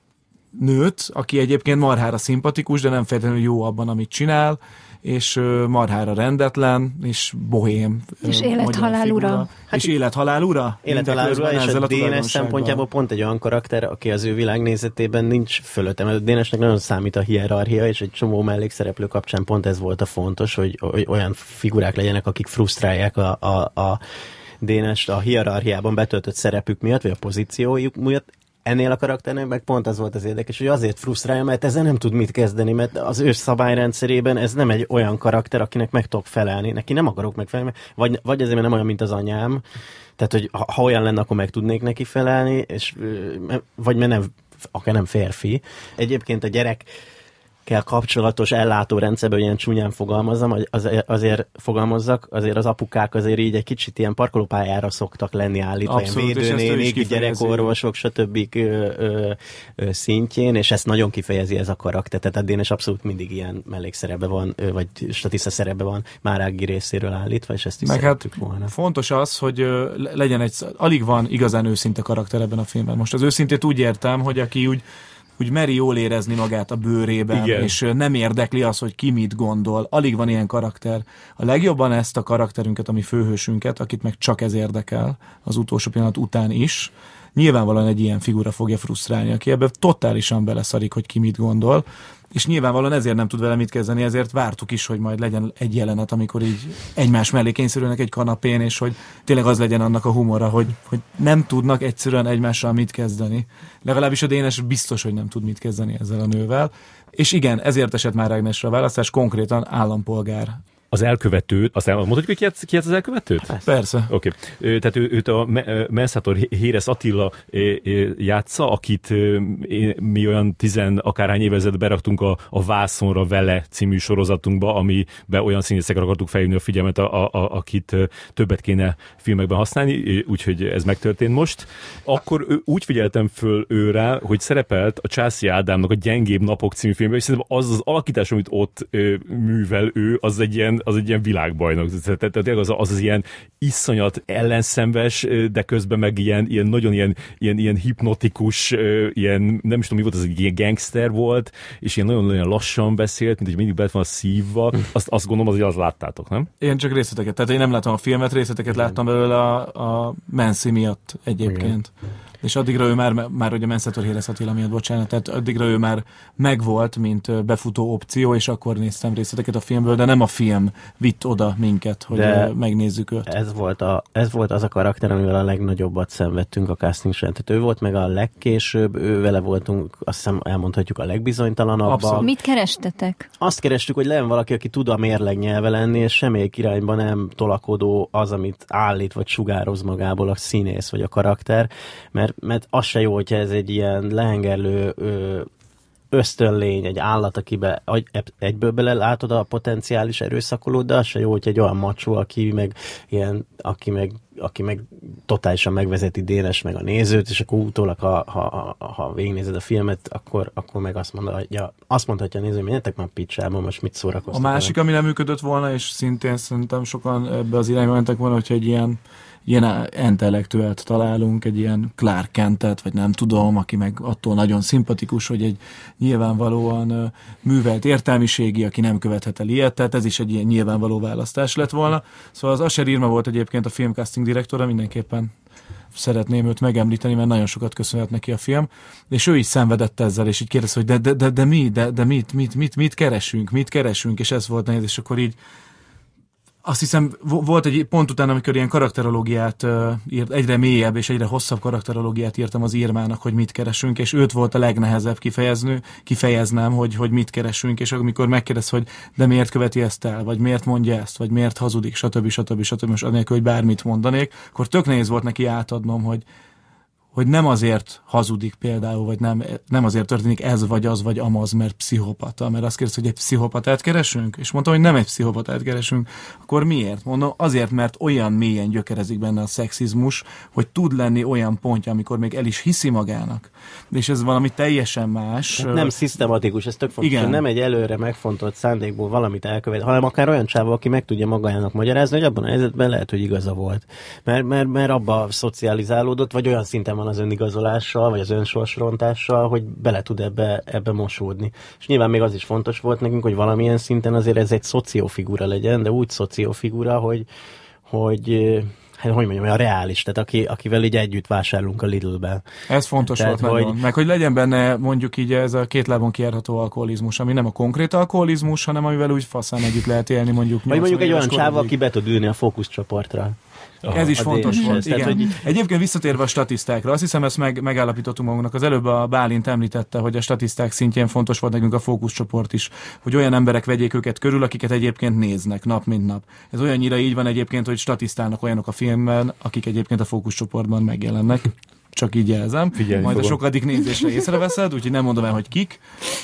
nőt, aki egyébként marhára szimpatikus, de nem feltétlenül jó abban, amit csinál, és marhára rendetlen, és bohém. És élet-halál ura. Hát és élet-halál ura? Élet-halál ura, és a Dénes szempontjából pont egy olyan karakter, aki az ő világnézetében nincs fölötte, mert a Dénesnek nagyon számít a hierarchia, és egy csomó mellékszereplő kapcsán pont ez volt a fontos, hogy, hogy olyan figurák legyenek, akik frusztrálják a, a, a Dénest a hierarchiában betöltött szerepük miatt, vagy a pozíciójuk miatt. Ennél a karakternek meg pont az volt az érdekes, hogy azért frusztrálja, mert ezzel nem tud mit kezdeni, mert az ő szabályrendszerében ez nem egy olyan karakter, akinek meg tudok felelni. Neki nem akarok megfelelni, vagy, vagy ezért, mert nem olyan, mint az anyám. Tehát, hogy ha, ha olyan lenne, akkor meg tudnék neki felelni, és, vagy mert nem, akár nem férfi. Egyébként a gyerek kell kapcsolatos ellátórendszerben, ilyen csúnyán fogalmazzam, az, azért fogalmazzak, azért az apukák azért így egy kicsit ilyen parkolópályára szoktak lenni állítva, abszolút, ilyen védőnénik, gyerekorvosok, stb. Ö, ö, ö, szintjén, és ezt nagyon kifejezi ez a karakter. Tehát a Dénes abszolút mindig ilyen mellékszerepben van, vagy statiszta szerepben van Már Ági részéről állítva, és ezt is meg szerettük hát volna. Fontos az, hogy legyen egy, alig van igazán őszinte karakter ebben a filmben. Most az őszintét úgy értem, hogy aki úgy úgy meri jól érezni magát a bőrében, igen, és nem érdekli az, hogy ki mit gondol. Alig van ilyen karakter. A legjobban ezt a karakterünket, ami főhősünket, akit meg csak ez érdekel az utolsó pillanat után is, nyilvánvalóan egy ilyen figura fogja frusztrálni, aki ebben totálisan beleszarik, hogy ki mit gondol, és nyilvánvalóan ezért nem tud vele mit kezdeni, ezért vártuk is, hogy majd legyen egy jelenet, amikor így egymás mellé kényszerülnek egy kanapén, és hogy tényleg az legyen annak a humora, hogy, hogy nem tudnak egyszerűen egymással mit kezdeni. Legalábbis a Dénes biztos, hogy nem tud mit kezdeni ezzel a nővel. És igen, ezért esett Már Ágnesre a választás, konkrétan Állampolgár. Az elkövetőt, azt mondhatjuk, hogy ki játsz, ki játsz az elkövetőt? Persze. Oké. Okay. Tehát ő, őt a Menszátor Héresz Attila játsza, akit mi olyan tizen akárhány évezet beraktunk a, a Vászonra vele című sorozatunkba, amiben olyan színészekre akartuk felhívni a figyelmet, a, a, a, akit többet kéne filmekben használni, úgyhogy ez megtörtént most. Akkor úgy figyeltem föl őre, hogy szerepelt a Császi Ádámnak a Gyengébb napok című filmben, és szerintem az az alakítás, amit ott művel ő, az egy ilyen az egy ilyen világbajnok. Tehát az, az az ilyen iszonyat ellenszenves, de közben meg ilyen, ilyen nagyon ilyen, ilyen, ilyen hipnotikus, ilyen, nem is tudom mi volt, az egy ilyen gangster volt, és ilyen nagyon-nagyon lassan beszélt, mint hogy mindig bele van a szívva. Azt, azt gondolom, hogy azt láttátok, nem? Én csak részleteket. Tehát én nem láttam a filmet, részleteket láttam belőle a, a Mancy miatt egyébként. Igen. És addigra ő már, már ugye Menszátor Héresz Attila miatt, bocsánat, tehát addigra ő már megvolt, mint befutó opció, és akkor néztem részleteket a filmből, de nem a film vitt oda minket, hogy de megnézzük őt. Ez volt, a, ez volt az a karakter, amivel a legnagyobbat szenvedtünk a casting során. Tehát ő volt meg a legkésőbb, ő vele voltunk, azt hiszem elmondhatjuk a legbizonytalanabban. Mit kerestetek? Azt kerestük, hogy legyen valaki, aki tud a mérleg nyelve lenni, és semmelyik irányban nem tolakodó az, amit állít, vagy sugároz magából a színész, vagy a karakter, mert mert az se jó, hogyha ez egy ilyen lehengerlő ösztönlény, egy állat, akibe egyből bele látod a potenciális erőszakolót, de az se jó, hogy egy olyan macsó, aki meg, ilyen, aki meg, aki meg totálisan megvezeti Dénes meg a nézőt, és akkor utólag, ha, ha, ha végignézed a filmet, akkor, akkor meg azt mondhatja, azt mondhatja a néző, hogy menjetek már picsába, most mit szórakoztak. A másik, ami nem működött volna, és szintén szerintem sokan ebbe az irányba mentek volna, hogyha egy ilyen ilyen intellektuált találunk, egy ilyen Clark Kentet, vagy nem tudom, aki meg attól nagyon szimpatikus, hogy egy nyilvánvalóan művelt értelmiségi, aki nem követhet el ilyet, tehát ez is egy ilyen nyilvánvaló választás lett volna. Szóval az Asher Irma volt egyébként a filmcasting direktora, mindenképpen szeretném őt megemlíteni, mert nagyon sokat köszönhet neki a film, és ő is szenvedett ezzel, és így kérdezte, hogy de, de, de, de mi, de, de mit, mit, mit, mit keresünk, mit keresünk, és ez volt nehéz, és akkor így azt hiszem, volt egy pont után, amikor ilyen karakterológiát uh, írt, egyre mélyebb és egyre hosszabb karakterológiát írtam az Irmának, hogy mit keresünk, és őt volt a legnehezebb kifejezni, kifejeznem, hogy, hogy mit keresünk, és amikor megkérdez, hogy de miért követi ezt el, vagy miért mondja ezt, vagy miért hazudik, stb. stb. stb. Most anélkül, hogy bármit mondanék, akkor tök nehéz volt neki átadnom, hogy hogy nem azért hazudik például, vagy nem, nem azért történik ez, vagy az, vagy amaz, mert pszichopata. Mert azt kérdez, hogy egy pszichopatát keresünk? És mondtam, hogy nem egy pszichopatát keresünk. Akkor miért? Mondom, azért, mert olyan mélyen gyökerezik benne a szexizmus, hogy tud lenni olyan pontja, amikor még el is hiszi magának. És ez valami teljesen más. Hát nem szisztematikus, ez tök fontos. Igen. Nem egy előre megfontolt szándékból valamit elkövet, hanem akár olyan csávó, aki meg tudja magának magyarázni, hogy abban a helyzetben lehet, hogy igaza volt. Mert, mert, mert abba szocializálódott, vagy olyan szinten az önigazolással, vagy az önsorsrontással, hogy bele tud ebbe, ebbe mosódni. És nyilván még az is fontos volt nekünk, hogy valamilyen szinten azért ez egy szociofigura legyen, de úgy szociofigura, hogy, hogy hát, hogy mondjam, olyan reális, tehát aki, akivel így együtt vásárolunk a Lidl-ben. Ez fontos tehát, volt hogy... nagyon. Meg hogy legyen benne mondjuk így ez a két lábon kijárható alkoholizmus, ami nem a konkrét alkoholizmus, hanem amivel úgy faszán együtt lehet élni mondjuk. Vagy mondjuk egy olyan csáva, aki be tud ülni a fókuszcsoportra. Aha, ez is fontos volt, is, igen. Tehát, hogy... Egyébként visszatérve a statisztákra, azt hiszem, ezt meg, megállapítottunk magunknak. Az előbb a Bálint említette, hogy a statiszták szintjén fontos volt nekünk a fókuszcsoport is, hogy olyan emberek vegyék őket körül, akiket egyébként néznek nap mint nap. Ez olyannyira így van egyébként, hogy statisztálnak olyanok a filmben, akik egyébként a fókuszcsoportban megjelennek. Csak így jelzem. Figyelni Majd fogom. A sokadik nézésre észreveszed, úgyhogy nem mondom el, hogy kik.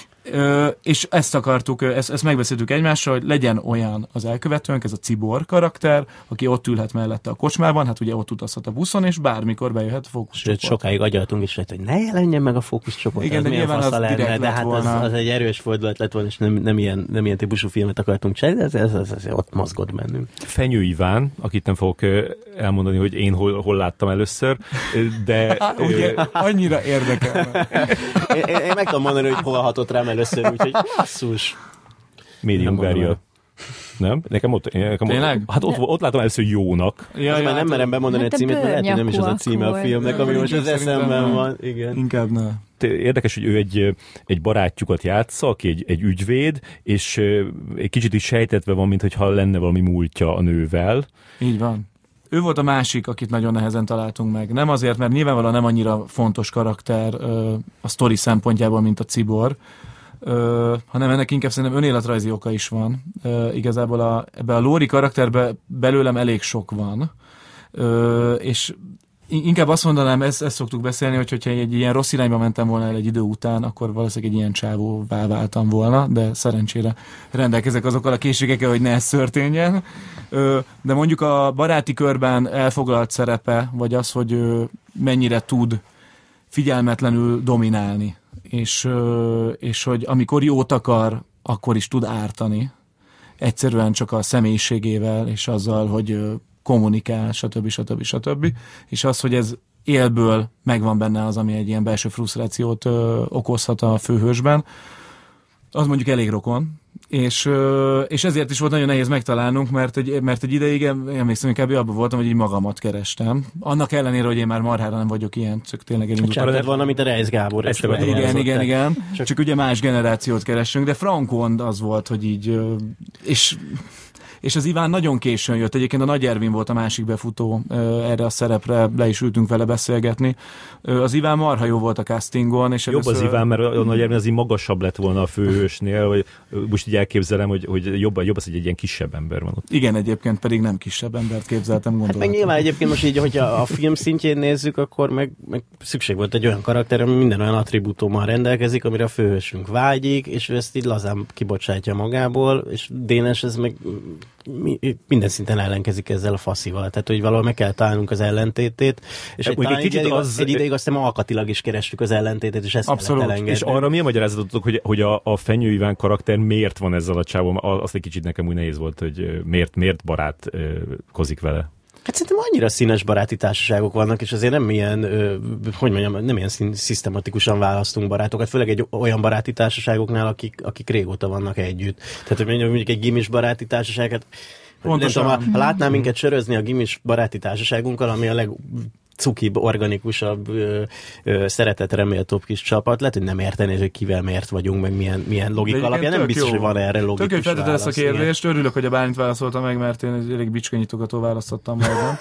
Ö, és ezt akartuk, ezt, ezt megbeszéltük egymással, hogy legyen olyan az elkövetőnk, ez a Cibor karakter, aki ott ülhet mellette a kocsmában, hát ugye ott utazhat a buszon, és bármikor bejöhet a fókuszcsoport. Sőt, sokáig agyaltunk is, hogy ne jelenjen meg a fókuszcsoport. Igen, de nyilván az lenne, de hát az, az egy erős fordulat lett volna, és nem, nem, ilyen, nem ilyen típusú filmet akartunk csinálni, ez, ez, ez, ez ott mozgott bennünk. Fenyő Iván, akit nem fogok elmondani, hogy én hol, hol láttam először, de... Ugye, annyira érdekel. én, én, én meg tudom mondani, hogy hol hatott rám először, úgyhogy basszus. Médium Hungária. Nem? Nekem ott... Nekem Tényleg? Ott, hát ott, ott látom először jónak. Ja, ja, már nem merem bemondani hát a címét, mert lehet, hogy nem is az a címe a filmnek, ami most az eszemben van. Igen. Inkább ne. Érdekes, hogy ő egy, egy barátjukat játsza, aki egy, egy ügyvéd, és egy kicsit is sejtetve van, mintha lenne valami múltja a nővel. Így van. Ő volt a másik, akit nagyon nehezen találtunk meg. Nem azért, mert nyilvánvalóan nem annyira fontos karakter a sztori szempontjából, mint a Cibor, Ö, hanem ennek inkább szerintem önéletrajzi oka is van. Ö, igazából a, ebbe a Lóri karakterbe belőlem elég sok van. Ö, és inkább azt mondanám, ezt, ezt szoktuk beszélni, hogy hogyha egy ilyen rossz irányba mentem volna el egy idő után, akkor valószínűleg egy ilyen csávóvá váltam volna, de szerencsére rendelkezek azokkal a készségekkel, hogy ne ez történjen. Ö, de mondjuk a baráti körben elfoglalt szerepe, vagy az, hogy ö, mennyire tud figyelmetlenül dominálni, és, és hogy amikor jót akar, akkor is tud ártani. Egyszerűen csak a személyiségével, és azzal, hogy kommunikál, stb. stb. stb. És az, hogy ez élből megvan benne az, ami egy ilyen belső frusztrációt okozhat a főhősben, az mondjuk elég rokon. És, és ezért is volt nagyon nehéz megtalálnunk, mert egy, mert egy ideig emlékszem, inkább abban voltam, hogy így magamat kerestem. Annak ellenére, hogy én már marhára nem vagyok ilyen, csak tényleg elindultam. Csak van, amit a Reis Gábor. Ezt igen, igen, igen, igen. Csak... csak ugye más generációt keressünk, de Frankon az volt, hogy így, és és az Iván nagyon későn jött. Egyébként a Nagy Ervin volt a másik befutó erre a szerepre, le is ültünk vele beszélgetni. Az Iván marha jó volt a castingon. És jobb először... az Iván, mert a Nagy Ervin az így magasabb lett volna a főhősnél, vagy most így elképzelem, hogy, hogy jobb, jobb az, hogy egy ilyen kisebb ember van ott. Igen, egyébként pedig nem kisebb embert képzeltem, gondolom. Hát meg nyilván egyébként most így, hogyha a film szintjén nézzük, akkor meg, meg szükség volt egy olyan karakter, ami minden olyan attribútummal rendelkezik, amire a főhősünk vágyik, és ő ezt így lazán kibocsátja magából, és Dénes ez meg minden szinten ellenkezik ezzel a faszival. Tehát, hogy valahol meg kell találnunk az ellentétét, és egy, egy, kicsit ideig, az... egy ideig aztán alkatilag is kerestük az ellentétét, és ezt abszolút. kellett elengedni. És arra mi a magyarázatotok, hogy, hogy a, a Fenyő Iván karakter miért van ezzel a csávon? Azt egy kicsit nekem úgy nehéz volt, hogy miért, miért barátkozik vele. Hát szerintem annyira színes baráti társaságok vannak, és azért nem ilyen, hogy mondjam, nem ilyen szisztematikusan választunk barátokat, főleg egy olyan baráti társaságoknál, akik, akik régóta vannak együtt. Tehát, hogy mondjuk egy gimis baráti társaságot, pontosan, ha, ha látnám minket sörözni a gimis baráti társaságunkkal, ami a leg cukibb, organikusabb, ö, ö, szeretetre méltóbb kis csapat. Lehet, hogy nem érteni, hogy kivel miért vagyunk, meg milyen, milyen logika alapján. Nem biztos, jó. Hogy van erre logikus válasz. Tök, hogy feltetted ezt a kérdést. Igen. Örülök, hogy a Bálint válaszolta meg, mert én egy elég bicskanyitogató választottam majdnem.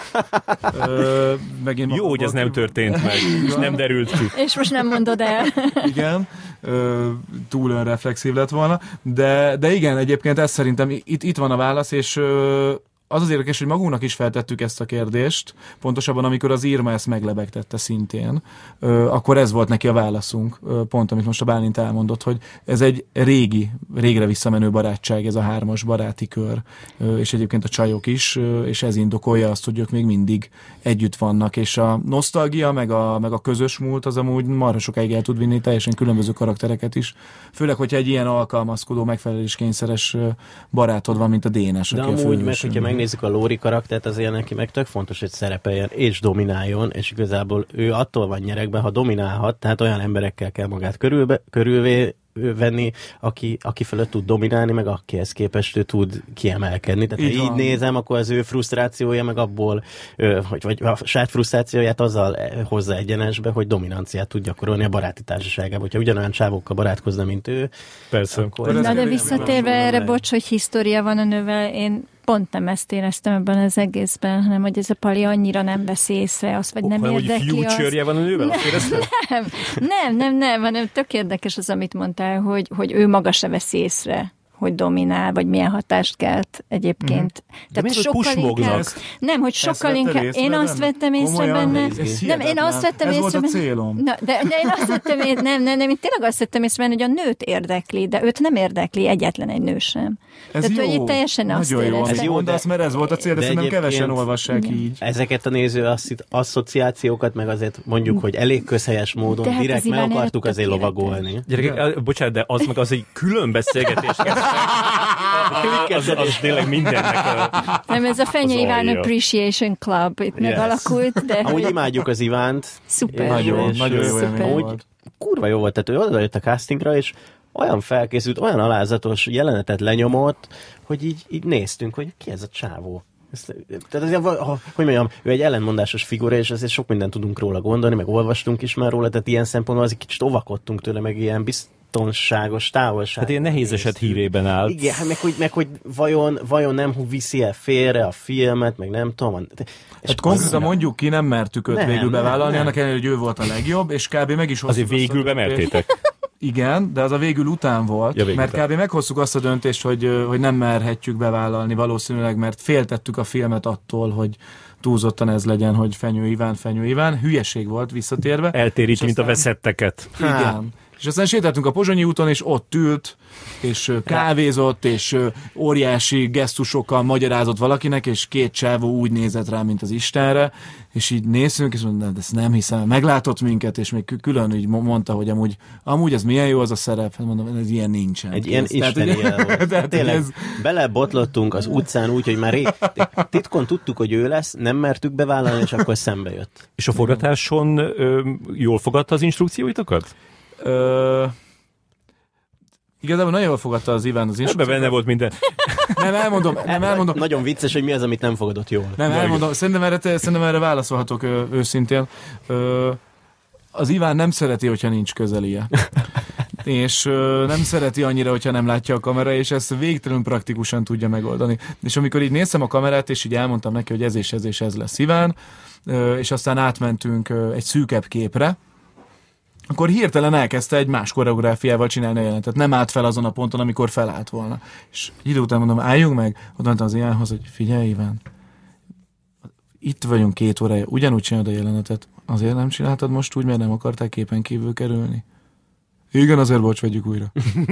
Ö, jó, hogy ez nem történt meg, és nem derült ki. És most nem mondod el. Igen. Ö, túl önreflexív lett volna. De, de igen, egyébként ez szerintem itt, itt van a válasz, és ö, az az érdekes, hogy magunknak is feltettük ezt a kérdést, pontosabban amikor az Irma ezt meglebegtette szintén, ö, akkor ez volt neki a válaszunk, ö, pont amit most a Bálint elmondott, hogy ez egy régi, régre visszamenő barátság, ez a hármas baráti kör, ö, és egyébként a csajok is, ö, és ez indokolja azt, hogy ők még mindig együtt vannak, és a nosztalgia, meg a, meg a közös múlt az amúgy marha sokáig el tud vinni teljesen különböző karaktereket is, főleg, hogyha egy ilyen alkalmazkodó, megfeleléskényszeres barátod van, mint a Dénes, de aki amúgy, a főhős. Meg, hogyha megnézzük a Lóri karaktert, azért neki meg tök fontos, hogy szerepeljen és domináljon, és igazából ő attól van nyeregben, ha dominálhat, tehát olyan emberekkel kell magát körülbe, körülvé venni, aki, aki fölött tud dominálni, meg akihez képest ő tud kiemelkedni. Tehát így ha így nézem, akkor az ő frusztrációja meg abból, hogy, vagy a saját frusztrációját azzal hozza egyenesbe, hogy dominanciát tud gyakorolni a baráti társaságában. Hogyha ugyanolyan csávokkal barátkozna, mint ő. Persze. Akkor na de visszatérve erre, bocs, hogy hisztória van a nővel, én pont nem ezt éreztem ebben az egészben, hanem hogy ez a Pali annyira nem veszi észre azt, vagy nem hanem, érdekli hogy future-je van a nővel? Nem, nem, nem, nem, hanem tök érdekes az, amit mondtál, hogy, hogy ő maga se veszi észre, hogy dominál, vagy milyen hatást kelt egyébként. Mm. Tehát sokkal inkább... Nem, hogy sokkal inkább... Én azt vettem észre benne... Nem, én azt vettem észre... Ez volt a célom. Na, de, de én azt vettem észre... Nem, nem, nem, én tényleg azt vettem észre, hogy a nőt érdekli, de őt nem érdekli egyetlen egy nő sem. Ez Tehát, jó. Hogy itt teljesen azt nagyon éreztem. jó, mondasz, mert ez volt a cél, de, de szerintem kevesen olvassák így. Ezeket a néző asszociációkat, meg azért mondjuk, hogy elég közhelyes módon hát direkt meg akartuk azért lovagolni. Gyerekek, bocsánat, de az meg az egy külön beszélgetés. Az, az tényleg mindennek a... Nem, ez a Fenyő Iván Appreciation Club itt yes. megalakult, de... Amúgy imádjuk az Ivánt. Szuper. Nagyon, nagyon jó élmény volt. Kurva jó volt, tehát ő oda jött a castingra, és olyan felkészült, olyan alázatos jelenetet lenyomott, hogy így, így néztünk, hogy ki ez a csávó. Ezt, tehát azért, hogy mondjam, ő egy ellenmondásos figura, és azért sok mindent tudunk róla gondolni, meg olvastunk is már róla, tehát ilyen szempontból az egy kicsit óvakodtunk tőle, meg ilyen biztonságos távolság. Hát ilyen nehéz eset hírében áll. Igen, meg hogy, meg hogy vajon, vajon nem viszi el félre a filmet, meg nem tudom. És hát konkrétan mondjuk ki, nem mertük őt nem, végül bevállalni, nem, annak ellenére, hogy ő volt a legjobb, és kb. Meg is azért végül bemertétek. Igen, de az a végül után volt, ja, mert után. kb. Meghoztuk azt a döntést, hogy, hogy nem merhetjük bevállalni valószínűleg, mert féltettük a filmet attól, hogy túlzottan ez legyen, hogy Fenyő Iván, Fenyő Iván. Hülyeség volt visszatérve. Eltérít, mint aztán, a veszetteket. Igen. Há. És aztán sétáltunk a Pozsonyi úton, és ott ült, és kávézott, és óriási gesztusokkal magyarázott valakinek, és két csávó úgy nézett rá, mint az Istenre, és így néztünk, és mondta, de ezt nem hiszem, meglátott minket, és még külön így mondta, hogy amúgy, amúgy ez milyen jó az a szerep, hát mondom, ez ilyen nincsen. Egy ilyen isteni jel volt. Tényleg, ez... belebotlottunk az utcán úgy, hogy már rég, titkon tudtuk, hogy ő lesz, nem mertük bevállalni, és akkor szembe jött. És a forgatáson ö, jól fogadta az instrukcióitokat? Ö... Igazából nagyon jól fogadta az Iván az instrukciót. Ebben benne volt minden. Nem, elmondom, nem, elmondom. Nagyon vicces, hogy mi az, amit nem fogadott jól. Nem, elmondom. Szerintem erre, szerintem erre válaszolhatok ö, őszintén. Ö, az Iván nem szereti, hogyha nincs közelie. és ö, nem szereti annyira, hogyha nem látja a kamera, és ezt végtelenül praktikusan tudja megoldani. És amikor így néztem a kamerát, és így elmondtam neki, hogy ez és ez és ez lesz Iván, ö, és aztán átmentünk ö, egy szűkebb képre, akkor hirtelen elkezdte egy más koreográfiával csinálni a jelentet. Nem állt fel azon a ponton, amikor felállt volna. És egy idő után mondom, álljunk meg, oda mondtam az Ivánhoz, hogy figyelj Iván, itt vagyunk két órája, ugyanúgy csinálod a jelenetet. Azért nem csináltad most úgy, mert nem akarták képen kívül kerülni? Igen, azért bocs, vegyük újra.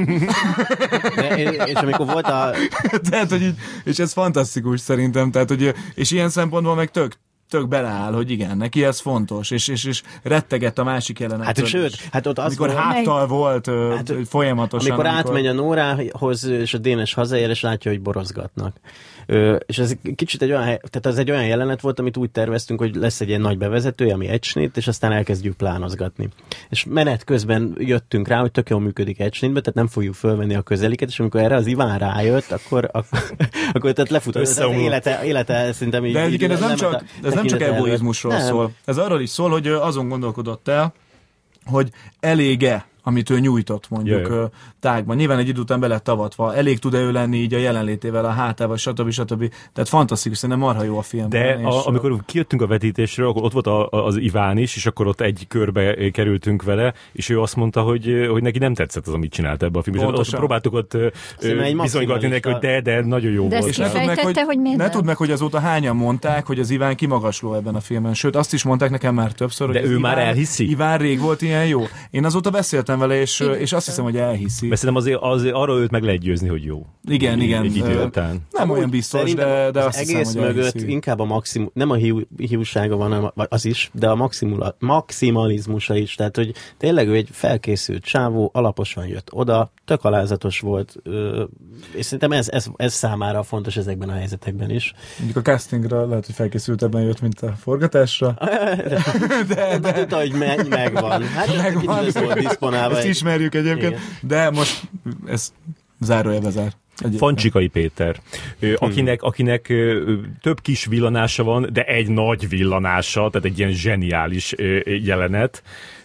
De, és amikor volt a... tehát, hogy így, és ez fantasztikus szerintem, tehát, hogy, és ilyen szempontból meg tök, tök beleáll, hogy igen, neki ez fontos, és, és, és rettegett a másik jelenet. Hát sőt, hát ott az amikor volt, háttal volt hát, folyamatosan. Amikor, amikor átmegy a Nórához, és a Dénes hazaér, és látja, hogy borozgatnak. Ö, és ez kicsit egy olyan, tehát az egy olyan jelenet volt, amit úgy terveztünk, hogy lesz egy ilyen nagy bevezetője, ami egy snit, és aztán elkezdjük plánozgatni. És menet közben jöttünk rá, hogy tök jól működik egy snitbe, tehát nem fogjuk fölvenni a közeliket, és amikor erre az Iván rájött, akkor, akkor, akkor tehát lefutott az élete, élete szerintem így. De egyébként ez nem csak, a, ez nem csak egoizmusról nem. szól. Ez arról is szól, hogy azon gondolkodott el, hogy elég-e, amit ő nyújtott mondjuk Jaj. tágban. Nyilván egy idő után be lett avatva. Elég tud-e ő lenni így a jelenlétével, a hátával, stb. stb. Tehát fantasztikus, szerintem marha jó a film. De a, amikor kijöttünk a vetítésről, akkor ott volt a, az Iván is, és akkor ott egy körbe kerültünk vele, és ő azt mondta, hogy, hogy neki nem tetszett az, amit csinált ebbe a filmben. És ott próbáltuk ott bizonygatni neki, hogy de, de nagyon jó de volt. És ne tudd meg, hogy, hogy ne tudd meg, hogy azóta hányan mondták, hogy az Iván kimagasló ebben a filmben. Sőt, azt is mondták nekem már többször, de hogy ő Iván, már elhiszi. Iván rég volt ilyen jó. Én azóta beszéltem vele, és, és azt hiszem, hogy elhiszi. Mert szerintem azért, azért arra őt meg lehet győzni, hogy jó. Igen, igen. Egy idő után. Nem olyan biztos, de, de azt egész hiszem, hogy mögött elhiszi. inkább a maximum, nem a hiú, hiúsága van, az is, de a maximula, maximalizmusa is. Tehát, hogy tényleg ő egy felkészült csávó, alaposan jött oda, tök alázatos volt, és szerintem ez, ez, ez számára fontos ezekben a helyzetekben is. Mondjuk a castingra lehet, hogy felkészültebben jött, mint a forgatásra. de, de, de tudta, hogy me- megvan. Hát megvan. Ez volt diszponálva. Ezt ismerjük egyébként, igen. De most ez zárója bezár. Egyébként. Fancsikai Péter, akinek, akinek több kis villanása van, de egy nagy villanása, tehát egy ilyen zseniális jelenet.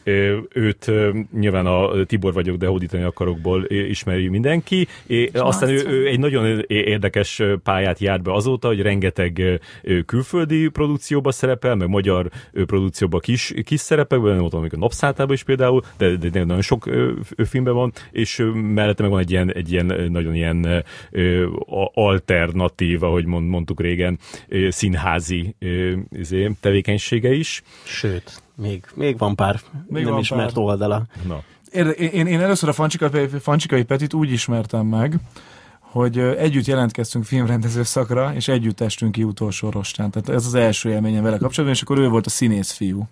Őt nyilván a Tibor vagyok, de hódítani akarokból ismeri mindenki. Aztán ő, ő egy nagyon érdekes pályát járt be azóta, hogy rengeteg külföldi produkcióba szerepel, meg magyar produkcióba kis, kis szerepekben, nem tudom, a Napszáltában is például, de, de nagyon sok filmben van, és mellette meg van egy ilyen, egy ilyen nagyon ilyen alternatív, ahogy mondtuk régen, színházi tevékenysége is. Sőt, még, még van pár még nem van ismert pár. oldala. Na. Én, én először a Fancsikai, Fancsikai Petit úgy ismertem meg, hogy együtt jelentkeztünk filmrendező szakra, és együtt estünk ki utolsó rostán. Tehát ez az első élményem vele kapcsolatban, és akkor ő volt a színész fiú.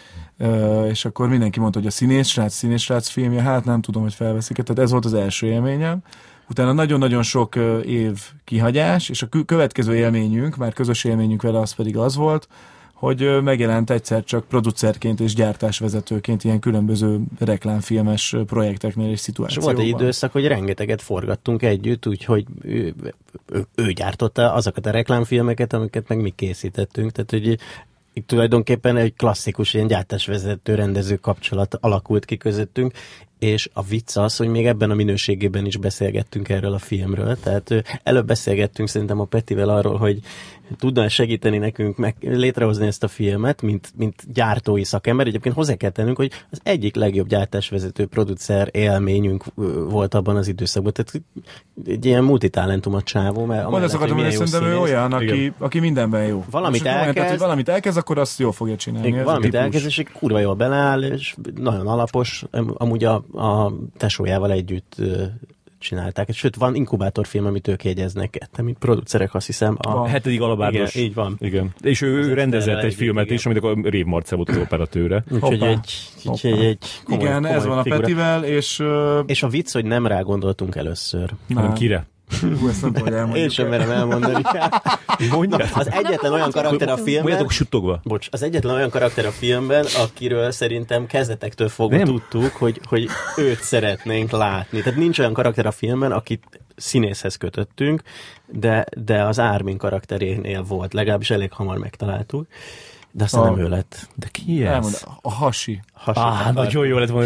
Uh, és akkor mindenki mondta, hogy a színész srác, színész srác filmje, hát nem tudom, hogy felveszik. Tehát ez volt az első élményem. Utána nagyon-nagyon sok uh, év kihagyás, és a következő élményünk, már közös élményünk vele, az pedig az volt, hogy megjelent egyszer csak producerként és gyártásvezetőként ilyen különböző reklámfilmes projekteknél és szituációban. És volt egy időszak, hogy rengeteget forgattunk együtt, úgyhogy ő, ő, ő gyártotta azokat a reklámfilmeket, amiket meg mi készítettünk. Tehát, hogy itt tulajdonképpen egy klasszikus ilyen gyártásvezető rendező kapcsolat alakult ki közöttünk, és a vicc az, hogy még ebben a minőségében is beszélgettünk erről a filmről. Tehát előbb beszélgettünk szerintem a Petivel arról, hogy tudna segíteni nekünk meg létrehozni ezt a filmet, mint, mint gyártói szakember. Egyébként hozzá kell tennünk, hogy az egyik legjobb gyártásvezető producer élményünk volt abban az időszakban. Tehát egy ilyen multitalentum a csávó, mert amellett, azt akartam, hogy szerintem ő olyan, aki, aki mindenben jó. Valamit elkezd, olyan, tehát, valamit elkezd, akkor azt jól fogja csinálni. Valamit elkezd, és kurva jól beleáll, és nagyon alapos, amúgy a, a tesójával együtt csinálták. Sőt, van inkubátorfilm, amit ők jegyeznek, mi producerek, azt hiszem. A, a hetedik alabárdos. Igen, így van. Igen. És ő, ő rendezett egy, egy filmet igen. is, amit a Rév Marcell volt az operatőre. Úgyhogy egy, egy, egy komoly, igen, komoly ez van figura. A Petivel, és... Uh... És a vicc, hogy nem rá gondoltunk először. Hanem kire? Hú, ezt nem tudom, elmondjuk. Én sem merem elmondani. Na, az egyetlen olyan karakter a filmben... Mondjátok suttogva. Bocs, az egyetlen olyan karakter a filmben, akiről szerintem kezdetektől fogva nem. tudtuk, hogy, hogy őt szeretnénk látni. Tehát nincs olyan karakter a filmben, akit színészhez kötöttünk, de, de az Ármin karakterénél volt, legalábbis elég hamar megtaláltuk. De aztán A- nem ő lett. De ki ez? Elmond, a hasi. Hasi. Ah, nagyon jó lett volna.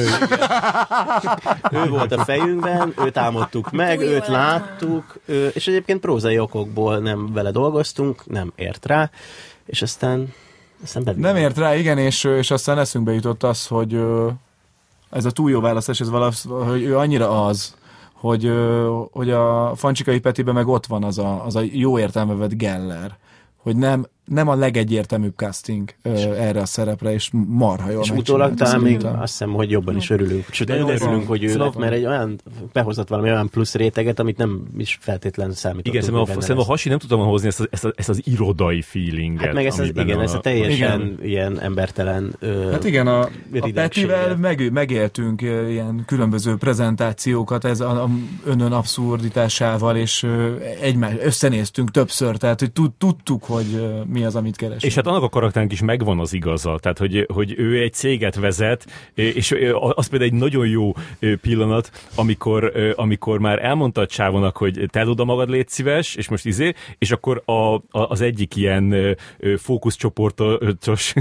Ő volt a fejünkben, őt álmodtuk meg, Túl jó őt lett. láttuk, ő, és egyébként prózai okokból nem vele dolgoztunk, nem ért rá, és aztán, aztán bevitt. Nem ért rá, igen, és, és aztán eszünkbe jutott az, hogy ö, ez a túl jó választás, ez valahogy, hogy ő annyira az, hogy, ö, hogy a Fancsikai Petiben meg ott van az a, az a jó értelme vett Geller, hogy nem, nem a legegyértelműbb casting ö, erre a szerepre, és marha jól És megcsinálta, utólag talán még szerintem. azt hiszem, hogy jobban is örülünk. Sőt, nagyon De ez örülünk, van. hogy ő Szóval lett, mert egy olyan, behozott valami olyan plusz réteget, amit nem is feltétlenül számítottunk. Igen, szerintem a, benne szerintem a lesz. Hasi nem tudtam hozni ezt az, ezt, az, ezt az irodai feelinget. Hát meg ezt az, amiben igen, ezt a teljesen Igen. ilyen embertelen ö, Hát igen, a, a ridegséget. Petivel meg, megéltünk ö, ilyen különböző prezentációkat ez a, a önön abszurditásával, és ö, egymás, összenéztünk többször, tehát hogy tud, tudtuk, hogy ö, mi az, amit keresünk. És hát annak a karakternek is megvan az igaza, tehát hogy, hogy ő egy céget vezet, és az például egy nagyon jó pillanat, amikor, amikor már elmondta a csávónak, hogy tedd oda magad, légy szíves, és most izé, és akkor a, a, az egyik ilyen fókuszcsoportos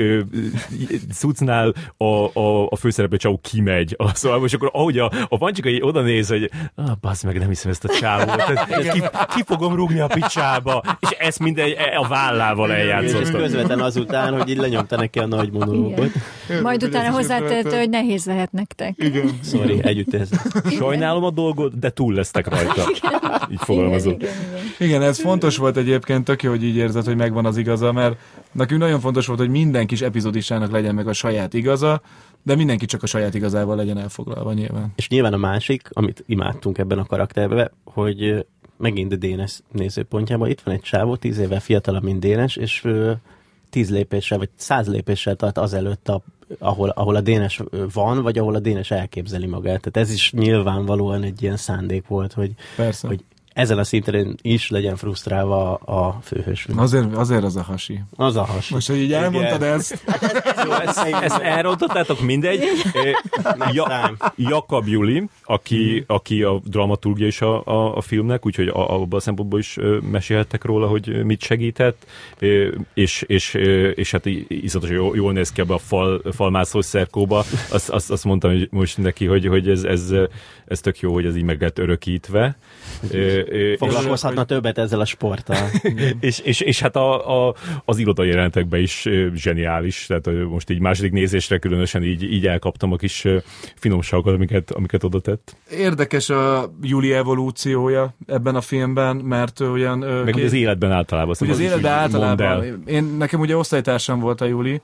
cuccnál a, a, a főszereplő csávó kimegy. Szóval most akkor ahogy a, a Fancsikai oda néz, hogy ah, bassz meg, nem hiszem ezt a csávót, tehát ki, ki fogom rúgni a picsába, és ezt mindegy a vállával eljátszottam. és közvetlen azután, hogy így lenyomta neki a nagy monológot. Majd utána hozzátette, hogy nehéz lehet nektek. Igen. Sorry, együtt ez. Sajnálom a dolgot, de túl lesztek rajta. Így fogalmazott. Igen, igen, igen. Igen, ez fontos volt egyébként, tök jó, hogy így érzed, hogy megvan az igaza, mert nekünk nagyon fontos volt, hogy minden kis epizódistának legyen meg a saját igaza, de mindenki csak a saját igazával legyen elfoglalva nyilván. És nyilván a másik, amit imádtunk ebben a karakterben, hogy megint a Dénes nézőpontjában itt van egy csávó, tíz évvel fiatalabb, mint Dénes, és ö, tíz lépéssel, vagy száz lépéssel tart azelőtt, a, ahol, ahol a Dénes van, vagy ahol a Dénes elképzeli magát. Tehát ez is nyilvánvalóan egy ilyen szándék volt, hogy, Persze. hogy ezen a szinten is legyen frusztrálva a főhősünk. Azért, azért az a hasi. Az a has. Most, hogy így elmondtad ezt, Jó, ezt, ezt elrontottátok, mindegy. Ja, Jakab Juli, aki, aki a dramaturgia is a, a, a filmnek, úgyhogy a, abban a szempontból is mesélhettek róla, hogy mit segített, és, és, és hát iszonyatosan jól, jól néz ki ebbe a fal, falmászós szerkóba. Azt, azt, azt mondtam hogy most neki, hogy, hogy ez, ez, ez tök jó, hogy ez így meg lett örökítve. Foglalkozhatna többet ezzel a sporttal. és, és, és hát a, a, az irodai jelenetekben is zseniális, tehát most így második nézésre különösen így, így elkaptam a kis finomságokat, amiket, amiket oda tett. érdekes a Juli evolúciója ebben a filmben, mert olyan... Meg ugye az életben általában. Ugye az is életben így általában. mondd el. Én, nekem ugye osztálytársam volt a Juli,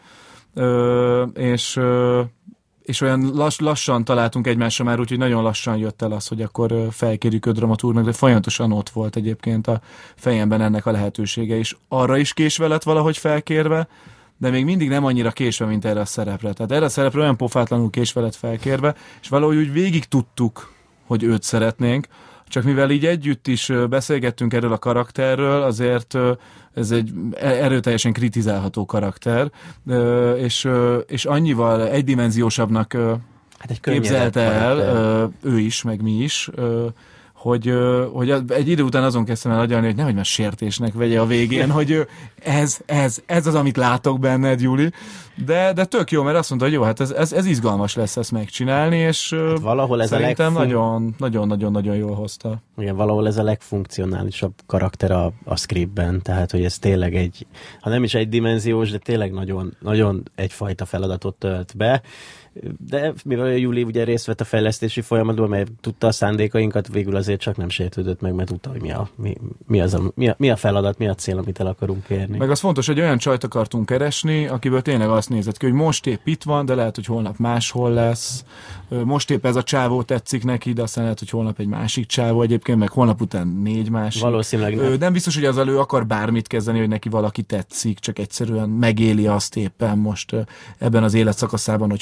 ö, és... Ö, és olyan lass, lassan találtunk egymásra már, úgyhogy nagyon lassan jött el az, hogy akkor felkérjük a dramaturgnak, de folyamatosan ott volt egyébként a fejemben ennek a lehetősége, és arra is késve lett valahogy felkérve, de még mindig nem annyira késve, mint erre a szerepre. Tehát erre a szerepre olyan pofátlanul késve lett felkérve, és valahogy úgy végig tudtuk, hogy őt szeretnénk, csak mivel így együtt is beszélgettünk erről a karakterről, azért ez egy erőteljesen kritizálható karakter, és, és annyival egydimenziósabbnak Hát egy képzelte könnyedebb el karakter. ő is, meg mi is, hogy, hogy egy idő után azon kezdtem el agyalni, hogy nehogy már sértésnek vegye a végén, hogy ez, ez, ez az, amit látok benned, Juli. De, de tök jó, mert azt mondta, hogy jó, hát ez, ez, ez izgalmas lesz ezt megcsinálni, és Hát valahol ez szerintem a legfun- nagyon, nagyon, nagyon, nagyon jól hozta. Igen, valahol ez a legfunkcionálisabb karakter a, a scriptben, tehát hogy ez tényleg egy, ha nem is egy dimenziós, de tényleg nagyon, nagyon egyfajta feladatot tölt be. De mivel a Júli ugye részt vett a fejlesztési folyamatban, mert tudta a szándékainkat, végül azért csak nem sértődött meg, mert tudta, hogy mi a, mi, mi, az a, mi, a, mi a feladat, mi a cél, amit el akarunk érni. Meg az fontos, hogy olyan csajt akartunk keresni, akiből tényleg azt nézett ki, hogy most épp itt van, de lehet, hogy holnap máshol lesz. Most épp ez a csávó tetszik neki, de aztán lehet, hogy holnap egy másik csávó egyébként, meg holnap után négy másik. Valószínűleg nem. Nem biztos, hogy azzal ő akar bármit kezdeni, hogy neki valaki tetszik, csak egyszerűen megéli azt éppen most ebben az életszakaszában, hogy hatás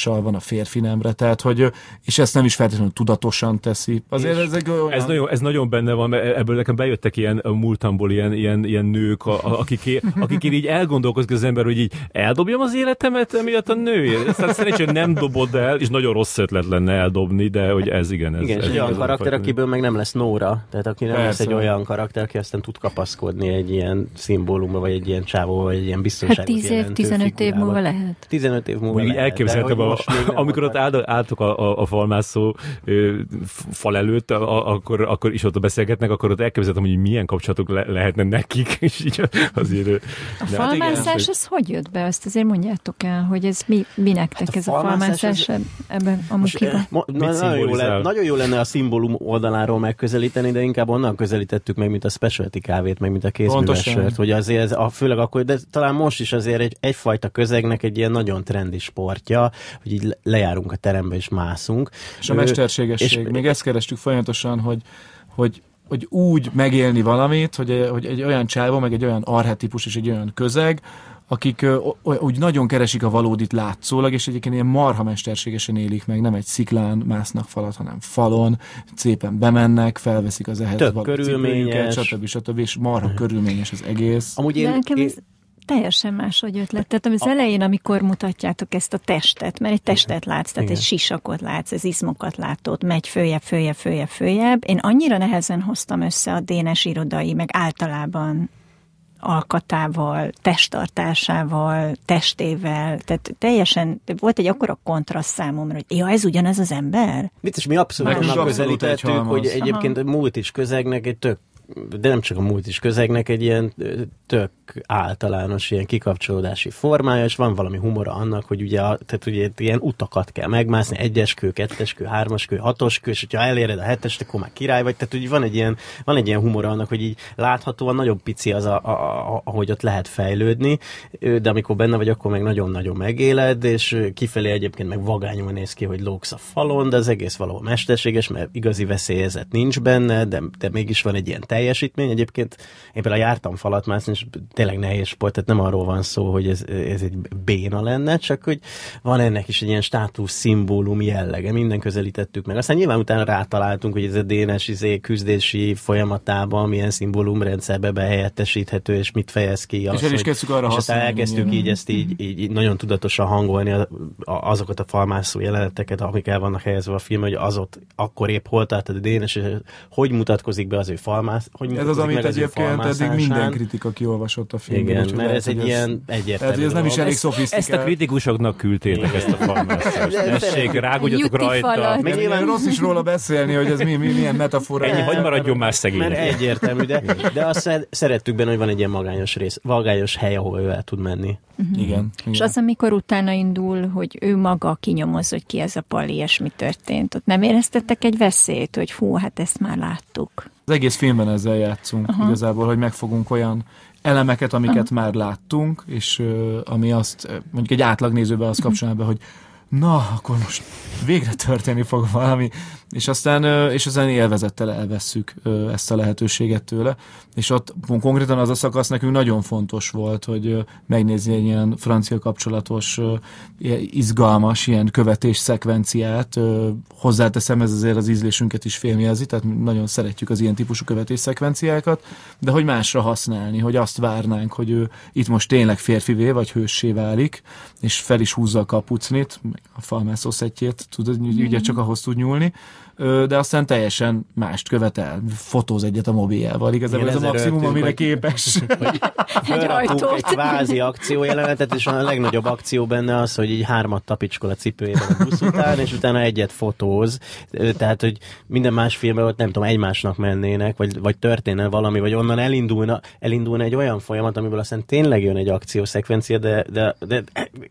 hatással van a férfi nemre, tehát hogy, és ezt nem is feltétlenül tudatosan teszi. Azért ezek olyan... ez, nagyon, ez nagyon benne van, mert ebből nekem bejöttek ilyen a múltamból ilyen, ilyen, ilyen nők, a, a, akik, akik így elgondolkozik az ember, hogy így eldobjam az életemet emiatt a nőért. Aztán szerencsére nem dobod el, és nagyon rossz ötlet lenne eldobni, de hogy ez igen. Ez, igen, ez, és egy olyan ez karakter, akiből meg nem lesz Nóra, tehát aki nem lesz egy olyan karakter, aki aztán tud kapaszkodni egy ilyen szimbólumba, vagy egy ilyen csávó, vagy egy ilyen biztonságot hát tíz év, tizenöt év múlva lehet. tizenöt év múlva lehet. Elképzeltem, a, amikor ott áll, álltok a, a, a falmászó ö, fal előtt, a, akkor, akkor is ott beszélgetnek, akkor ott elképzeltem, hogy milyen kapcsolatok le, lehetne nekik, és így azért... A falmászás, az hogy jött be? Azt azért mondjátok el, hogy ez mi, mi nektek hát ez a falmászás ez... ebben a mukiban? Na, nagyon, jó lenne, nagyon jó lenne a szimbólum oldaláról megközelíteni, de inkább onnan közelítettük meg, mint a specialty kávét, meg mint a kézműves sört, hogy azért ez a, főleg akkor, de talán most is azért egy, egyfajta közegnek egy ilyen nagyon trendi sportja, hogy így lejárunk a terembe és mászunk. És a mesterségesség. És még ezt kerestük folyamatosan, hogy, hogy hogy úgy megélni valamit, hogy, hogy egy olyan csávó, meg egy olyan archetípus és egy olyan közeg, akik úgy nagyon keresik a valódit látszólag, és egyébként ilyen marha mesterségesen élik meg, nem egy sziklán másznak falat, hanem falon, szépen bemennek, felveszik az ehhez tök való cipőjüket, stb. stb. És marha hmm. körülményes az egész. Amúgy én, én... teljesen máshogy ötlet. Tehát az elején, amikor mutatjátok ezt a testet, mert egy testet látsz, tehát igen. egy sisakot látsz, az izmokat látod, megy följebb, följebb, följebb, följebb. Én annyira nehezen hoztam össze a Dénes irodai, meg általában alkatával, testtartásával, testével, tehát teljesen volt egy akkora kontraszt számomra, hogy ja, ez ugyanez az ember? Biztos, mi abszolút onnan közelítettük, hogy egyébként a múlt is közegnek egy tök, de nem csak a múlt is közegnek egy ilyen tök általános ilyen kikapcsolódási formája, és van valami humora annak, hogy ugye, tehát ugye ilyen utakat kell megmászni, egyes kő, kettes kő, hármas kő, hatos kő, és hogyha eléred a hetest, akkor már király vagy, tehát ugye van egy ilyen, van egy ilyen humora annak, hogy így láthatóan nagyon pici az, a, a, a, ahogy ott lehet fejlődni, de amikor benne vagy, akkor meg nagyon-nagyon megéled, és kifelé egyébként meg vagányul néz ki, hogy lógsz a falon, de az egész valahol mesterséges, mert igazi veszélyezet nincs benne, de, de mégis van egy ilyen teljesítmény. Egyébként én például jártam falat mászni, és tényleg nehéz sport, tehát nem arról van szó, hogy ez, ez egy béna lenne, csak hogy van ennek is egy ilyen státusz szimbólum jellege, minden közelítettük meg. Aztán nyilván utána rátaláltunk, hogy ez a Dénes izé, küzdési folyamatában milyen szimbólumrendszerbe behelyettesíthető, és mit fejez ki. Az, és el is kezdtük arra és használni. És aztán elkezdtük így ezt így, így, így nagyon tudatosan hangolni a, a, azokat a falmászó jeleneteket, amik el vannak helyezve a film, hogy az ott akkor épp hol tart a Dénes, és hogy mutatkozik be az ő falmász, hogy ez az, amit egyébként eddig minden kritika kiolvasott a filmben. Igen, mert ez egy ilyen egyértelmű. Tehát ez nem is elég szofisztikált. Ezt a kritikusoknak küldtétek, ezt a falmászást. Tessék, rágódjatok rajta. Még nyilván rossz is róla beszélni, hogy ez mi, mi, milyen metafora. Ennyi, hogy maradjon már szegény. Mert egyértelmű, de, de azt szerettük benne, hogy van egy ilyen magányos rész, magányos hely, ahova ő el tud menni. Uh-huh. Igen, igen. És az, amikor utána indul, hogy ő maga kinyomoz, hogy ki ez a Pali, és mi történt. Ott nem éreztettek egy veszélyt, hogy hú, hát ezt már láttuk. Az egész filmben ezzel játszunk uh-huh. igazából, hogy megfogunk olyan elemeket, amiket uh-huh. már láttunk, és uh, ami azt, mondjuk egy átlagnézőben azt kapcsolja be, hogy na, akkor most végre történni fog valami, és aztán, és aztán élvezettel elvesszük ezt a lehetőséget tőle, és ott konkrétan az a szakasz nekünk nagyon fontos volt, hogy megnézni egy ilyen francia kapcsolatos, izgalmas, ilyen követés szekvenciát. Hozzáteszem, ez azért az ízlésünket is félmjelzi, tehát nagyon szeretjük az ilyen típusú követés szekvenciákat, de hogy másra használni, hogy azt várnánk, hogy ő itt most tényleg férfivé vagy hőssé válik, és fel is húzza a kapucnit, a falmászó szettjét, tudod, ugye csak ahhoz tud nyúlni, de aztán teljesen mást követel. Fotóz egyet a mobiljával. Igazából ez a maximum, amire hogy képes. Felrakunk egy kvázi akciójelenetet, és a legnagyobb akció benne az, hogy így hármat tapicskol a cipőjében a busz után, és utána egyet fotóz. Tehát, hogy minden más filmben ott nem tudom, egymásnak mennének, vagy, vagy történne valami, vagy onnan elindulna, elindulna egy olyan folyamat, amiből aztán tényleg jön egy akciószekvencia, de, de, de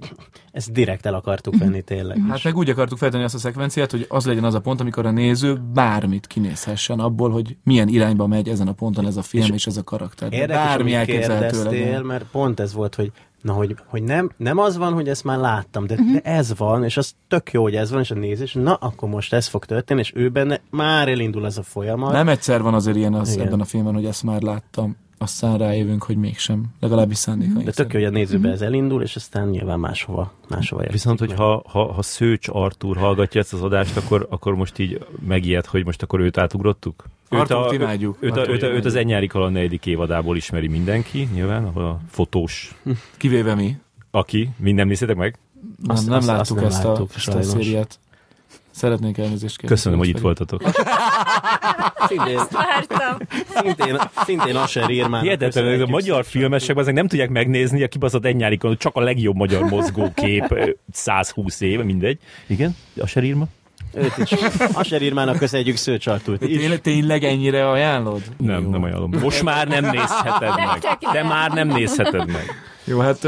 ezt direkt el akartuk venni tényleg. Hát meg úgy akartuk feltenni azt a szekvenciát, hogy az legyen az a pont, amikor a néző bármit kinézhessen abból, hogy milyen irányba megy ezen a ponton ez a film és, és ez a karakter. Érdekes, bármi elképzelhető, mert pont ez volt, hogy na, hogy, hogy nem, nem az van, hogy ezt már láttam, de, uh-huh. de ez van, és az tök jó, hogy ez van, és a nézés, na, akkor most ez fog történni, és ő benne már elindul ez a folyamat. Nem egyszer van azért ilyen az ebben a filmben, hogy ezt már láttam. aztán rájövünk, hogy mégsem, legalábbis szándékaink. De tök jó, hogy a nézőbe ez elindul, és aztán nyilván máshova, máshova ér. Viszont, hogyha ha, ha Szőcs Artúr hallgatja ezt az adást, akkor, akkor most így megijed, hogy most akkor őt átugrottuk? Őt, a, őt, őt, a, őt, a, őt az Egy nyári kaland negyedik évadából ismeri mindenki, nyilván, ahol a fotós. Kivéve mi. Aki, mind nem néztétek meg? Nem, Azt, nem azt, láttuk azt ezt, nem a, láttuk, ezt a szériát. Szeretnék elnézést kérni. Köszönöm, hogy itt voltatok. Szintén, szintén, szintén Asher Irmának. Hihetetlen, a magyar filmesek azok nem tudják megnézni a kibaszott Egy nyári kaland, csak a legjobb magyar mozgókép százhúsz éve, mindegy. Igen, Asher Irma? Őt is. Asher Irmának köszönjük Szőcs Artúrt is. Tényleg, tényleg ennyire ajánlod? Nem, Jó. nem ajánlom. Most már nem nézheted meg. Te már nem nézheted meg. Jó, hát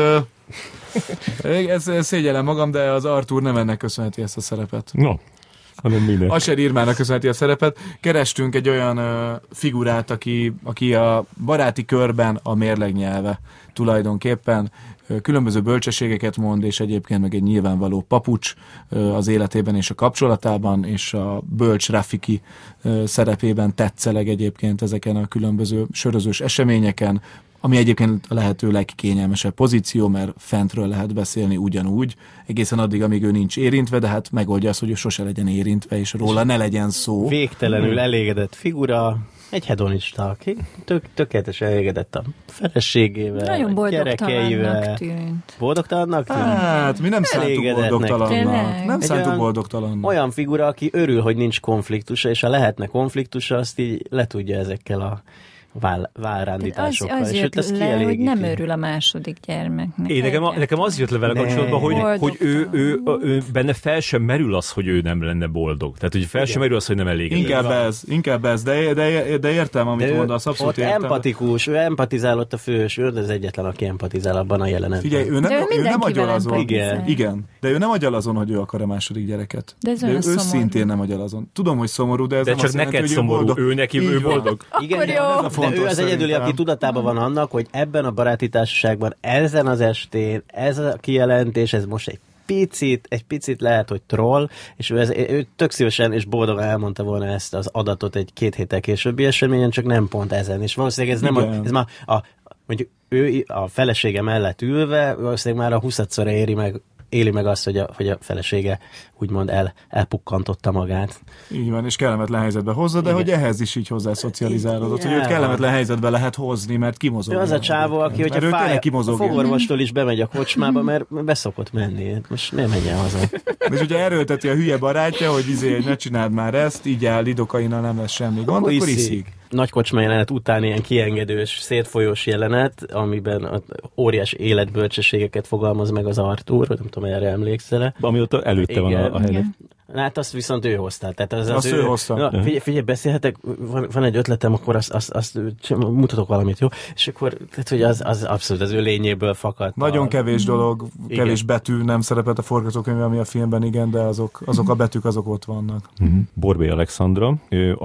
uh, ez, ez szégyellem magam, de az Artúr nem ennek köszönheti ezt a szerepet. No, hanem minden. Asher Irmának köszönheti a szerepet. Kerestünk egy olyan uh, figurát, aki, aki a baráti körben a mérleg nyelve tulajdonképpen. Különböző bölcsességeket mond, és egyébként meg egy nyilvánvaló papucs az életében és a kapcsolatában, és a bölcs Rafiki szerepében tetszeleg egyébként ezeken a különböző sörözős eseményeken, ami egyébként a lehető legkényelmesebb pozíció, mert fentről lehet beszélni ugyanúgy, egészen addig, amíg ő nincs érintve, de hát megoldja azt, hogy ő sose legyen érintve, és róla ne legyen szó. Végtelenül elégedett figura, egy hedonista, aki tök, tökéletesen elégedett a feleségével, nagyon a gyerekeivel. tűnt. Boldogtalannak tűnt? Hát, mi nem szántuk Elégedettnek. boldogtalannak. Nem Egy szántuk olyan- boldogtalannak. Olyan figura, aki örül, hogy nincs konfliktusa, és ha lehetne konfliktusa, azt így le tudja ezekkel a vál, Az, válrándításokkal. az és jött őt ezt le, hogy kielégíti. nem örül a második gyermeknek. Én nekem, a, nekem az jött le vele Ne. kapcsolatban, hogy, hogy ő, ő, Boldogtalan. ő, benne fel sem merül az, hogy ő nem lenne boldog. Tehát, hogy fel sem merül az, hogy nem elég. Inkább ez, inkább ez, de, de, de értem, amit De ő mondasz, abszolút ott értem. empatikus, ő empatizálott a fős, ő az egyetlen, aki empatizál abban a jelenetben. Figyelj, ő nem, De ő ő nem mindenkivel agyal azon. empatizál. Igen. Igen, de ő nem agyal azon, hogy ő akar a második gyereket. De ez de ő olyan szomorú. őszintén nem agyal azon. Tudom, hogy szomorú, de ez De nem csak azt jelenti, neked hogy ő szomorú, boldog. ő neki, Így ő van. boldog. Igen, Akkor de, jó. de fontos ő az egyedüli, szerintem. aki tudatában van annak, hogy ebben a baráti társaságban, ezen az estén, ez a kijelentés, ez most egy picit, egy picit lehet, hogy troll, és ő, ez, ő tök szívesen és boldogan elmondta volna ezt az adatot egy két héttel későbbi eseményen, csak nem pont ezen. És valószínűleg ez nem a, ez már a, mondjuk ő a felesége mellett ülve, valószínűleg már a huszadszor éri meg éli meg azt, hogy a, hogy a felesége úgymond el, elpukkantotta magát. Így van, és kellemetlen helyzetbe hozza, de Igen. hogy ehhez is így hozzá szocializálódott, hogy őt Igen. kellemetlen helyzetbe lehet hozni, mert kimozog. Ő az a csávó, aki, hogyha Mert ő fáj, tényleg a kimozog. fogorvostól is bemegy a kocsmába, mert beszokott menni. Most nem menjen haza. És ugye erőlteti a hülye barátja, hogy izé, ne csináld már ezt, így áll lidokainal, nem lesz semmi gond, akkor iszik. Nagy kocsma jelenet után ilyen kiengedős, szétfolyós jelenet, amiben a óriás életbölcsességeket fogalmaz meg az Artúr, nem tudom, erre emlékszel-e. Ami ott előtte van a, a helynek. Igen. Hát azt viszont ő hozta. Tehát az, az Azt ő hozta. Na, figyelj, figyelj, beszélhetek, van, van egy ötletem, akkor azt, azt, azt mutatok valamit, jó? És akkor, tehát, hogy az, az abszolút az ő lényéből fakadt. Nagyon a... kevés dolog, Igen. kevés betű nem szerepelt a forgatókönyvben, ami a filmben, igen, de azok, azok a betűk, azok ott vannak. Uh-huh. Borbély Alexandra, ő,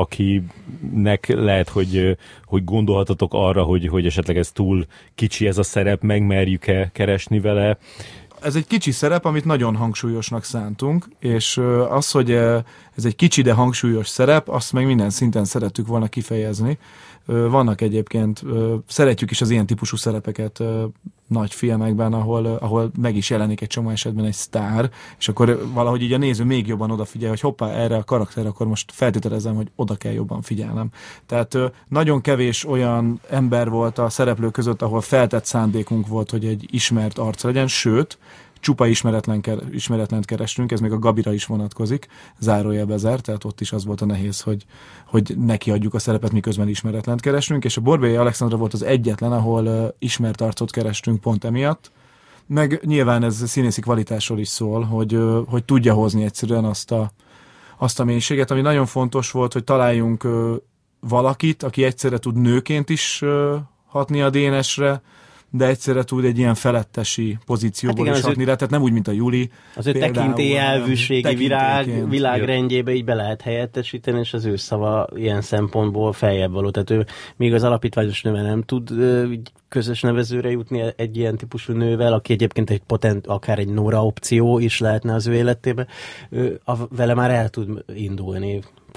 akinek lehet, hogy, hogy gondolhatatok arra, hogy, hogy esetleg ez túl kicsi ez a szerep, megmerjük-e keresni vele. Ez egy kicsi szerep, amit nagyon hangsúlyosnak szántunk, és az, hogy ez egy kicsi, de hangsúlyos szerep, azt meg minden szinten szerettük volna kifejezni. Vannak egyébként, szeretjük is az ilyen típusú szerepeket nagy filmekben, ahol, ahol meg is jelenik egy csomó esetben egy sztár, és akkor valahogy így a néző még jobban odafigyel, hogy hoppá, erre a karakterre, akkor most feltételezem, hogy oda kell jobban figyelnem. Tehát nagyon kevés olyan ember volt a szereplők között, ahol feltett szándékunk volt, hogy egy ismert arc legyen, sőt, csupa ismeretlen, ismeretlent kerestünk, ez még a Gabira is vonatkozik, zárójelbe zárt, tehát ott is az volt a nehéz, hogy, hogy neki adjuk a szerepet, miközben ismeretlent kerestünk, és a Borbély Alexandra volt az egyetlen, ahol uh, ismert arcot kerestünk pont emiatt, meg nyilván ez színészi kvalitásról is szól, hogy, uh, hogy tudja hozni egyszerűen azt a, azt a mélységet, ami nagyon fontos volt, hogy találjunk uh, valakit, aki egyszerre tud nőként is uh, hatni a Dénesre, de egyszerre tud egy ilyen felettesi pozícióból Hát igen, is az hatni rá, tehát nem úgy, mint a Juli. Az ő például, tekintélyelvűségi világ, tekintélyként. világrendjébe így be lehet helyettesíteni, és az ő szava ilyen szempontból feljebb való. Tehát ő még az alapítványos nővel nem tud ö, közös nevezőre jutni egy ilyen típusú nővel, aki egyébként egy potent, akár egy Nóra opció is lehetne az ő életében. Ő, a, vele már el tud indulni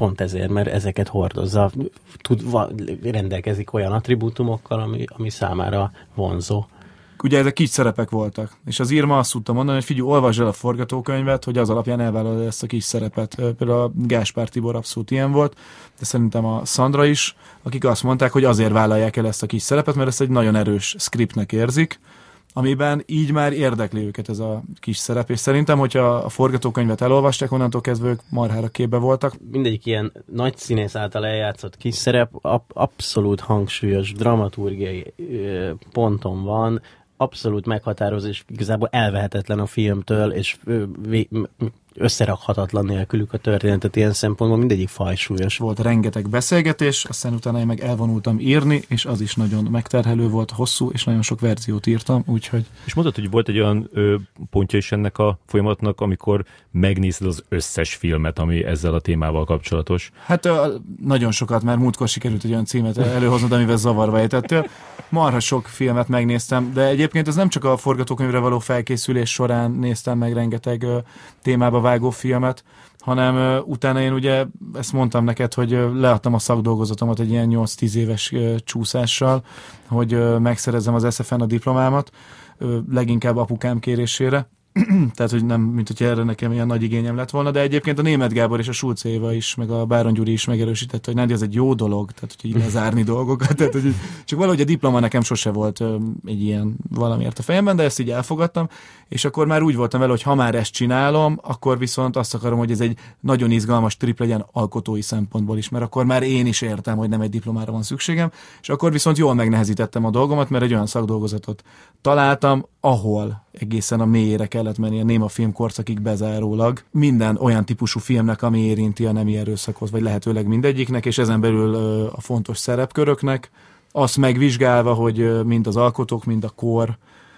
pont ezért, mert ezeket hordozza, tud, va, rendelkezik olyan attribútumokkal, ami, ami számára vonzó. Ugye ezek kis szerepek voltak, és az írma azt tudta mondani, hogy figyelj, olvasd el a forgatókönyvet, hogy az alapján elvállalod ezt a kis szerepet. Például a Gáspár Tibor abszolút ilyen volt, de szerintem a Szandra is, akik azt mondták, hogy azért vállalják el ezt a kis szerepet, mert ezt egy nagyon erős scriptnek érzik, amiben így már érdekli őket ez a kis szerep, és szerintem, hogyha a forgatókönyvet elolvasták, onnantól kezdve ők marhára képbe voltak. Mindegyik ilyen nagy színész által eljátszott kis szerep ab- abszolút hangsúlyos dramaturgiai ö, ponton van, abszolút meghatározó, és igazából elvehetetlen a filmtől, és ö, vé- összerakhatatlan nélkülük a történetet ilyen szempontból, mindegyik fajsúlyos. Volt rengeteg beszélgetés, aztán utána én meg elvonultam írni, és az is nagyon megterhelő volt, hosszú, és nagyon sok verziót írtam, úgyhogy... És mondtad, hogy volt egy olyan ö, pontja is ennek a folyamatnak, amikor megnézed az összes filmet, ami ezzel a témával kapcsolatos. Hát ö, nagyon sokat, mert múltkor sikerült egy olyan címet előhoznod, amivel zavarba ejtettél. Marha sok filmet megnéztem, de egyébként ez nem csak a forgatókönyvre való felkészülés során néztem meg rengeteg ö, témába vágó filmet, hanem uh, utána én ugye, ezt mondtam neked, hogy uh, leadtam a szakdolgozatomat egy ilyen nyolc-tíz éves uh, csúszással, hogy uh, megszerezzem az es ef en a diplomámat, uh, leginkább apukám kérésére. Tehát, hogy nem, mint hogy erre nekem ilyen nagy igényem lett volna, de egyébként a Németh Gábor és a Schulz Éva is, meg a Báron Gyuri is megerősítette, hogy Nándi, ez egy jó dolog, tehát, hogy így lezárni dolgokat, tehát, hogy csak valahogy a diploma nekem sose volt um, egy ilyen valamiért a fejemben, de ezt így elfogadtam, és akkor már úgy voltam vele, hogy ha már ezt csinálom, akkor viszont azt akarom, hogy ez egy nagyon izgalmas trip legyen alkotói szempontból is, mert akkor már én is értem, hogy nem egy diplomára van szükségem, és akkor viszont jól megnehezítettem a dolgomat, mert egy olyan szakdolgozatot találtam, ahol egészen a mélyére kellett menni a néma filmkorszakig bezárólag minden olyan típusú filmnek, ami érinti a nemi erőszakot, vagy lehetőleg mindegyiknek, és ezen belül a fontos szerepköröknek, azt megvizsgálva, hogy mind az alkotók, mind a kor,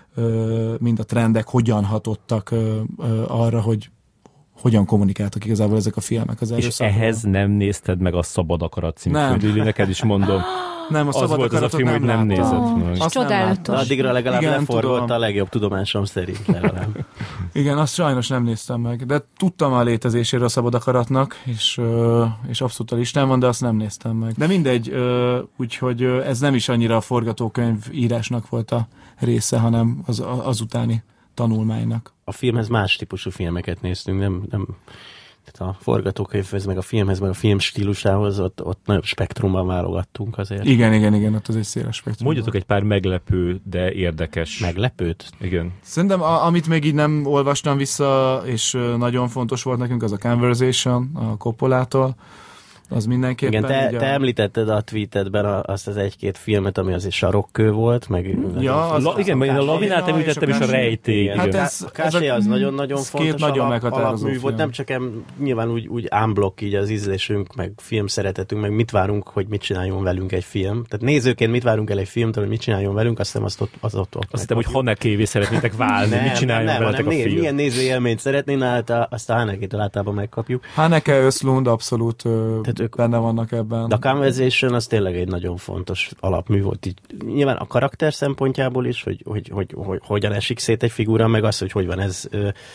mind a trendek hogyan hatottak arra, hogy hogyan kommunikáltak igazából ezek a filmek az erőszakról. És ehhez nem nézted meg a Szabad Akarat című filmet, neked is mondom. Nem, a az volt az a film, nem hogy nem nézett oh, meg. És csodálatos. Addigra legalább igen, leforgott tudom. A legjobb tudomásom szerint legalább. Igen, azt sajnos nem néztem meg, de tudtam a létezéséről a Szabad Akaratnak, és, és abszolút a listán van, de azt nem néztem meg. De mindegy, úgyhogy ez nem is annyira a forgatókönyv írásnak volt a része, hanem az, az utáni tanulmánynak. A filmhez más típusú filmeket néztünk, nem... nem... Tehát a forgatókönyvhez, meg a filmhez, meg a film stílusához, ott, ott nagyobb spektrumban válogattunk azért. Igen, igen, igen, ott az egy széles spektrum. Mondjatok egy pár meglepő, de érdekes. Meglepőt? Igen. Szerintem, a, amit még így nem olvastam vissza, és nagyon fontos volt nekünk, az a Conversation a Coppolától. Az mindenképpen. Igen, te, ugye... te említetted a tweetedben azt az egy-két filmet, ami az is sarokkő volt, meg... Ja, az, la, igen, én a Lavinát említettem, és a Rejtély. Hát ez, a Kásé az nagyon-nagyon fontos nagyon alap, alapmű volt, nem csak em, nyilván úgy, úgy unblock így az ízlésünk, meg film szeretetünk, meg mit várunk, hogy mit csináljon velünk egy film. Tehát nézőként mit várunk el egy filmtől, hogy mit csináljon velünk, azt hiszem azt ott, az ott, ott azt hiszem, hogy Hanekévé szeretnétek válni, nem, mit csináljon nem, veletek nem, a film. Milyen nézőélményt szeretnénk, azt a Hanekétől általában megkapjuk. Haneke, Östlund abszolút ők... benne vannak ebben. De a Conversation az tényleg egy nagyon fontos alapmű volt. Így, nyilván a karakter szempontjából is, hogy, hogy, hogy, hogy hogyan esik szét egy figura, meg az, hogy hogy van ez,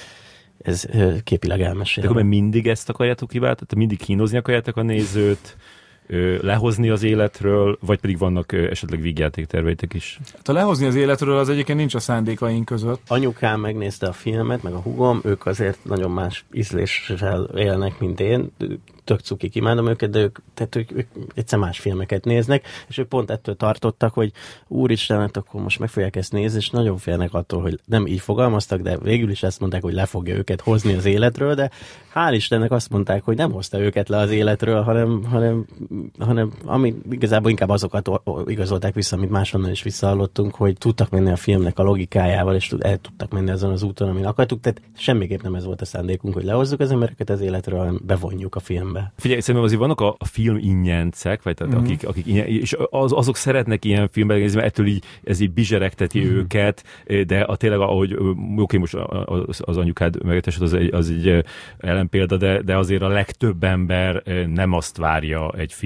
ez képileg elmesélve. De akkor mindig ezt akarjátok kiváltani? Mindig kínozni akarjátok a nézőt, lehozni az életről, vagy pedig vannak esetleg vígjátékterveitek is? Hát a lehozni az életről az egyébként nincs a szándékaink között. Anyukám megnézte a filmet, meg a húgom, ők azért nagyon más ízléssel élnek, mint én. Tök cukik, imádom őket, de ők, tehát ők, ők egyszer más filmeket néznek, és ők pont ettől tartottak, hogy úristen, hát akkor most meg fogják ezt nézni, és nagyon félnek attól, hogy nem így fogalmaztak, de végül is ezt mondták, hogy le fogja őket hozni az életről, de hál' Istennek azt mondták, hogy nem hozta őket le az életről, hanem, hanem, hanem ami igazából inkább azokat igazolták vissza, amit máshonnan is visszahallottunk, hogy tudtak menni a filmnek a logikájával, és el tudtak menni azon az úton, amin akartuk, tehát semmiképp nem ez volt a szándékunk, hogy lehozzuk az embereket az életről, hanem bevonjuk a filmbe. Figyelj, szerintem azért vannak a, a film ingyencek, vagy tehát mm-hmm. akik, akik ingyen, és az, azok szeretnek ilyen filmben nézni, mert ettől így, ez így bizseregteti mm-hmm. őket, de a tényleg, ahogy, oké, okay, most az, az anyukád megetesed, az egy, az egy ellenpélda, de, de azért a legtöbb ember nem azt várja egy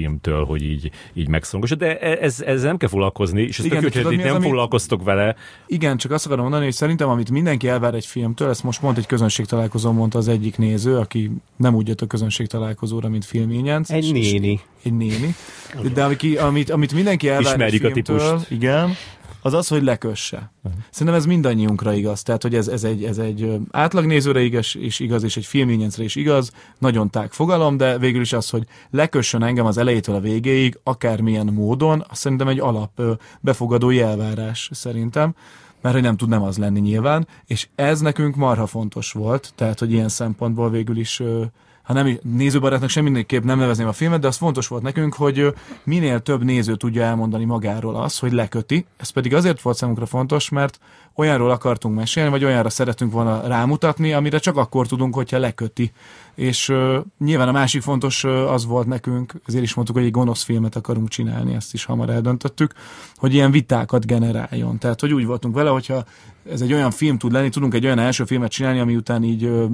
filmtől, hogy így, így megszorongos. De ez, ez nem kell foglalkozni, és ez igen, tök jó, hogy nem ami... foglalkoztok vele. Igen, csak azt akarom mondani, hogy szerintem, amit mindenki elvár egy filmtől, ezt most pont egy közönségtalálkozón mondta az egyik néző, aki nem úgy jött a közönségtalálkozóra, mint filményenc. Egy néni. Egy néni. De amit, amit, amit mindenki elvár Ismerjük egy filmtől, a típust. igen, az az, hogy lekösse. Szerintem ez mindannyiunkra igaz. Tehát, hogy ez, ez, egy, ez egy átlagnézőre igaz, és igaz, és egy filményencre is igaz. Nagyon tág fogalom, de végül is az, hogy lekössön engem az elejétől a végéig, akármilyen módon, azt szerintem egy alap befogadói elvárás szerintem, mert hogy nem tud nem az lenni nyilván, és ez nekünk marha fontos volt, tehát, hogy ilyen szempontból végül is, ha nem nézőbarátnak sem mindenképp nem nevezném a filmet, de az fontos volt nekünk, hogy minél több néző tudja elmondani magáról az, hogy leköti. Ez pedig azért volt számunkra fontos, mert olyanról akartunk mesélni, vagy olyanra szeretünk volna rámutatni, amire csak akkor tudunk, hogyha leköti. És uh, nyilván a másik fontos uh, az volt nekünk, ezért is mondtuk, hogy egy gonosz filmet akarunk csinálni, ezt is hamar eldöntöttük, hogy ilyen vitákat generáljon. Tehát, hogy úgy voltunk vele, hogyha ez egy olyan film tud lenni, tudunk egy olyan első filmet csinálni, ami után így uh,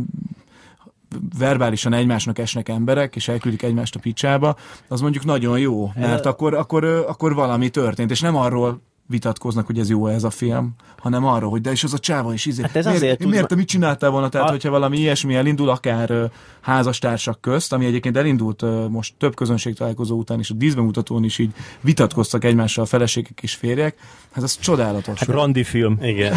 verbálisan egymásnak esnek emberek, és elküldik egymást a picsába, az mondjuk nagyon jó, mert akkor, akkor, akkor valami történt, és nem arról vitatkoznak, hogy ez jó ez a film, hanem arról, hogy de és az a csáva is izé. Hát ez miért, azért miért tud... te mit csináltál volna? Tehát, a... hogyha valami ilyesmi elindul, akár uh, házastársak közt, ami egyébként elindult uh, most több közönségtalálkozó után is, a díszbemutatón is így vitatkoztak egymással a feleségek és férjek, hát ez csodálatos. Hát randi film. Igen.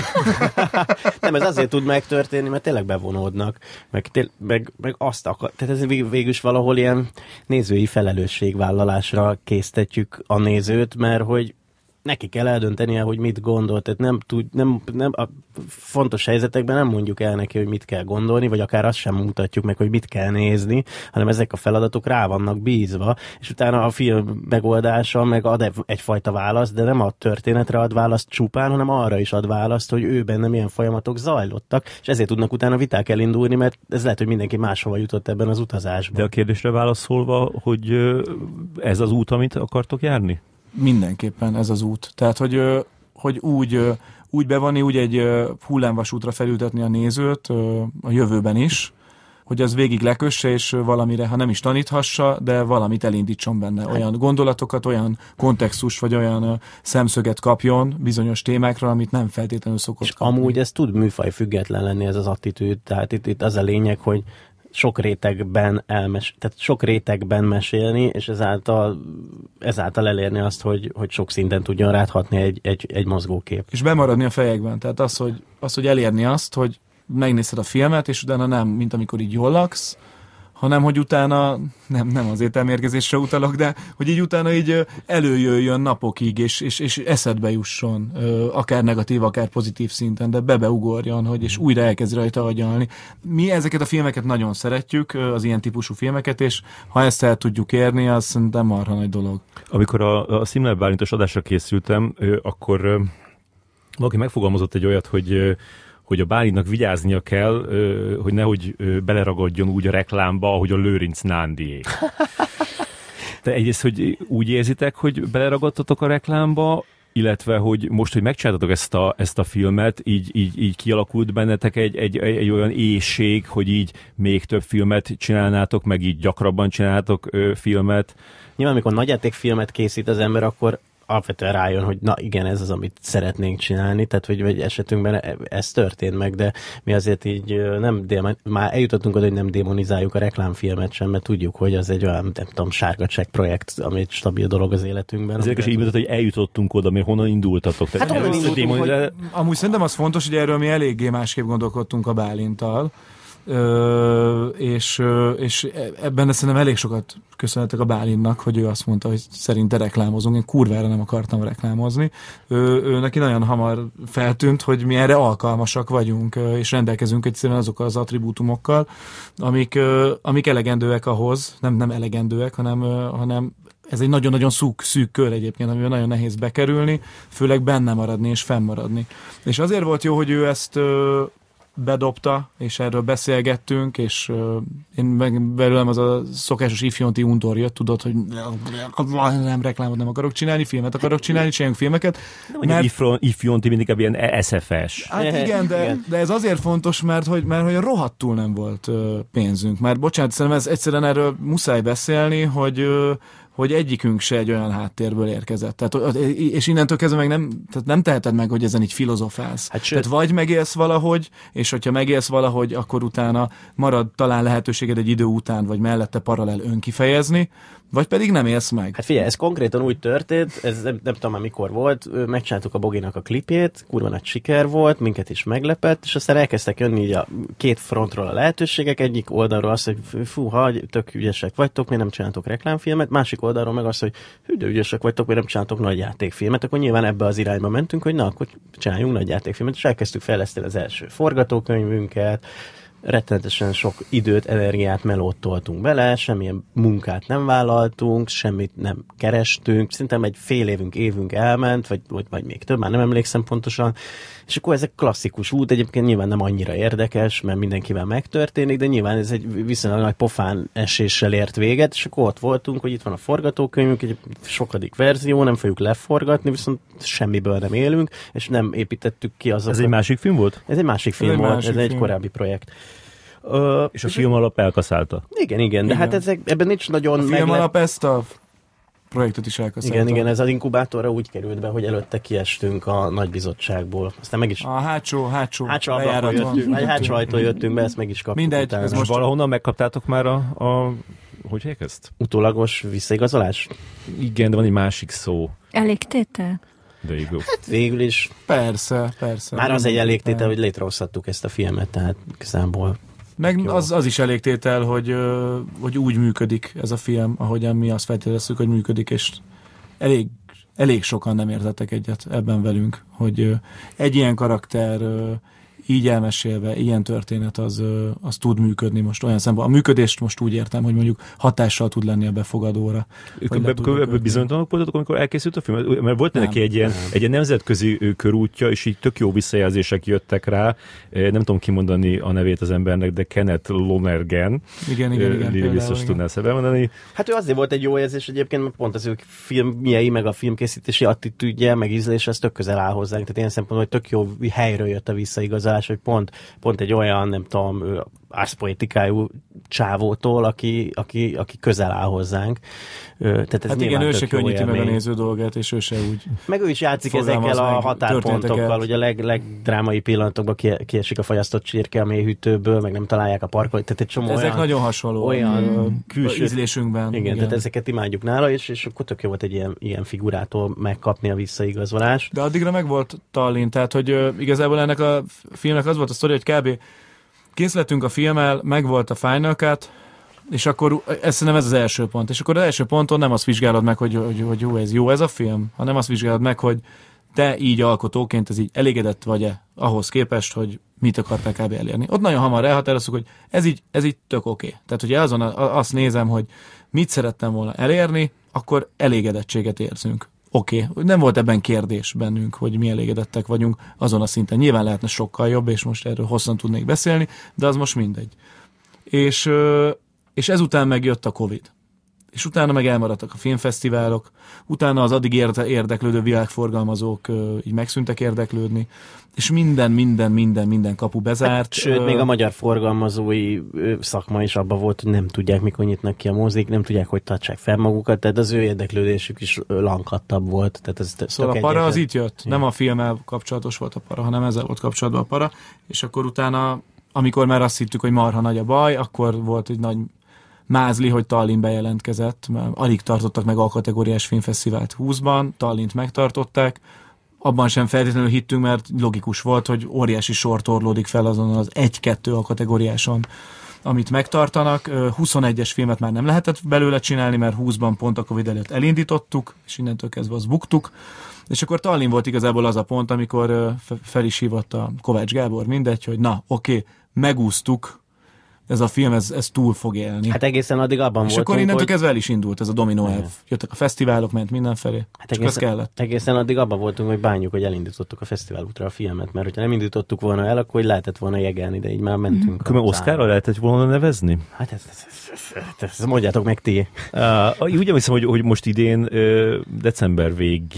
Nem, ez azért tud megtörténni, mert tényleg bevonódnak, meg, tél, meg, meg azt akar, tehát ez végül is valahol ilyen nézői felelősségvállalásra késztetjük a nézőt, mert hogy neki kell eldöntenie, hogy mit gondol, tehát nem tud, nem, nem, a fontos helyzetekben nem mondjuk el neki, hogy mit kell gondolni, vagy akár azt sem mutatjuk meg, hogy mit kell nézni, hanem ezek a feladatok rá vannak bízva, és utána a film megoldása meg ad egyfajta választ, de nem a történetre ad választ csupán, hanem arra is ad választ, hogy ő benne milyen folyamatok zajlottak, és ezért tudnak utána viták elindulni, mert ez lehet, hogy mindenki máshova jutott ebben az utazásban. De a kérdésre válaszolva, hogy ez az út, amit akartok járni? Mindenképpen ez az út. Tehát, hogy, hogy úgy, úgy bevonni, úgy egy hullámvasútra felültetni a nézőt a jövőben is, hogy az végig lekösse, és valamire, ha nem is taníthassa, de valamit elindítson benne. Olyan gondolatokat, olyan kontextus, vagy olyan szemszöget kapjon bizonyos témákra, amit nem feltétlenül szokott és kapni. amúgy ez tud műfaj független lenni, ez az attitűd. Tehát itt, itt az a lényeg, hogy sok rétegben elmes, tehát sok rétegben mesélni, és ezáltal, ezáltal elérni azt, hogy, hogy sok szinten tudjon ráthatni egy, egy, egy mozgókép. És bemaradni a fejekben. Tehát az hogy, az, hogy elérni azt, hogy megnézed a filmet, és utána nem, mint amikor így jól laksz, hanem hogy utána, nem, nem az ételmérgezésre utalok, de hogy így utána így előjöjjön napokig, és, és, és eszedbe jusson, akár negatív, akár pozitív szinten, de bebeugorjon, hogy és újra elkezd rajta agyalni. Mi ezeket a filmeket nagyon szeretjük, az ilyen típusú filmeket, és ha ezt el tudjuk érni, az szerintem marha nagy dolog. Amikor a, a Szimler Bálintos adásra készültem, akkor valaki megfogalmazott egy olyat, hogy hogy a Bálintnak vigyáznia kell, hogy nehogy beleragadjon úgy a reklámba, ahogy a Lőrinc Nándié. De egyrészt, hogy úgy érzitek, hogy beleragadtatok a reklámba, illetve, hogy most, hogy megcsináltatok ezt a, ezt a filmet, így, így, így kialakult bennetek egy, egy, egy olyan éhség, hogy így még több filmet csinálnátok, meg így gyakrabban csinálnátok ö, filmet. Nyilván, amikor nagyjátékfilmet készít az ember, akkor alapvetően rájön, hogy na igen, ez az, amit szeretnénk csinálni, tehát hogy vagy esetünkben ez történt meg, de mi azért így nem, démon, már eljutottunk oda, hogy nem démonizáljuk a reklámfilmet sem, mert tudjuk, hogy az egy olyan, nem tudom, sárga csekk projekt, ami egy stabil dolog az életünkben. Ezért is így mutat, hogy eljutottunk oda, mert honnan indultatok. Hát honnan indultunk, hogy... Amúgy szerintem az fontos, hogy erről mi eléggé másképp gondolkodtunk a Bálinttal, Ö, és, és ebben szerintem elég sokat köszönhetek a Bálintnak, hogy ő azt mondta, hogy szerinte reklámozunk. Én kurvára nem akartam reklámozni. Ő, ő neki nagyon hamar feltűnt, hogy mi erre alkalmasak vagyunk, és rendelkezünk egyszerűen azokkal az attribútumokkal, amik, amik elegendőek ahhoz, nem, nem elegendőek, hanem, hanem ez egy nagyon-nagyon szűk, szűk kör egyébként, amiben nagyon nehéz bekerülni, főleg benne maradni és fennmaradni. És azért volt jó, hogy ő ezt bedobta, és erről beszélgettünk, és uh, én meg belőlem az a szokásos ifjonti undor jött, tudod, hogy nem reklámot nem akarok csinálni, filmet akarok csinálni, csináljunk filmeket. Mert... Ifjonti mindig ilyen es ef es. Hát igen, de, de ez azért fontos, mert hogy, mert hogy rohadtul nem volt uh, pénzünk. Már bocsánat, szerintem ez egyszerűen erről muszáj beszélni, hogy uh, hogy egyikünk se egy olyan háttérből érkezett. Tehát, és innentől kezdve meg nem, tehát nem teheted meg, hogy ezen így filozofálsz. Hát tehát vagy megélsz valahogy, és hogyha megélsz valahogy, akkor utána marad talán lehetőséged egy idő után, vagy mellette paralel önkifejezni, vagy pedig nem élsz meg. Hát figyelj, ez konkrétan úgy történt, ez nem, nem tudom már mikor volt, megcsináltuk a Boginak a klipjét, kurva nagy siker volt, minket is meglepett, és aztán elkezdtek jönni így a két frontról a lehetőségek, egyik oldalról azt, hogy fú, hagy, tök ügyesek vagytok, miért nem csináltok reklámfilmet, másik oldalról meg azt, hogy hű, de ügyesek vagytok, miért nem csináltok nagy játékfilmet, akkor nyilván ebbe az irányba mentünk, hogy na, akkor csináljunk nagy játékfilmet, és elkezdtük fejleszteni az első forgatókönyvünket, rettenetesen sok időt, energiát, melót toltunk bele, semmilyen munkát nem vállaltunk, semmit nem kerestünk, szerintem egy fél évünk, évünk elment, vagy, vagy, vagy még több, már nem emlékszem pontosan, és akkor ez egy klasszikus út, egyébként nyilván nem annyira érdekes, mert mindenkivel megtörténik, de nyilván ez egy viszonylag nagy pofán eséssel ért véget, és akkor ott voltunk, hogy itt van a forgatókönyvünk, egy sokadik verzió, nem fogjuk leforgatni, viszont semmiből nem élünk, és nem építettük ki azokat. Ez egy másik film volt? Ez egy másik film ez volt, másik ez film. egy korábbi projekt. Uh, és a és film alap elkaszálta. Igen, igen, de igen. Hát ezek, ebben nincs nagyon... A film meglep... alap ezt a projektet is elkaszálta. Igen, igen, ez az inkubátorra úgy került be, hogy előtte kiestünk a nagybizottságból. Aztán meg is... A hátsó, hátsó, hátsó ablakon jöttünk, vagy hátsó ajtón jöttünk be, ezt meg is kaptuk. Mindegy, ez most valahonnan megkaptátok már a... a hogy hívják ezt? Utólagos visszaigazolás? Igen, de van egy másik szó. Elégtétel? De igaz. Hát végül is... Persze, persze. Már az egy elégtétel, hogy létrehozhattuk ezt a filmet, tehát igazából... Meg az, az is elégtétel, hogy, hogy úgy működik ez a film, ahogyan mi azt feltételezzük, hogy működik, és elég, elég sokan nem értettek egyet ebben velünk, hogy egy ilyen karakter így elmesélve, ilyen történet, az, az tud működni most olyan szemben. A működést most úgy értem, hogy mondjuk hatással tud lenni a befogadóra. Ebből bizonytalanok voltatok, amikor elkészült a film? Mert volt neki egy ilyen, egy ilyen nemzetközi körútja, és így tök jó visszajelzések jöttek rá. Nem tudom kimondani a nevét az embernek, de Kenneth Lonergan. Igen, igen, igen. Lili biztos tudná ezt mondani. Hát ő azért volt egy jó érzés egyébként, mert pont az ő filmjei, meg a filmkészítési attitűdje, meg ízlés, ez tök közel áll hozzánk. Tehát ilyen szempontból, hogy tök jó helyről jött a visszaigazolás, hogy pont, pont egy olyan, nem tudom, árszpoetikájú csávótól, aki, aki, aki közel áll hozzánk. Tehát ez hát igen, ő se könnyíti meg a néző dolgát, és ő se úgy. Meg ő is játszik ezekkel a határpontokkal, hogy a leg, legdrámai pillanatokban kiesik a fagyasztott csirke a mélyhűtőből, meg nem találják a parkolt. Tehát egy csomó ezek olyan, nagyon hasonló olyan hmm. külső ízlésünkben. Igen, igen, tehát ezeket imádjuk nála, és, és akkor tök jó volt egy ilyen, ilyen figurától megkapni a visszaigazolást. De addigra meg volt Tallinn, tehát hogy uh, igazából ennek a filmnek az volt a sztori, hogy kb. Kész lettünk a filmmel, megvolt a Final Cut, és akkor ez nem ez az első pont. És akkor az első ponton nem azt vizsgálod meg, hogy, hogy, hogy jó, ez jó ez a film, hanem azt vizsgálod meg, hogy te így alkotóként ez így elégedett vagy-e ahhoz képest, hogy mit akartál kb. Elérni. Ott nagyon hamar elhatároztuk, hogy ez így, ez így tök oké. Okay. Tehát, hogyha azon azt nézem, hogy mit szerettem volna elérni, akkor elégedettséget érzünk. Oké, okay. Nem volt ebben kérdés bennünk, hogy mi elégedettek vagyunk azon a szinten. Nyilván lehetne sokkal jobb, és most erről hosszan tudnék beszélni, de az most mindegy. És, és ezután megjött a Covid. És utána meg elmaradtak a filmfesztiválok, utána az addig érdeklődő világforgalmazók így megszűntek érdeklődni, és minden, minden, minden, minden kapu bezárt. Hát, sőt, uh, még a magyar forgalmazói szakma is abban volt, hogy nem tudják, mikor nyitnak ki a mozik, nem tudják, hogy tartsák fel magukat, tehát az ő érdeklődésük is lankadtabb volt. Tehát ez szóval a para egyetlen... az itt jött, ja. Nem a filmmel kapcsolatos volt a para, hanem ezzel volt kapcsolatban a para, és akkor utána, amikor már azt hittük, hogy marha nagy a baj, akkor volt egy nagy mázli, hogy Tallinn bejelentkezett, mert alig tartottak meg a kategóriás filmfesztivált húszban, Tallinnt megtartották, abban sem feltétlenül hittünk, mert logikus volt, hogy óriási sor torlódik fel azon az egy-kettő a kategóriáson, amit megtartanak. huszonegyes filmet már nem lehetett belőle csinálni, mert húszban pont a Covid előtt elindítottuk, és innentől kezdve azt buktuk. És akkor Tallinn volt igazából az a pont, amikor fel is hívott a Kovács Gábor, mindegy, hogy na, oké, okay, megúsztuk, ez a film, ez, ez túl fog élni. Hát egészen addig abban és voltunk, akkor innentől hogy... kezdve el is indult ez a dominó elv. Jöttek a fesztiválok, ment mindenfelé, hát csak ez kellett. Egészen addig abban voltunk, hogy bánjuk, hogy elindítottuk a fesztivál útra a filmet, mert hogyha nem indítottuk volna el, akkor lehetett volna jegelni, de így már mentünk. Akkor mm. Oscarra lehetett volna nevezni? Hát ezt, ezt, ezt, ezt, ezt mondjátok meg ti. Uh, úgy emlékszem, hogy, hogy most idén uh, december végi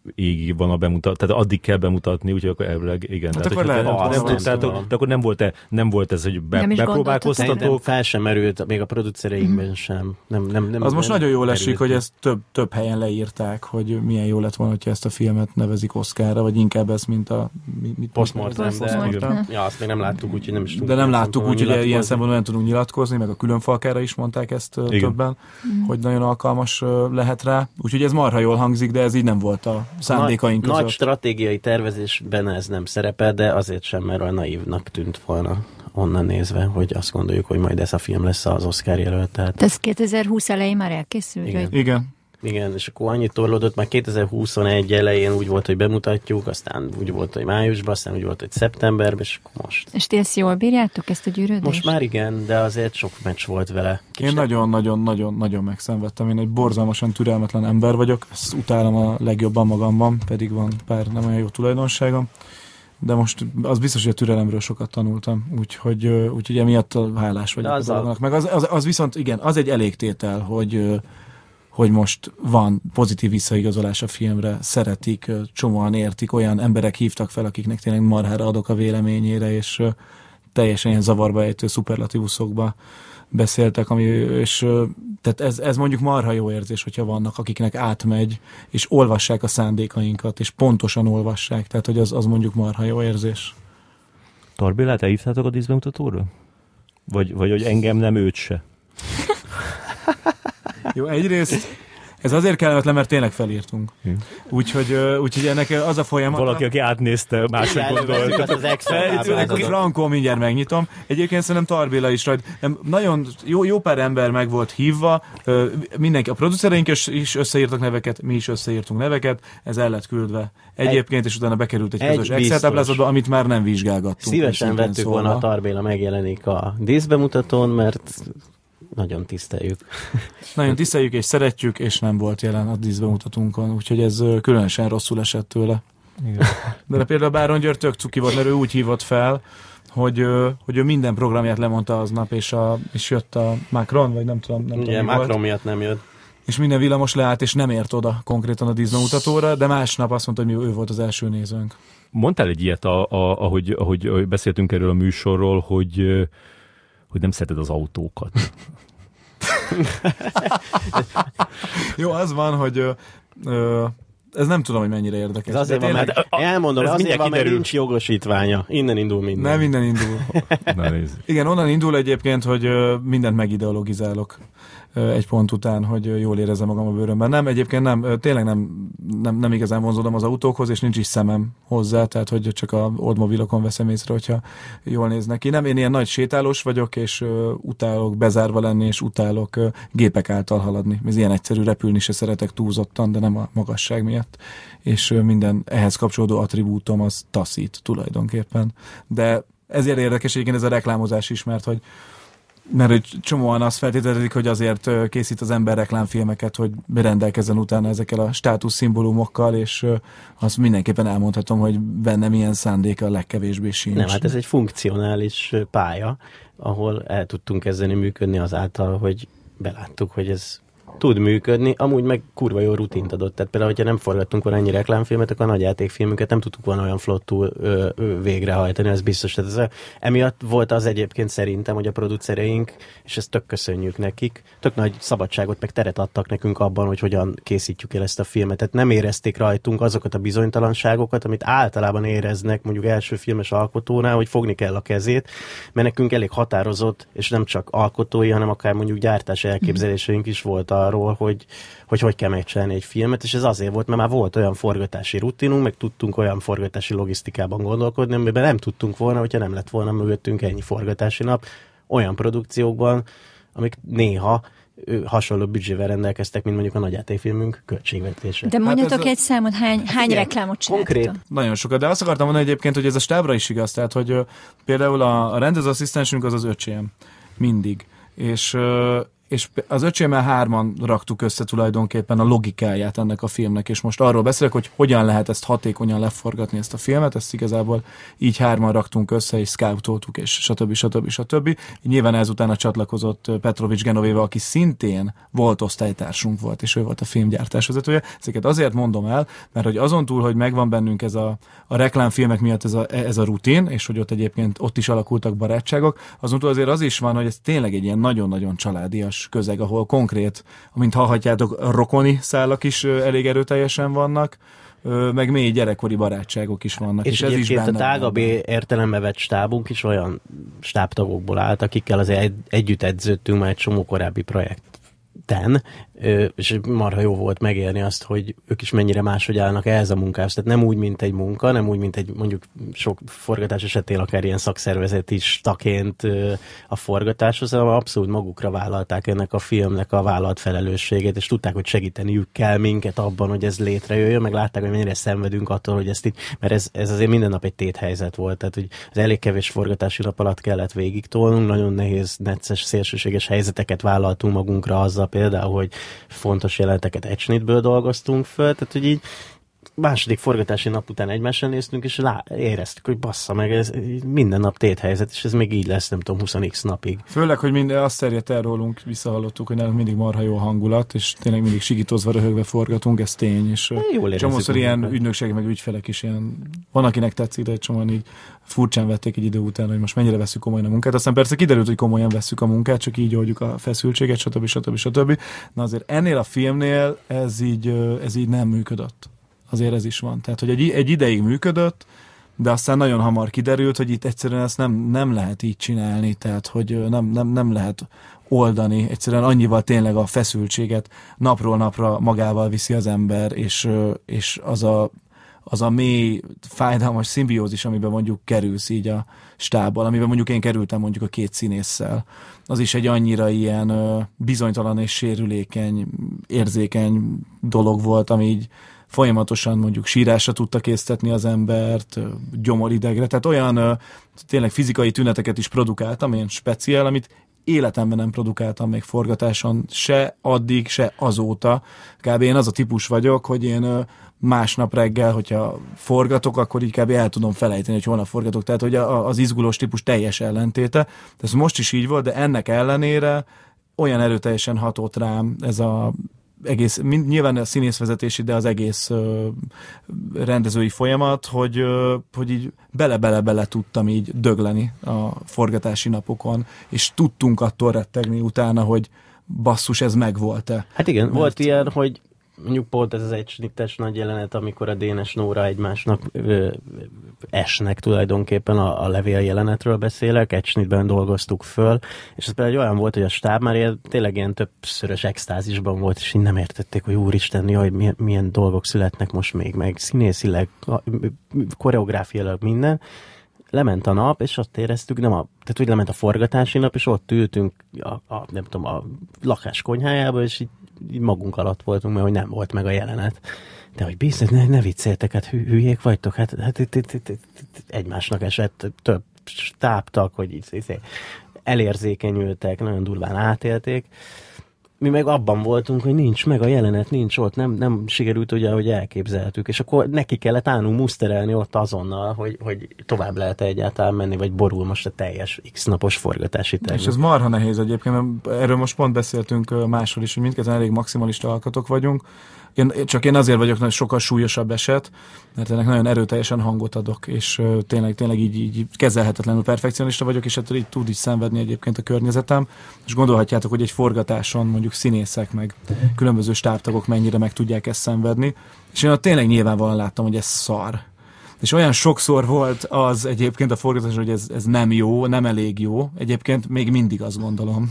égig van a bemutat, tehát addig kell bemutatni, úgyhogy akkor elvileg igen. Hát tehát, akkor lehet, nem, nem, nem, nem, tehát, tudom. de akkor nem volt, -e, nem volt ez, hogy be, bepróbálkoztatók. Fel sem merült, még a producereinkben sem. Nem, nem, nem, az most nem nagyon jól esik, merült. hogy ezt több, több helyen leírták, hogy milyen jó lett volna, hogyha ezt a filmet nevezik Oscarra, vagy inkább ez, mint a... Mit, Postmortem, de Postmortem. ja, azt még nem láttuk, úgyhogy nem is tudunk. De nem láttuk úgy, hogy ilyen nyilatkozni. szempontból nem tudunk nyilatkozni, meg a különfalkára is mondták ezt ö, Igen. többen, hogy nagyon alkalmas ö, lehet rá. Úgyhogy ez marha jól hangzik, de ez így nem volt a szándékaink nagy, között. nagy stratégiai tervezésben ez nem szerepel, de azért sem, mert olyan naívnak tűnt volna onnan nézve, hogy azt gondoljuk, hogy majd ez a film lesz az Oscar jelölt. Tehát Ez kétezer-húsz elején már elkészül? Igen. Vagy? Igen. igen, és akkor annyit torlódott, már kétezer-huszonegy elején úgy volt, hogy bemutatjuk, aztán úgy volt, hogy májusban, aztán úgy volt, hogy szeptemberben, és akkor most. És ti ezt jól bírjátok, ezt a gyűrődést? Most már igen, de azért sok meccs volt vele. Én nagyon-nagyon-nagyon-nagyon megszenvedtem. Én egy borzalmasan türelmetlen ember vagyok, ezt utálom a legjobban magamban, pedig van pár nem olyan jó tulajdonságom. De most az biztos, hogy a türelemről sokat tanultam, úgyhogy, ö, úgyhogy emiatt hálás vagyok az a a- dolognak. Meg az, az, az viszont, igen, az egy elégtétel, hogy, ö, hogy most van pozitív visszaigazolás a filmre, szeretik, ö, csomóan értik, olyan emberek hívtak fel, akiknek tényleg marhára adok a véleményére, és ö, teljesen ilyen zavarba ejtő szuperlatívuszokba beszéltek, ami, és ö, tehát ez, ez mondjuk marha jó érzés, hogyha vannak, akiknek átmegy, és olvassák a szándékainkat, és pontosan olvassák, tehát hogy az, az mondjuk marha jó érzés. Tarbélát elhívtátok a díszbemutatóra? Vagy, vagy hogy engem nem, őt se? Jó, egyrészt ez azért kellemetlen, mert tényleg felírtunk. Úgyhogy, ö, úgyhogy ennek az a folyamat. Valaki, aki átnézte, mások gondolt. az Excel táblázatot. Frankó, mindjárt megnyitom. Egyébként szerintem Tarbéla is rajt. Nem, nagyon jó, jó pár ember meg volt hívva, ö, mindenki, a producereink is- is összeírtak neveket, mi is összeírtunk neveket, ez el lett küldve egyébként, és utána bekerült egy egy közös Excel biztos. táblázatba, amit már nem vizsgálgattunk. Szívesen őszintén vettük szólva. volna, a Tarbéla megjelenik a díszbemutatón, mert nagyon tiszteljük. Nagyon tiszteljük és szeretjük, és nem volt jelen a díszbemutatónkon, úgyhogy ez ö, különösen rosszul esett tőle. Igen. De például Báron György tök cuki volt, mert ő úgy hívott fel, hogy, ö, hogy ő minden programját lemondta aznap, és, a, és jött a Macron, vagy nem tudom, nem Ugye tudom mi Macron volt. miatt nem jött. És minden villamos leállt, és nem ért oda konkrétan a díszbemutatóra, de másnap azt mondta, hogy mi, ő volt az első nézőnk. Mondtál egy ilyet, a, a, ahogy, ahogy, ahogy beszéltünk erről a műsorról, hogy, ö, hogy nem szereted az autókat. Jó, az van, hogy ö, ö, ez nem tudom, hogy mennyire érdekes. Ez azért De van, tényleg mert elmondom, ez azért mindjárt van, mert kiderül. nincs jogosítványa. Innen indul minden. nem minden indul. Na, nézd. Igen, onnan indul egyébként, hogy ö, mindent megideologizálok ö, egy pont után, hogy ö, jól érezzem magam a bőrömben. Nem, egyébként nem, ö, tényleg nem, nem, nem igazán vonzódom az autókhoz, és nincs is szemem hozzá, tehát hogy csak a oldmobilokon veszem észre, hogyha jól néznek ki. Nem, én ilyen nagy sétálós vagyok, és ö, utálok bezárva lenni, és utálok ö, gépek által haladni. Ez ilyen egyszerű, repülni se szeretek túlzottan, de nem a magasság miatt. És ö, minden ehhez kapcsolódó attribútum az taszít tulajdonképpen. De ezért érdekes egyébként ez a reklámozás is, mert hogy mert hogy csomóan azt feltételezik, hogy azért ö, készít az ember reklámfilmeket, hogy rendelkezzen utána ezekkel a státuszszimbólumokkal, és ö, azt mindenképpen elmondhatom, hogy bennem ilyen szándéka a legkevésbé sincs. Nem, hát ez egy funkcionális pálya, ahol el tudtunk kezdeni működni azáltal, hogy beláttuk, hogy ez tud működni, amúgy meg kurva jó rutint adott. Tehát például, hogyha nem forgattunk volna ennyi reklámfilmet, akkor a nagyjátékfilmünket nem tudtuk volna olyan flottul ö, ö, végrehajtani, ez biztos. Tehát ez, emiatt volt az egyébként szerintem, hogy a producereink, és ezt tök köszönjük nekik, tök nagy szabadságot meg teret adtak nekünk abban, hogy hogyan készítjük el ezt a filmet. Tehát nem érezték rajtunk azokat a bizonytalanságokat, amit általában éreznek mondjuk első filmes alkotónál, hogy fogni kell a kezét, mert nekünk elég határozott, és nem csak alkotói, hanem akár mondjuk gyártási elképzeléseink is volt arról, hogy, hogy hogy kell megcsinálni egy filmet, és ez azért volt, mert már volt olyan forgatási rutinunk, meg tudtunk olyan forgatási logisztikában gondolkodni, amiben nem tudtunk volna, hogyha nem lett volna mögöttünk ennyi forgatási nap, olyan produkciókban, amik néha ő, hasonló büdzsével rendelkeztek, mint mondjuk a nagyjátékfilmünk költségvetése. De mondjatok Hát ez a- egy számot, hány, hány igen, reklámot csináltatok? konkrét. Nagyon sokat, de azt akartam mondani egyébként, hogy ez a stábra is igaz, tehát hogy ö, például a, a rendezőasszisztensünk az az öcsém. Mindig. És, ö, és az öcsémmel hárman raktuk össze tulajdonképpen a logikáját ennek a filmnek, és most arról beszélek, hogy hogyan lehet ezt hatékonyan leforgatni ezt a filmet, ezt igazából így hárman raktunk össze, és scoutoltuk, és stb. stb. stb. Nyilván ezután a csatlakozott Petrovics Genovéva, aki szintén volt osztálytársunk volt, és ő volt a filmgyártás vezetője. Ezeket azért mondom el, mert hogy azon túl, hogy megvan bennünk ez a, a reklámfilmek miatt ez a, ez a rutin, és hogy ott egyébként ott is alakultak barátságok, azon túl azért az is van, hogy ez tényleg egy ilyen nagyon-nagyon családias közeg, ahol konkrét, amint hallhatjátok, rokoni szálak is elég erőteljesen vannak, meg mély gyerekkori barátságok is vannak. És, és ez is benne a tágabb értelembe vett stábunk is olyan stábtagokból állt, akikkel azért egy, együtt edződtünk már egy csomó korábbi projekten, és marha jó volt megélni azt, hogy ők is mennyire máshogy állnak ehhez a munkához. Tehát nem úgy, mint egy munka, nem úgy, mint egy mondjuk sok forgatás esetén akár ilyen szakszervezet is taként a forgatáshoz, hanem abszolút magukra vállalták ennek a filmnek a vállalt felelősségét, és tudták, hogy segíteniük kell minket abban, hogy ez létrejöjjön, meg látták, hogy mennyire szenvedünk attól, hogy ezt itt, mert ez, ez azért minden nap egy téthelyzet volt, tehát hogy az elég kevés forgatási nap alatt kellett végig tolnunk, nagyon nehéz, necces, szélsőséges helyzeteket vállaltunk magunkra azzal például, hogy fontos jeleneteket egy snitből dolgoztunk föl, tehát hogy így második forgatási nap után egymással néztünk, és lá, éreztük, hogy bassza meg, ez minden nap téthelyzet, és ez még így lesz, nem tudom, húsz x napig. Főleg, hogy minden, azt terjedt el rólunk, visszahallottuk, hogy nálunk mindig marha jó hangulat, és tényleg mindig sikítozva, röhögve forgatunk, ez tény, és csomószor ilyen ügynökségek, meg ügyfelek is ilyen, van akinek tetszik, de egy csomóan így furcsán vették egy idő után, hogy most mennyire vesszük komolyan a munkát. Aztán persze kiderült, hogy komolyan vesszük a munkát, csak így oldjuk a feszültséget, stb. stb. stb. Na azért ennél a filmnél ez így, ez így nem működött. Azért ez is van. Tehát, hogy egy, egy ideig működött, de aztán nagyon hamar kiderült, hogy itt egyszerűen ezt nem, nem lehet így csinálni, tehát, hogy nem, nem, nem lehet oldani. Egyszerűen annyival tényleg a feszültséget napról napra magával viszi az ember, és, és az a az a mély, fájdalmas szimbiózis, amiben mondjuk kerülsz így a stábbal, amiben mondjuk én kerültem mondjuk a két színésszel. Az is egy annyira ilyen ö, bizonytalan és sérülékeny, érzékeny dolog volt, ami így folyamatosan mondjuk sírásra tudta késztetni az embert, gyomoridegre, tehát olyan ö, tényleg fizikai tüneteket is produkáltam, ilyen speciál, amit életemben nem produkáltam még forgatáson, se addig, se azóta. Kb. Én az a típus vagyok, hogy én ö, másnap reggel, hogyha forgatok, akkor így kb. El tudom felejteni, hogy holnap forgatok. Tehát, hogy a, az izgulós típus teljes ellentéte. Ez most is így volt, de ennek ellenére olyan erőteljesen hatott rám ez a egész, mind, nyilván a színészvezetési, de az egész ö, rendezői folyamat, hogy, ö, hogy így bele-bele-bele tudtam így dögleni a forgatási napokon, és tudtunk attól rettegni utána, hogy basszus, ez megvolt-e. Hát igen, Mert... volt ilyen, hogy mondjuk pont ez az egy snittes nagy jelenet, amikor a Dénes Nóra egymásnak ö, esnek tulajdonképpen, a, a levél jelenetről beszélek, egy snitben dolgoztuk föl, és ez például olyan volt, hogy a stáb már ilyen, tényleg ilyen többszörös extázisban volt, és így nem értették, hogy úristen, hogy milyen, milyen dolgok születnek most még, meg színészileg, koreográfiailag minden. Lement a nap, és azt éreztük, nem a, tehát úgy lement a forgatási nap, és ott ültünk a, a, nem tudom, a lakás konyhájába, és így, így magunk alatt voltunk, mert hogy nem volt meg a jelenet. De hogy biztos, ne, ne vicceltek, hát hű, hülyék vagytok, hát, hát itt, itt, itt, itt egymásnak esett több stábtak, hogy így, így elérzékenyültek, nagyon durván átélték. Mi meg abban voltunk, hogy nincs meg a jelenet, nincs ott, nem, nem sikerült ugye, hogy elképzeltük, és akkor neki kellett állnunk muszterelni ott azonnal, hogy, hogy tovább lehet egyáltalán menni, vagy borul most a teljes x napos forgatási terv. És ez marha nehéz egyébként, mert erről most pont beszéltünk máshol is, hogy mindketten elég maximalista alkatok vagyunk. Én, csak én azért vagyok nagyon sokkal súlyosabb eset, mert ennek nagyon erőteljesen hangot adok, és uh, tényleg, tényleg így, így kezelhetetlenül perfekcionista vagyok, és ettől így tud is szenvedni egyébként a környezetem, és gondolhatjátok, hogy egy forgatáson mondjuk színészek, meg különböző stábtagok mennyire meg tudják ezt szenvedni, és én ott tényleg nyilvánvalóan láttam, hogy ez szar. És olyan sokszor volt az egyébként a forgatás, hogy ez, ez nem jó, nem elég jó. Egyébként még mindig azt gondolom.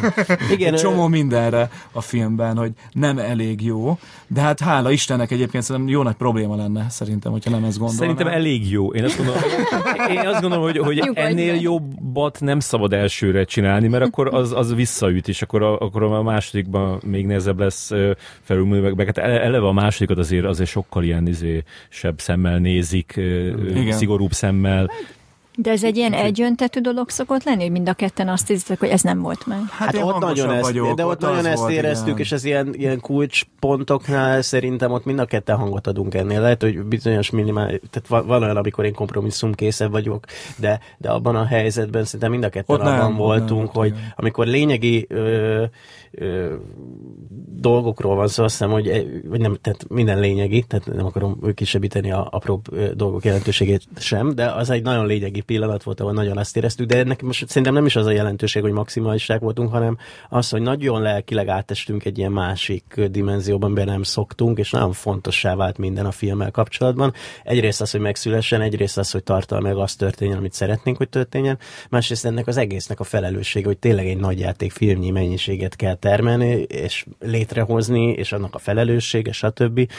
Igen, egy csomó mindenre a filmben, hogy nem elég jó. De hát hála Istennek egyébként szerintem jó nagy probléma lenne, szerintem, hogyha nem ezt gondolnám. Szerintem elég jó. Én azt gondolom, én azt gondolom hogy, hogy ennél jobbat nem szabad elsőre csinálni, mert akkor az, az visszaüt, és akkor a, akkor a másodikban még nehezebb lesz felülmúlni, meg hát eleve a másodikat azért, azért sokkal ilyen izé, sebb szemmel nézik, igen. Szigorúbb szemmel. De ez egy ilyen egyöntetű dolog szokott lenni, hogy mind a ketten azt érzitek, hogy ez nem volt meg. Hát, hát ott nagyon ezt, vagyok, de ott, ott nagyon ezt éreztük, igen. És ez ilyen, ilyen kulcspontoknál szerintem ott mind a ketten hangot adunk ennél. Lehet, hogy bizonyos minimál, tehát van olyan, amikor én kompromisszumkészebb vagyok, de, de abban a helyzetben szerintem mind a ketten ott abban nem, voltunk, nem, hogy igen. Amikor lényegi ö, ö, dolgokról van szó, azt hiszem, hogy vagy nem, tehát minden lényegi, tehát nem akarom kisebbíteni a apró dolgok jelentőségét sem, de az egy nagyon lényegi pillanat volt, ahol nagyon azt éreztük, de ennek most szerintem nem is az a jelentőség, hogy maximalisták voltunk, hanem az, hogy nagyon lelkileg átestünk egy ilyen másik dimenzióban, be nem szoktunk, és nagyon fontossá vált minden a filmmel kapcsolatban. Egyrészt az, hogy megszülessen, egyrészt az, hogy tartalmilag az történjen, amit szeretnénk, hogy történjen, másrészt ennek az egésznek a felelőssége, hogy tényleg egy nagyjáték filmnyi mennyiséget kell termelni, és létrehozni, és annak a felelőssége, stb.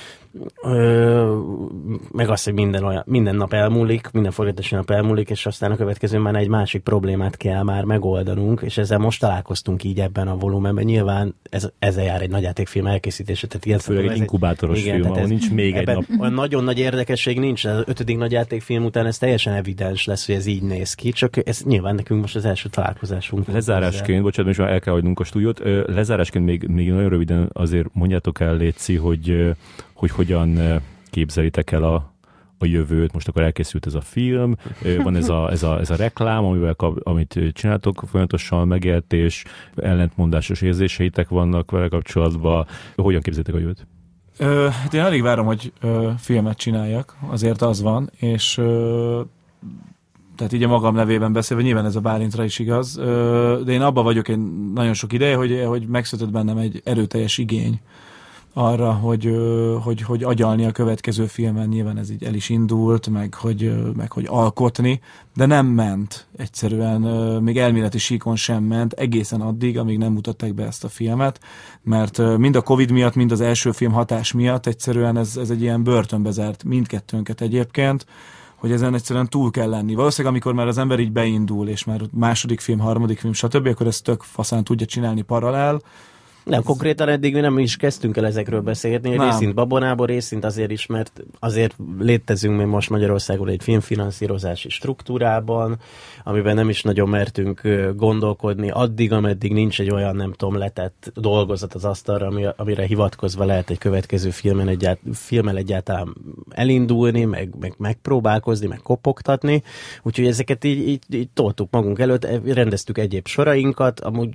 Ö, meg azt, hogy minden, olyan, minden nap elmúlik, minden forgatási nap elmúlik, és aztán a következő már egy másik problémát kell már megoldanunk, és ezzel most találkoztunk így ebben a volumenben. Nyilván ez, ezzel jár egy nagyjátékfilm elkészítése. Tehát ilyen főleg egy inkubátoros egy, film, igen, ahol nincs még egy nap. Olyan nagyon nagy érdekesség nincs, az ötödik nagyjátékfilm után ez teljesen evidens lesz, hogy ez így néz ki, csak ez nyilván nekünk most az első találkozásunk. Lezárásként, bocsánat, most már el kell hagynunk a stúdiót, lezárásként még, még nagyon röviden azért mondjátok el, Léci, hogy hogy hogyan képzelitek el a, a jövőt. Most akkor elkészült ez a film, van ez a, ez a, ez a reklám, amivel, amit csináltok folyamatosan, megértés, ellentmondásos érzéseitek vannak vele kapcsolatban. Hogyan képzelitek a jövőt? Ö, hát én alig várom, hogy ö, filmet csináljak, azért az van, és ö, tehát így a magam nevében beszélve, nyilván ez a Bálintra is igaz, ö, de én abban vagyok én nagyon sok ideje, hogy, hogy megszületett bennem egy erőteljes igény arra, hogy, hogy, hogy agyalni a következő filmen, nyilván ez így el is indult, meg hogy, meg hogy alkotni, de nem ment egyszerűen, még elméleti síkon sem ment, egészen addig, amíg nem mutatták be ezt a filmet, mert mind a Covid miatt, mind az első film hatás miatt egyszerűen ez, ez egy ilyen börtönbe zárt mindkettőnket egyébként, hogy ezen egyszerűen túl kell lenni. Valószínűleg, amikor már az ember így beindul, és már második film, harmadik film, stb., akkor ezt tök faszán tudja csinálni paralel. Nem, konkrétan eddig mi nem is kezdtünk el ezekről beszélni, részint babonából, részint azért is, mert azért létezünk mi most Magyarországon egy filmfinanszírozási struktúrában, amiben nem is nagyon mertünk gondolkodni addig, ameddig nincs egy olyan, nem tudom, letett dolgozat az asztalra, amire hivatkozva lehet egy következő filmen egyált, filmmel egyáltalán elindulni, meg, meg megpróbálkozni, meg kopogtatni. Úgyhogy ezeket így, így, így toltuk magunk előtt, rendeztük egyéb sorainkat, amúgy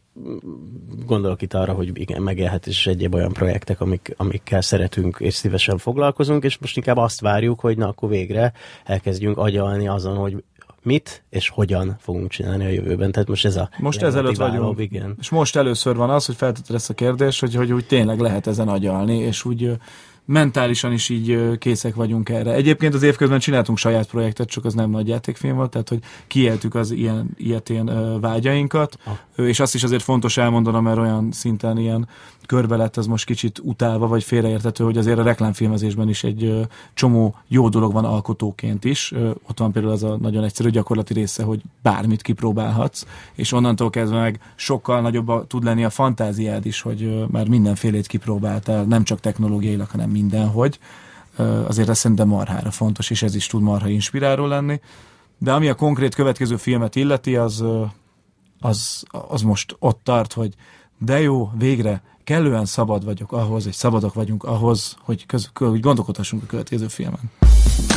gondolok itt arra, hogy igen, megélhetés és egyéb olyan projektek, amik, amikkel szeretünk és szívesen foglalkozunk, és most inkább azt várjuk, hogy na, akkor végre elkezdjünk agyalni azon, hogy mit és hogyan fogunk csinálni a jövőben. Tehát most ez a most ezelőtt vagyunk. Igen. És most először van az, hogy feltetted ezt a kérdést, hogy, hogy úgy tényleg lehet ezen agyalni, és úgy mentálisan is így készek vagyunk erre. Egyébként az évközben csináltunk saját projektet, csak az nem nagy játékfilm volt, tehát hogy kiéltük az ilyen, ilyetén vágyainkat, ah. és azt is azért fontos elmondanom, mert olyan szinten ilyen körbe lett ez most kicsit utálva, vagy félreértető, hogy azért a reklámfilmezésben is egy ö, csomó jó dolog van alkotóként is. Ö, ott van például az a nagyon egyszerű gyakorlati része, hogy bármit kipróbálhatsz, és onnantól kezdve meg sokkal nagyobb a, tud lenni a fantáziád is, hogy ö, már mindenfélét kipróbáltál, nem csak technológiailag, hanem mindenhogy. Ö, azért ez szerintem marhára fontos, és ez is tud marha inspiráló lenni. De ami a konkrét következő filmet illeti, az, ö, az, az most ott tart, hogy de jó, végre kellően szabad vagyok ahhoz, és szabadok vagyunk ahhoz, hogy, köz, hogy gondolkodhassunk a következő filmen.